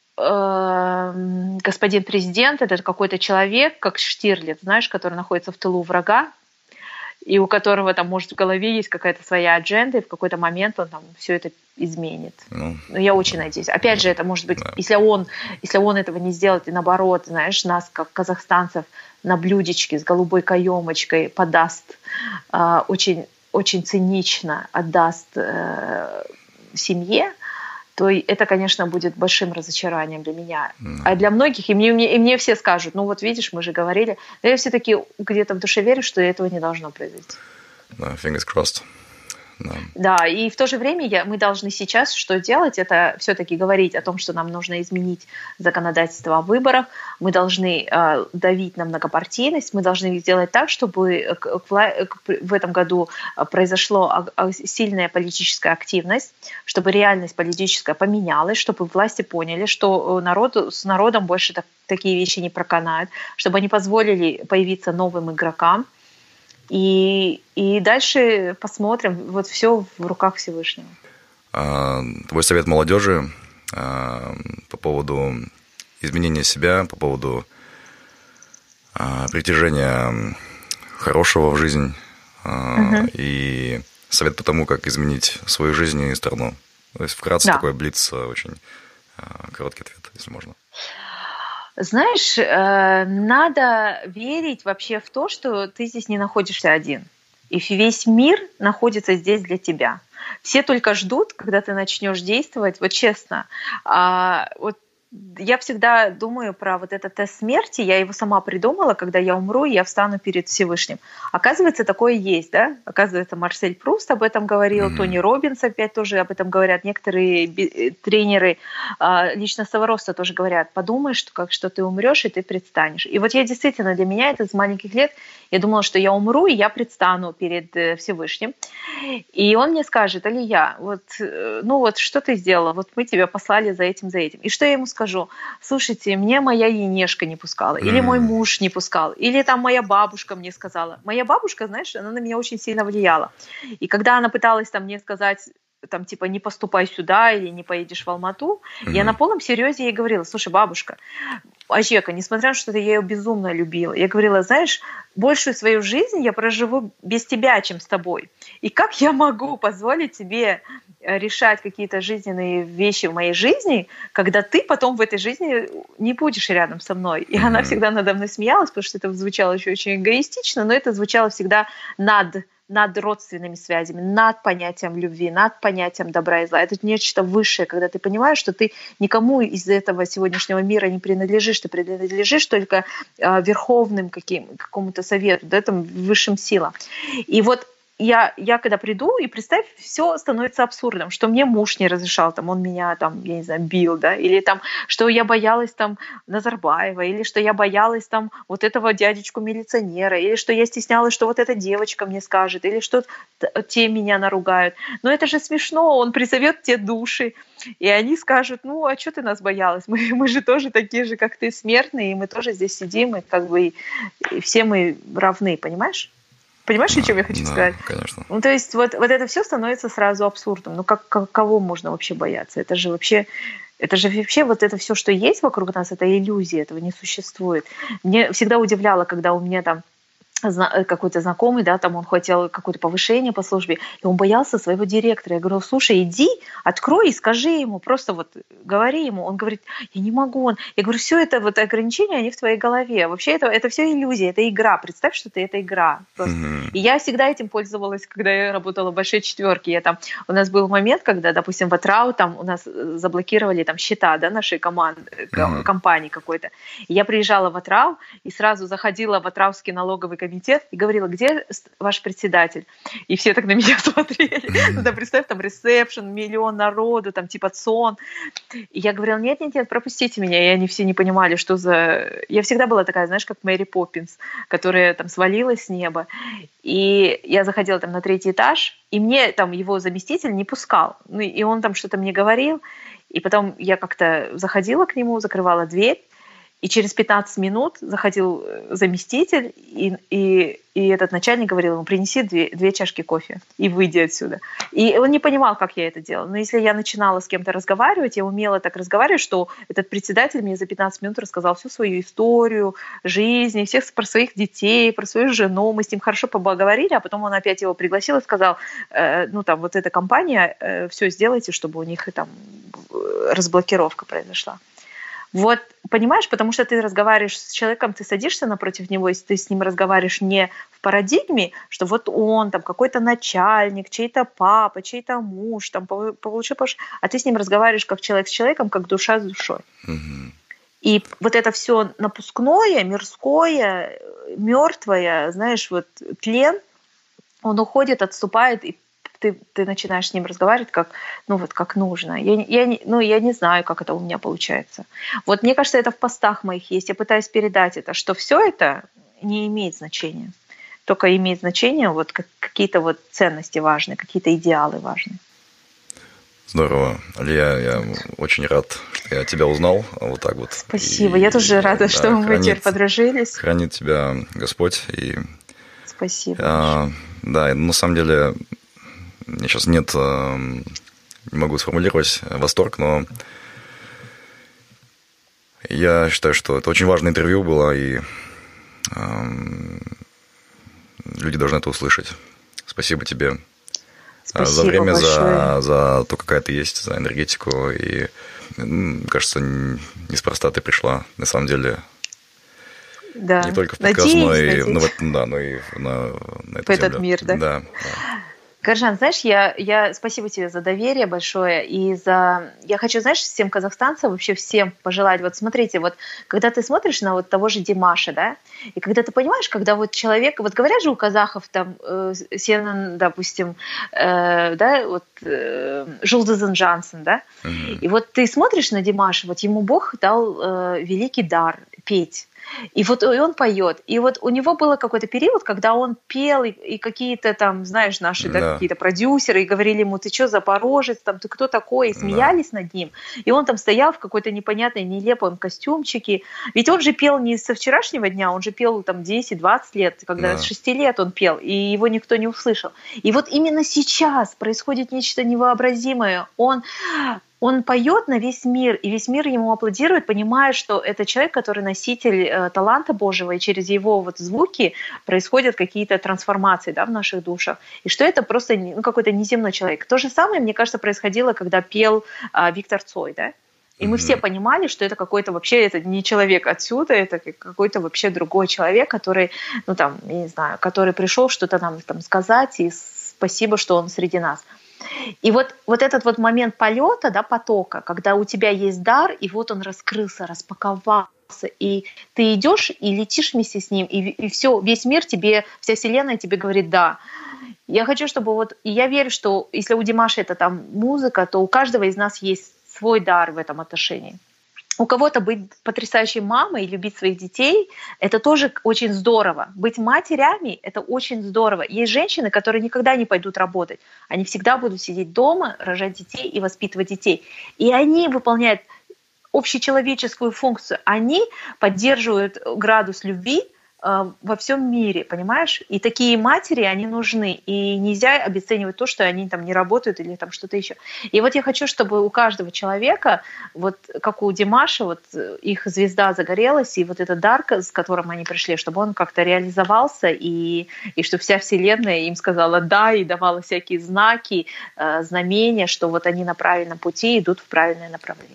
э, господин президент — это какой-то человек, как Штирлиц, знаешь, который находится в тылу врага, и у которого там, может, в голове есть какая-то своя адженда, и в какой-то момент он там все это изменит. Ну, Но я очень надеюсь. Опять же, это может быть, да. если он, если он этого не сделает, и наоборот, знаешь, нас, как казахстанцев, на блюдечке с голубой каемочкой подаст, э, очень, очень цинично отдаст э, семье, то это, конечно, будет большим разочарованием для меня. Mm. А для многих, и мне, мне, и мне все скажут: ну вот видишь, мы же говорили. Но я все-таки где-то в душе верю, что этого не должно произойти. No, fingers crossed. Да. Да, и в то же время я, мы должны сейчас что делать? Это все-таки говорить о том, что нам нужно изменить законодательство о выборах, мы должны э, давить на многопартийность, мы должны сделать так, чтобы к, к, к, в этом году произошла сильная политическая активность, чтобы реальность политическая поменялась, чтобы власти поняли, что народ, с народом больше так, такие вещи не проканают, чтобы они позволили появиться новым игрокам. И, и дальше посмотрим. Вот все в руках Всевышнего. А, твой совет молодежи а, по поводу изменения себя, по поводу а, притяжения хорошего в жизнь а, угу. и совет по тому, как изменить свою жизнь и страну. То есть вкратце да. такой блиц, очень а, короткий ответ, если можно. Знаешь, надо верить вообще в то, что ты здесь не находишься один. И весь мир находится здесь для тебя. Все только ждут, когда ты начнешь действовать. Вот честно, вот я всегда думаю про вот этот тест смерти. Я его сама придумала, когда я умру, и я встану перед Всевышним. Оказывается, такое есть, да? Оказывается, Марсель Пруст об этом говорил, mm-hmm. Тони Роббинс опять тоже об этом говорят. Некоторые тренеры личностного роста тоже говорят, подумай, что, как, что ты умрешь, и ты предстанешь. И вот я действительно, для меня это с маленьких лет, я думала, что я умру, и я предстану перед Всевышним. И он мне скажет, Алия, вот, ну вот что ты сделала? Вот мы тебя послали за этим, за этим. И что я ему скажу? Скажу, слушайте, мне моя Енешка не пускала, mm. или мой муж не пускал, или там моя бабушка мне сказала. Моя бабушка, знаешь, она на меня очень сильно влияла. И когда она пыталась там мне сказать, там типа не поступай сюда или не поедешь в Алмату, mm-hmm. я на полном серьезе ей говорила, слушай, бабушка, Ажека, несмотря на что я ее безумно любила, я говорила, знаешь, большую свою жизнь я проживу без тебя, чем с тобой. И как я могу позволить тебе решать какие-то жизненные вещи в моей жизни, когда ты потом в этой жизни не будешь рядом со мной? И mm-hmm. она всегда надо мной смеялась, потому что это звучало еще очень эгоистично, но это звучало всегда над над родственными связями, над понятием любви, над понятием добра и зла. Это нечто высшее, когда ты понимаешь, что ты никому из этого сегодняшнего мира не принадлежишь, ты принадлежишь только э, верховным каким, какому-то совету, да, там, высшим силам. И вот Я, я когда приду, и представь, все становится абсурдом, что мне муж не разрешал, там, он меня, там, я не знаю, бил, да, или там, что я боялась там Назарбаева, или что я боялась там вот этого дядечку-милиционера, или что я стеснялась, что вот эта девочка мне скажет, или что те меня наругают. Но это же смешно, он призовет те души, и они скажут, ну, а что ты нас боялась? Мы, мы же тоже такие же, как ты, смертные, и мы тоже здесь сидим, и как бы и все мы равны, понимаешь? Понимаешь, о чем я хочу да, сказать? Конечно. Ну, то есть вот, вот это все становится сразу абсурдом. Ну, как, как, кого можно вообще бояться? Это же вообще, это же вообще вот это все, что есть вокруг нас, это иллюзия, этого не существует. Мне всегда удивляло, когда у меня там какой-то знакомый, да, там он хотел какое-то повышение по службе, и он боялся своего директора. Я говорю, слушай, иди, открой и скажи ему, просто вот говори ему. Он говорит, я не могу. Он... Я говорю, все это вот ограничения, они в твоей голове. Вообще это, это все иллюзия, это игра. Представь, что ты это игра. Mm-hmm. И я всегда этим пользовалась, когда я работала в большой четверке. Я там, у нас был момент, когда, допустим, в Атрау там у нас заблокировали там счета, да, нашей команды, mm-hmm. компании какой-то. И я приезжала в Атрау и сразу заходила в Атрауский налоговый комитет и говорила, где ваш председатель? И все так на меня смотрели. Mm-hmm. Ну, да, представь, там ресепшн, миллион народу, там типа ЦОН. И я говорила, нет-нет-нет, пропустите меня. И они все не понимали, что за... Я всегда была такая, знаешь, как Мэри Поппинс, которая там свалилась с неба. И я заходила там на третий этаж, и мне там его заместитель не пускал. Ну, и он там что-то мне говорил. И потом я как-то заходила к нему, закрывала дверь. И через пятнадцать минут заходил заместитель, и, и, и этот начальник говорил ему, принеси две, две чашки кофе и выйди отсюда. И он не понимал, как я это делала. Но если я начинала с кем-то разговаривать, я умела так разговаривать, что этот председатель мне за пятнадцать минут рассказал всю свою историю жизни, всех про своих детей, про свою жену. Мы с ним хорошо поговорили, а потом он опять его пригласил и сказал, э, ну там вот эта компания, э, все сделайте, чтобы у них там разблокировка произошла. Вот, понимаешь, потому что ты разговариваешь с человеком, ты садишься напротив него, и ты с ним разговариваешь не в парадигме, что вот он, там, какой-то начальник, чей-то папа, чей-то муж, там, получил, а ты с ним разговариваешь как человек с человеком, как душа с душой. Mm-hmm. И вот это все напускное, мирское, мертвое, знаешь, вот тлен, он уходит, отступает, и ты, ты начинаешь с ним разговаривать как, ну вот, как нужно. Я, я, не, ну, я не знаю, как это у меня получается. Вот мне кажется, это в постах моих есть. Я пытаюсь передать это, что все это не имеет значения. Только имеет значение вот как, какие-то вот ценности важные, какие-то идеалы важные. Здорово. Алия, я очень рад, что я тебя узнал вот так вот. Спасибо. И, я тоже рада, да, что мы хранит, теперь подружились. Хранит тебя Господь. И, Спасибо. А, да, на самом деле, у меня сейчас нет, не могу сформулировать восторг, но я считаю, что это очень важное интервью было, и люди должны это услышать. Спасибо тебе. Спасибо за время, большое. за, за то, какая ты есть, за энергетику. И, мне кажется, неспроста ты пришла, на самом деле. Да. Не только в подкаст, надеюсь, но, и, надеюсь. Ну, вот, да, но и на, на эту в этот землю. мир, да? Да. да. Каржан, знаешь, я, я спасибо тебе за доверие большое и за... Я хочу, знаешь, всем казахстанцам, вообще всем пожелать. Вот смотрите, вот когда ты смотришь на вот того же Димаша, да, и когда ты понимаешь, когда вот человек... Вот говорят же у казахов там, э, Сенен, допустим, э, да, вот э, Жулдызен Джансон, да, mm-hmm. и вот ты смотришь на Димаша, вот ему Бог дал э, великий дар петь. И вот и он поет. И вот у него был какой-то период, когда он пел, и, и какие-то там, знаешь, наши да. Да, какие-то продюсеры и говорили ему, ты что, запорожец, там, ты кто такой, и смеялись да. над ним. И он там стоял в какой-то непонятной, нелепом костюмчике. Ведь он же пел не со вчерашнего дня, он же пел там десять-двадцать лет, когда да. с шести лет он пел, и его никто не услышал. И вот именно сейчас происходит нечто невообразимое. Он... Он поет на весь мир, и весь мир ему аплодирует, понимая, что это человек, который носитель э, таланта Божьего, и через его вот звуки происходят какие-то трансформации, да, в наших душах, и что это просто ну, какой-то неземной человек. То же самое, мне кажется, происходило, когда пел э, Виктор Цой, да? И мы mm-hmm. все понимали, что это какой-то вообще, это не человек отсюда, это какой-то вообще другой человек, который, ну там, я не знаю, который пришел что-то нам там сказать, и спасибо, что он среди нас. И вот, вот этот вот момент полета, да, потока, когда у тебя есть дар, и вот он раскрылся, распаковался, и ты идешь и летишь вместе с ним, и, и все, весь мир тебе, вся вселенная тебе говорит «да». Я хочу, чтобы вот, и я верю, что если у Димаша это там музыка, то у каждого из нас есть свой дар в этом отношении. У кого-то быть потрясающей мамой и любить своих детей – это тоже очень здорово. Быть матерями – это очень здорово. Есть женщины, которые никогда не пойдут работать. Они всегда будут сидеть дома, рожать детей и воспитывать детей. И они выполняют общечеловеческую функцию. Они поддерживают градус любви во всем мире, понимаешь? И такие матери, они нужны. И нельзя обесценивать то, что они там не работают или там что-то еще. И вот я хочу, чтобы у каждого человека, вот как у Димаша, вот их звезда загорелась, и вот этот дар, с которым они пришли, чтобы он как-то реализовался, и, и что вся вселенная им сказала «да», и давала всякие знаки, знамения, что вот они на правильном пути, идут в правильное направление.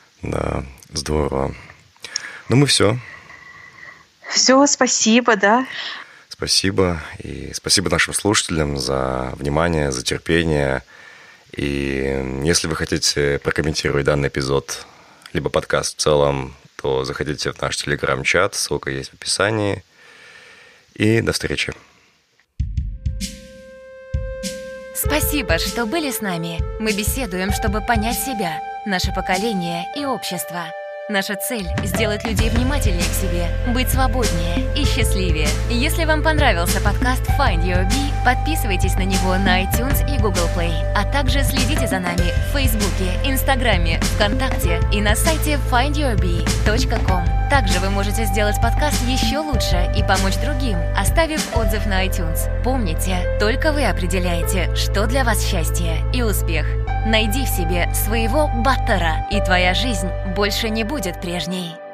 Да, здорово. Ну мы все. Все, спасибо, да. Спасибо. И спасибо нашим слушателям за внимание, за терпение. И если вы хотите прокомментировать данный эпизод, либо подкаст в целом, то заходите в наш телеграм-чат, ссылка есть в описании. И до встречи. Спасибо, что были с нами. Мы беседуем, чтобы понять себя, наше поколение и общество. Наша цель – сделать людей внимательнее к себе, быть свободнее и счастливее. Если вам понравился подкаст Find Your Bee, подписывайтесь на него на iTunes и Google Play, а также следите за нами в Фейсбуке, Инстаграме, ВКонтакте и на сайте файнд юр би точка ком. Также вы можете сделать подкаст еще лучше и помочь другим, оставив отзыв на iTunes. Помните, только вы определяете, что для вас счастье и успех. Найди в себе своего баттера, и твоя жизнь больше не будет прежней.